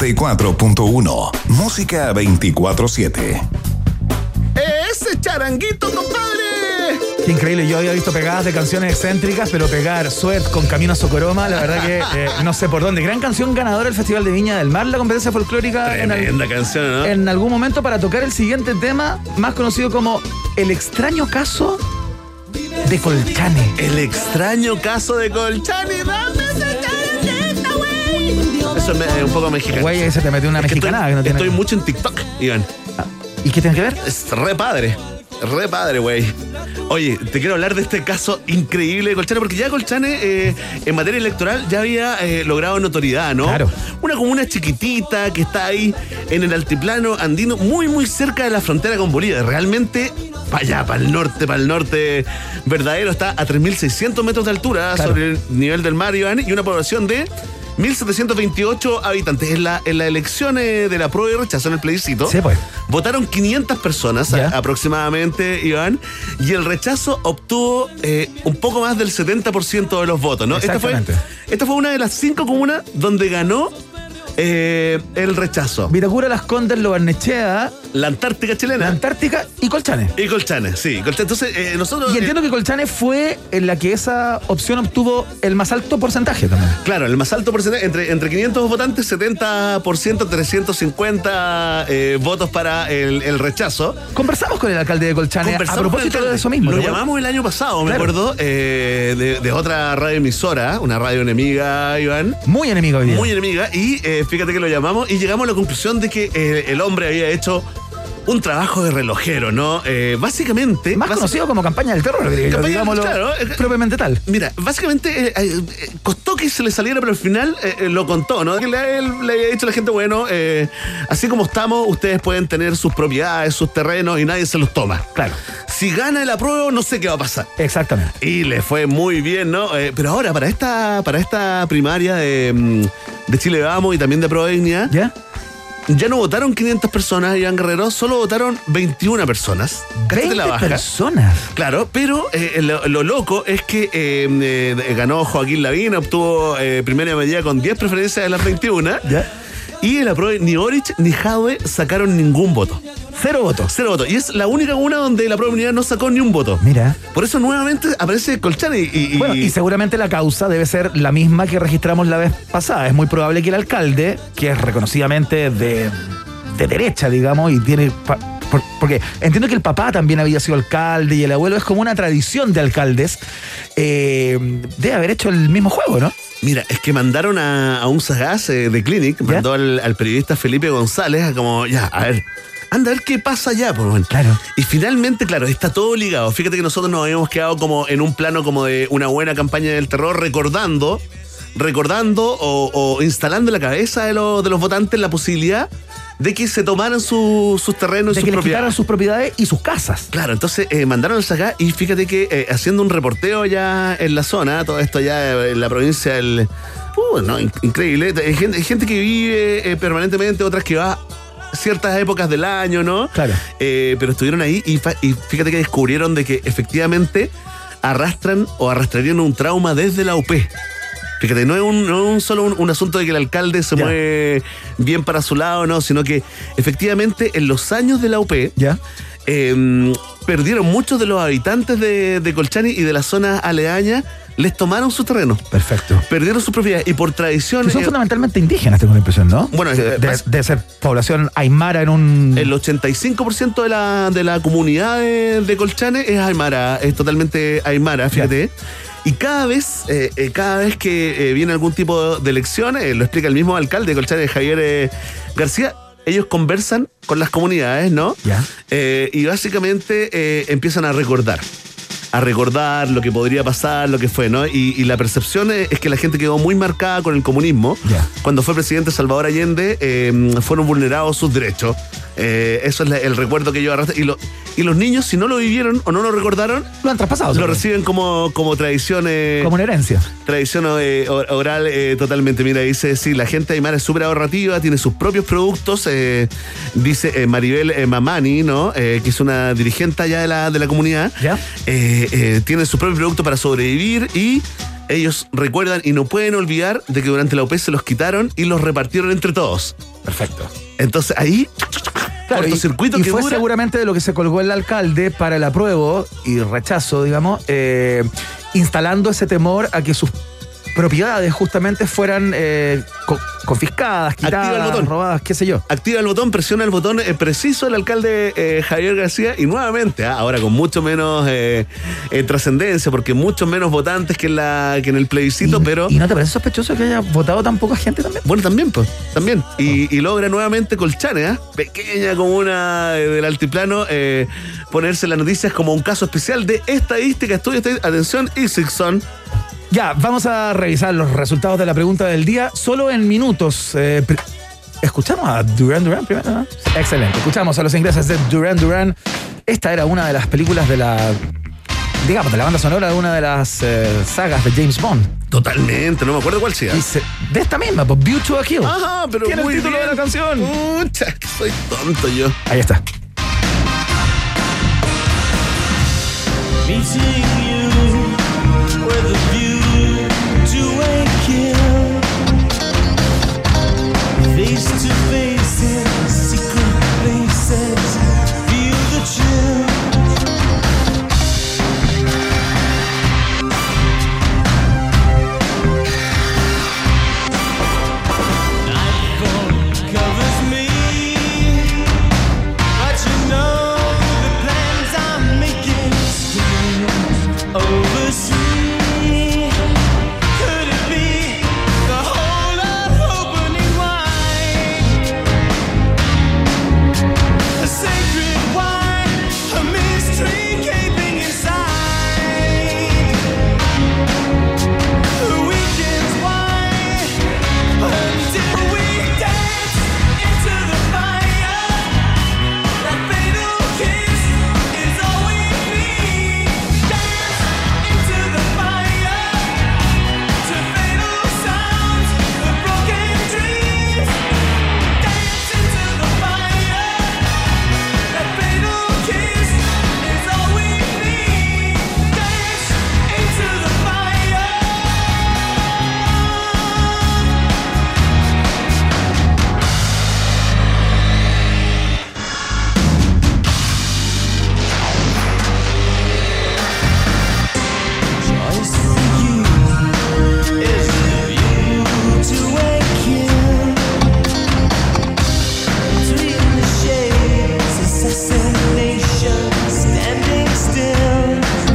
S1: 94.1. Música 24/7.
S3: ¡Ese charanguito, compadre!
S2: Qué increíble, yo había visto pegadas de canciones excéntricas, pero pegar Sweat con Camino a Socoroma, la verdad que no sé por dónde. Gran canción ganadora del Festival de Viña del Mar, la competencia folclórica.
S3: Tremenda canción, ¿no?
S2: En algún momento para tocar el siguiente tema, más conocido como El extraño caso de Colchane.
S3: El extraño caso de Colchane. ¡Dame ese charanguito, güey! Eso es un poco mexicano.
S2: Güey, ahí se te metió una mexicanada.
S3: Estoy mucho en TikTok, Iván.
S2: ¿Y qué tiene que ver?
S3: Es re padre, güey. Oye, te quiero hablar de este caso increíble de Colchane, porque ya Colchane, en materia electoral, ya había logrado notoriedad, ¿no?
S2: Claro.
S3: Una comuna chiquitita que está ahí en el altiplano andino, muy, muy cerca de la frontera con Bolivia. Realmente, para allá, para el norte verdadero, está a 3.600 metros de altura, claro, sobre el nivel del mar, Iván, y una población de 1.728 habitantes. En la elección de la prueba y rechazo en el plebiscito,
S2: Sí, pues.
S3: votaron 500 personas
S2: Ya.
S3: aproximadamente, Iván, y el rechazo obtuvo un poco más del 70% de los votos, ¿no? Esta fue una de las 5 comunas donde ganó el rechazo.
S2: Vitacura, Las Condes, Lo Barnechea,
S3: La Antártica chilena.
S2: La Antártica y Colchane.
S3: Y Colchane, sí. Entonces, nosotros...
S2: Y entiendo que Colchane fue en la que esa opción obtuvo el más alto porcentaje también.
S3: Claro, el más alto porcentaje, entre 500 votantes, 70%, 350 votos para el rechazo.
S2: Conversamos con el alcalde de Colchane a propósito de eso mismo.
S3: Lo
S2: ¿no?
S3: llamamos el año pasado, me
S2: Claro.
S3: acuerdo, de otra radioemisora, una radio enemiga, Iván.
S2: Muy enemiga hoy día.
S3: Muy enemiga, y fíjate que lo llamamos y llegamos a la conclusión de que el hombre había hecho un trabajo de relojero, ¿no? Básicamente...
S2: Más conocido como campaña del terror, digámoslo
S3: claro,
S2: propiamente tal.
S3: Mira, básicamente costó que se le saliera, pero al final lo contó, ¿no? Que le había dicho a la gente, bueno, así como estamos, ustedes pueden tener sus propiedades, sus terrenos y nadie se los toma.
S2: Claro.
S3: Si gana el apruebo, no sé qué va a pasar.
S2: Exactamente.
S3: Y le fue muy bien, ¿no? Pero ahora, para esta primaria de Chile Vamos y también de Prueba Dignidad, ya no votaron 500 personas, Iván Guerrero, solo votaron 21 personas. Cállate la
S2: 20
S3: baja.
S2: personas.
S3: Claro, pero lo loco es que ganó Joaquín Lavín, obtuvo primera medida con 10 preferencias de las 21.
S2: ¿Ya?
S3: Y el apruebo ni Boric ni Jadwe sacaron ningún voto.
S2: Cero votos.
S3: Cero votos. Y es la única comuna donde la prueba unidad no sacó ni un voto.
S2: Mira.
S3: Por eso nuevamente aparece Colchane
S2: Bueno, y seguramente la causa debe ser la misma que registramos la vez pasada. Es muy probable que el alcalde, que es reconocidamente de derecha, digamos, y tiene... Porque entiendo que el papá también había sido alcalde y el abuelo es como una tradición de alcaldes. Debe haber hecho el mismo juego, ¿no?
S3: Mira, es que mandaron a un sagaz de Clinic, mandó al periodista Felipe González a como, a ver, anda a ver qué pasa allá, por bueno.
S2: Claro.
S3: Y finalmente, claro, está todo ligado. Fíjate que nosotros nos habíamos quedado como en un plano como de una buena campaña del terror, recordando o instalando en la cabeza de los votantes la posibilidad de que se tomaran sus terrenos y sus propiedades. De que les quitaran
S2: sus propiedades y sus casas.
S3: Claro, entonces mandaron al acá y fíjate que haciendo un reporteo ya en la zona, todo esto ya en la provincia del... no, increíble. Hay gente que vive permanentemente, otras que va ciertas épocas del año, ¿no? Claro. Pero estuvieron ahí y fíjate que descubrieron de que efectivamente arrastrarían un trauma desde la UP. Fíjate, no es solo un asunto de que el alcalde se mueve bien para su lado, no, sino que efectivamente en los años de la UP perdieron muchos de los habitantes de Colchane y de las zonas aledañas, les tomaron sus terrenos.
S2: Perfecto.
S3: Perdieron sus propiedades y por tradición...
S2: Que son fundamentalmente indígenas, tengo la impresión, ¿no?
S3: Bueno,
S2: de ser población aymara en un...
S3: El 85% de la comunidad de Colchane es aymara, es totalmente aymara, fíjate. Y cada vez que viene algún tipo de elección, lo explica el mismo alcalde de Colchane, Javier García, ellos conversan con las comunidades, ¿no? Y básicamente empiezan a recordar lo que podría pasar, lo que fue, ¿no? Y la percepción es que la gente quedó muy marcada con el comunismo. Cuando fue presidente Salvador Allende, fueron vulnerados sus derechos. Eso es el recuerdo que yo arrastro. Y los niños, si no lo vivieron o no lo recordaron,
S2: lo han traspasado.
S3: Lo reciben como tradición.
S2: Como una herencia.
S3: Tradición oral totalmente. Mira, dice, sí, la gente de Aymara es súper ahorrativa, tiene sus propios productos. Dice Maribel Mamani, ¿no? Que es una dirigente allá de la comunidad. Tiene su propio producto para sobrevivir y ellos recuerdan y no pueden olvidar de que durante la UP se los quitaron y los repartieron entre todos.
S2: Perfecto.
S3: Entonces ahí...
S2: Claro,
S3: cortocircuito
S2: y
S3: que
S2: fue
S3: dura.
S2: seguramente de lo que se colgó el alcalde para el apruebo y rechazo, digamos, instalando ese temor a que sus propiedades justamente fueran confiscadas, quitadas, robadas, qué sé yo.
S3: Activa el botón, presiona el botón preciso el alcalde Javier García y nuevamente, ahora con mucho menos trascendencia, porque muchos menos votantes que en el plebiscito, pero...
S2: ¿Y no te parece sospechoso que haya votado tan poca gente también?
S3: Bueno, también, pues, también. Y logra nuevamente Colchane, pequeña comuna del altiplano, ponerse en las noticias como un caso especial de estadística, atención, Isixson.
S2: Ya, vamos a revisar los resultados de la pregunta del día solo en minutos. Escuchamos a Duran Duran primero, ¿no? Excelente. Escuchamos a los ingleses de Duran Duran. Esta era una de las películas de la digamos, de la banda sonora de una de las sagas de James Bond.
S3: Totalmente, no me acuerdo cuál sea.
S2: Dice, de esta misma, pues, View to a Kill.
S3: Ajá, pero
S2: ¿Quién es
S3: muy
S2: el título
S3: bien.
S2: de la canción?
S3: Pucha, que soy tonto yo.
S2: Ahí está.
S10: Meeting you with a view to a kill. Face to face in secret places. Feel the chill. Nightfall covers me, but you know the plans I'm making still oversee. Could it be the whole of opening wide? A sacred wine, a mystery gaping inside. The weekend's wide until we dance into the fire. That fatal kiss is all we need. Dance into the fire to fatal sounds of broken dreams. Dance into the fire. That fatal kiss is all we need. Dance into the fire. Choice for you is the view to a kill. Between the shades, assassination, standing still.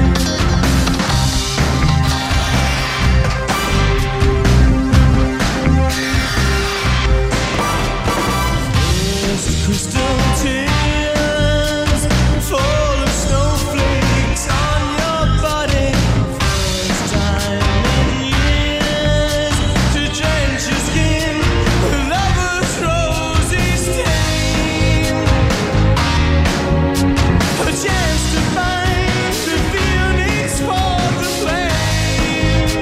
S10: There's crystal tears, full of snowflakes on your body. First time in years to drench your skin with lover's rosy stain. A chance to find the feelings for the flame.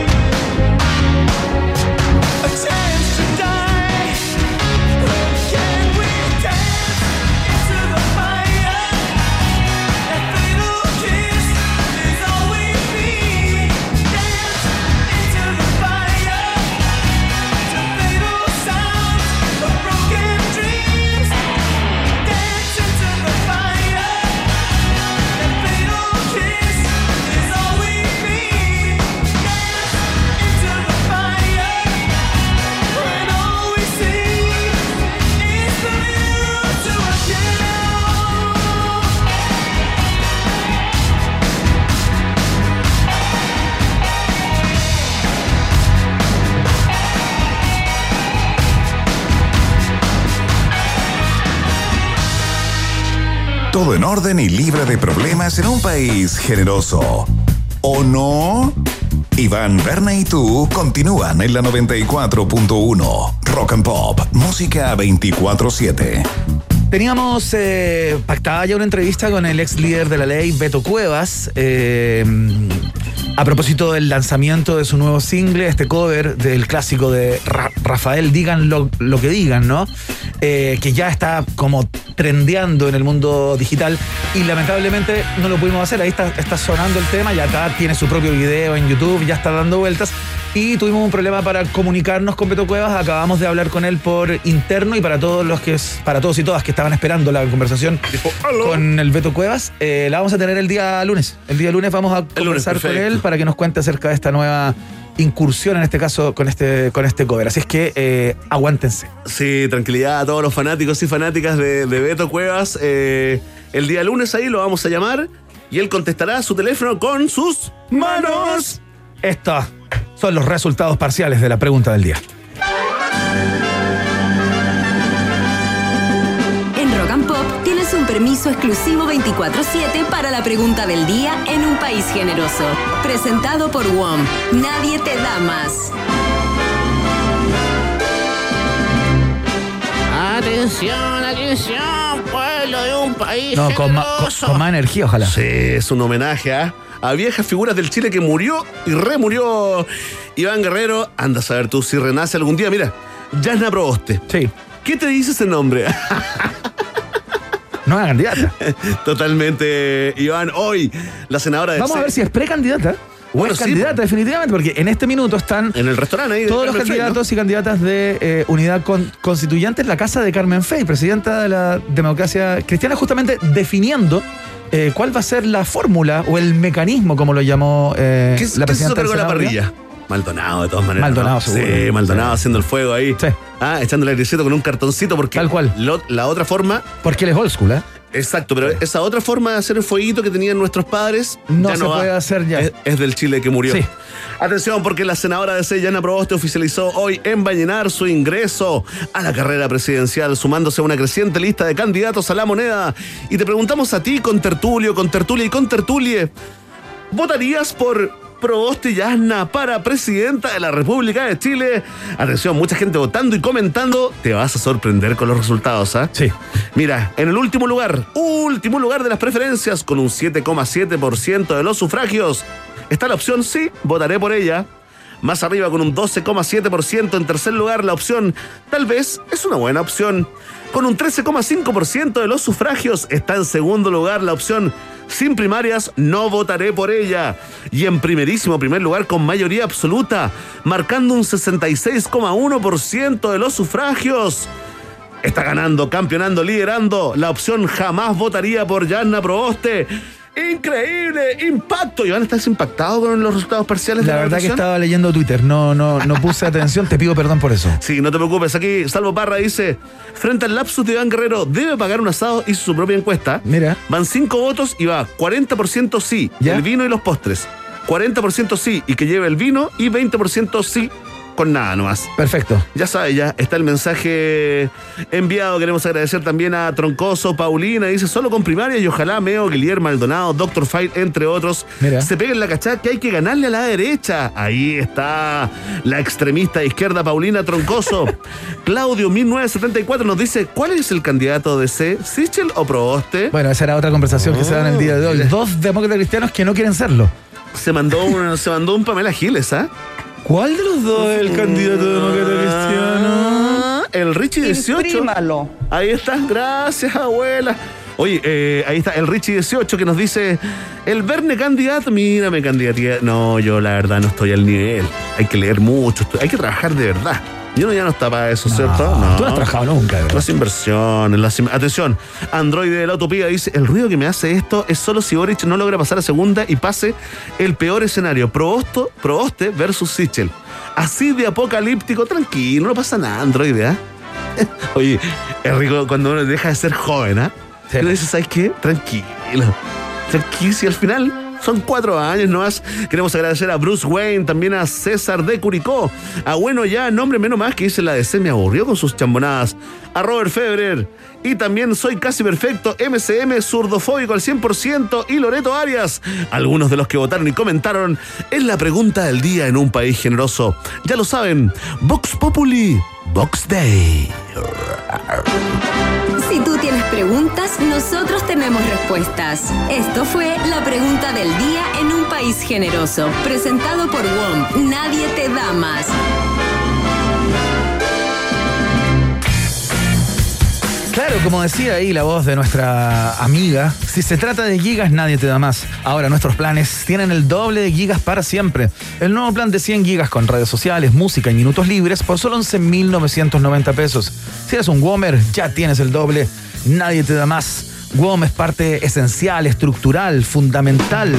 S10: A chance to die. Can we dance into the fire? That fatal kiss is all we need. Dance into the fire to fatal sounds of broken dreams. Dance into the fire. That fatal kiss is all we need. Dance into the fire when all we see is the view to a kill.
S1: Todo en orden y libre de problemas en un país generoso. ¿O no? Iván, Berna y tú continúan en la 94.1 Rock and Pop, música 24/7.
S2: Teníamos pactada ya una entrevista con el ex líder de la ley, Beto Cuevas, a propósito del lanzamiento de su nuevo single, este cover del clásico de Rafael, Digan lo que digan, ¿no? Que ya está como trendeando en el mundo digital y lamentablemente no lo pudimos hacer. Ahí está sonando el tema, ya está, tiene su propio video en YouTube, ya está dando vueltas. Y tuvimos un problema para comunicarnos con Beto Cuevas. Acabamos de hablar con él por interno y para todos y todas que estaban esperando la conversación con el Beto Cuevas, la vamos a tener el día lunes. El día lunes vamos a conversar con él para que nos cuente acerca de esta nueva incursión, en este caso con este cover. Así es que aguántense.
S3: Sí, tranquilidad a todos los fanáticos y fanáticas de Beto Cuevas. El día lunes ahí lo vamos a llamar y él contestará a su teléfono con sus manos.
S2: Estos son los resultados parciales de la pregunta del día.
S11: En Rock and Pop tienes un permiso exclusivo 24/7 para la pregunta del día en un país generoso. Presentado por WOM. Nadie te da más.
S10: Atención, atención, pues.
S3: pueblo de un país
S2: No, con más energía, ojalá.
S3: Sí, es un homenaje a viejas figuras del Chile que murió y remurió. Iván Guerrero, anda a saber tú si renace algún día. Mira, Yasna Proboste.
S2: Sí.
S3: ¿Qué te dice ese nombre?
S2: No es candidata.
S3: Totalmente, Iván. Hoy, la senadora de
S2: Vamos a ver si es precandidata.
S3: Bueno,
S2: es candidata,
S3: sí,
S2: definitivamente, porque en este minuto están
S3: en el restaurante ahí
S2: todos los candidatos y candidatas de Unidad Constituyente en la casa de Carmen Fey, presidenta de la democracia cristiana, justamente definiendo cuál va a ser la fórmula o el mecanismo, como lo llamó la presidenta.
S3: ¿Qué se hizo cargo de la
S2: Senado,
S3: parrilla? Maldonado, de todas maneras.
S2: Maldonado,
S3: ¿no?
S2: seguro.
S3: Sí, Maldonado haciendo el fuego ahí.
S2: Sí.
S3: Echándole airecito con un cartoncito, porque
S2: tal cual.
S3: La otra forma.
S2: Porque él es old school, ¿eh?
S3: Exacto, pero esa otra forma de hacer el fueguito que tenían nuestros padres
S2: no
S3: ya
S2: se
S3: no
S2: puede hacer ya.
S3: Es del Chile que murió.
S2: Sí.
S3: Atención, porque la senadora de C, Yasna Proboste, oficializó hoy en Vallenar su ingreso a la carrera presidencial, sumándose a una creciente lista de candidatos a la moneda. Y te preguntamos a ti, contertulio, contertulia y contertulie, ¿votarías por Proboste Yasna para presidenta de la República de Chile? Atención, mucha gente votando y comentando. Te vas a sorprender con los resultados, ¿ah?
S2: Sí.
S3: Mira, en el último lugar de las preferencias, con un 7,7% de los sufragios, está la opción sí, votaré por ella. Más arriba, con un 12,7%. En tercer lugar, la opción tal vez es una buena opción. Con un 13,5% de los sufragios, está en segundo lugar la opción sin primarias, no votaré por ella. Y en primer lugar, con mayoría absoluta, marcando un 66,1% de los sufragios, está ganando, campeonando, liderando la opción jamás votaría por Yasna Proboste. ¡Increíble! ¡Impacto! Iván, ¿estás impactado con los resultados parciales de la
S2: verdad
S3: votación?
S2: que estaba leyendo Twitter, no puse atención, te pido perdón por eso.
S3: Sí, no te preocupes. Aquí Salvo Parra dice: frente al lapsus de Iván Guerrero, debe pagar un asado, hizo su propia encuesta.
S2: Mira.
S3: Van 5 votos y va 40% sí,
S2: ¿ya?
S3: El vino y los postres. 40% sí y que lleve el vino, y 20% sí con nada nomás.
S2: Perfecto.
S3: Ya sabes, ya está el mensaje enviado. Queremos agradecer también a Troncoso, Paulina, dice: solo con primaria y ojalá Meo, Guillermo Maldonado, Dr. Fight, entre otros,
S2: mira,
S3: se peguen la cachada que hay que ganarle a la derecha. Ahí está la extremista izquierda Paulina Troncoso. Claudio 1974 nos dice: ¿cuál es el candidato de C? ¿Sichel o Proboste?
S2: Bueno, esa era otra conversación que se da en el día de hoy. Dos demócratas cristianos que no quieren serlo.
S3: Se mandó un Pamela Giles, ¿ah?
S2: ¿Cuál de los dos es el candidato demócrata cristiano?
S3: El Richie 18.
S17: Imprímalo.
S3: Ahí está, gracias, abuela. Oye, ahí está el Richie 18 que nos dice: el Verne candidato, mira, me candidaté. No, yo la verdad no estoy al nivel. Hay que leer mucho, hay que trabajar de verdad. Y uno ya no está para eso, ¿cierto?
S2: No. Tú no has trabajado nunca, ¿verdad?
S3: Las inversiones, atención, Android de la Utopía dice: el ruido que me hace esto es solo si Boric no logra pasar a segunda y pase el peor escenario, Proboste versus Sichel. Así de apocalíptico, tranquilo, no pasa nada, Android, ¿eh? Oye, es rico cuando uno deja de ser joven, ¿ah? Sí. Y uno dice: ¿sabes qué? Tranquilo, si al final son 4 años nomás. Queremos agradecer a Bruce Wayne, también a César de Curicó, a Bueno Ya, nombre menos más, que dice: la DC me aburrió con sus chambonadas, a Robert Febrer, y también Soy Casi Perfecto, MCM, zurdofóbico al 100%, y Loreto Arias, algunos de los que votaron y comentaron. Es la pregunta del día en un país generoso. Ya lo saben, Vox Populi, Vox Day.
S11: Si tú tienes preguntas, nosotros tenemos respuestas. Esto fue la pregunta del día en un país generoso, presentado por WOM. Nadie te da más.
S2: Claro, como decía ahí la voz de nuestra amiga, si se trata de gigas, nadie te da más. Ahora nuestros planes tienen el doble de gigas para siempre. El nuevo plan de 100 gigas con redes sociales, música y minutos libres por solo 11.990 pesos. Si eres un WOMer, ya tienes el doble. Nadie te da más. WOM es parte esencial, estructural, fundamental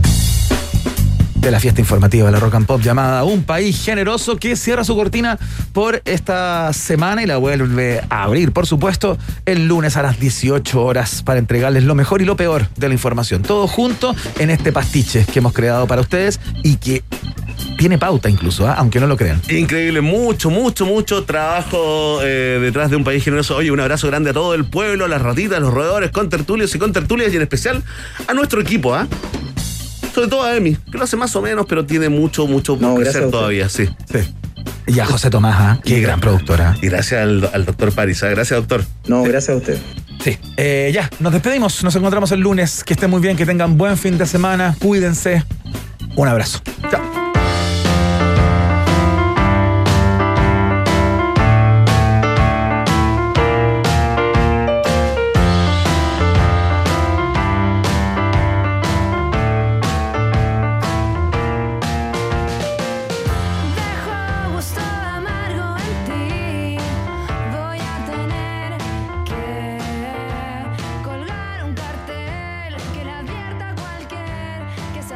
S2: de la fiesta informativa de la Rock and Pop llamada Un País Generoso, que cierra su cortina por esta semana y la vuelve a abrir, por supuesto, el lunes a las 18 horas para entregarles lo mejor y lo peor de la información. Todo junto en este pastiche que hemos creado para ustedes y que tiene pauta incluso, aunque no lo crean.
S3: Increíble, mucho trabajo detrás de Un País Generoso. Oye, un abrazo grande a todo el pueblo, a las ratitas, los roedores, contertulios y contertulias, y en especial a nuestro equipo, sobre todo a Emi, que lo hace más o menos, pero tiene mucho por crecer todavía, sí.
S2: Y a José Tomás, qué gran productora.
S3: Y gracias al doctor París, gracias, doctor.
S18: No, gracias a usted.
S2: Sí. Ya, nos despedimos. Nos encontramos el lunes. Que estén muy bien, que tengan buen fin de semana. Cuídense. Un abrazo. Chao.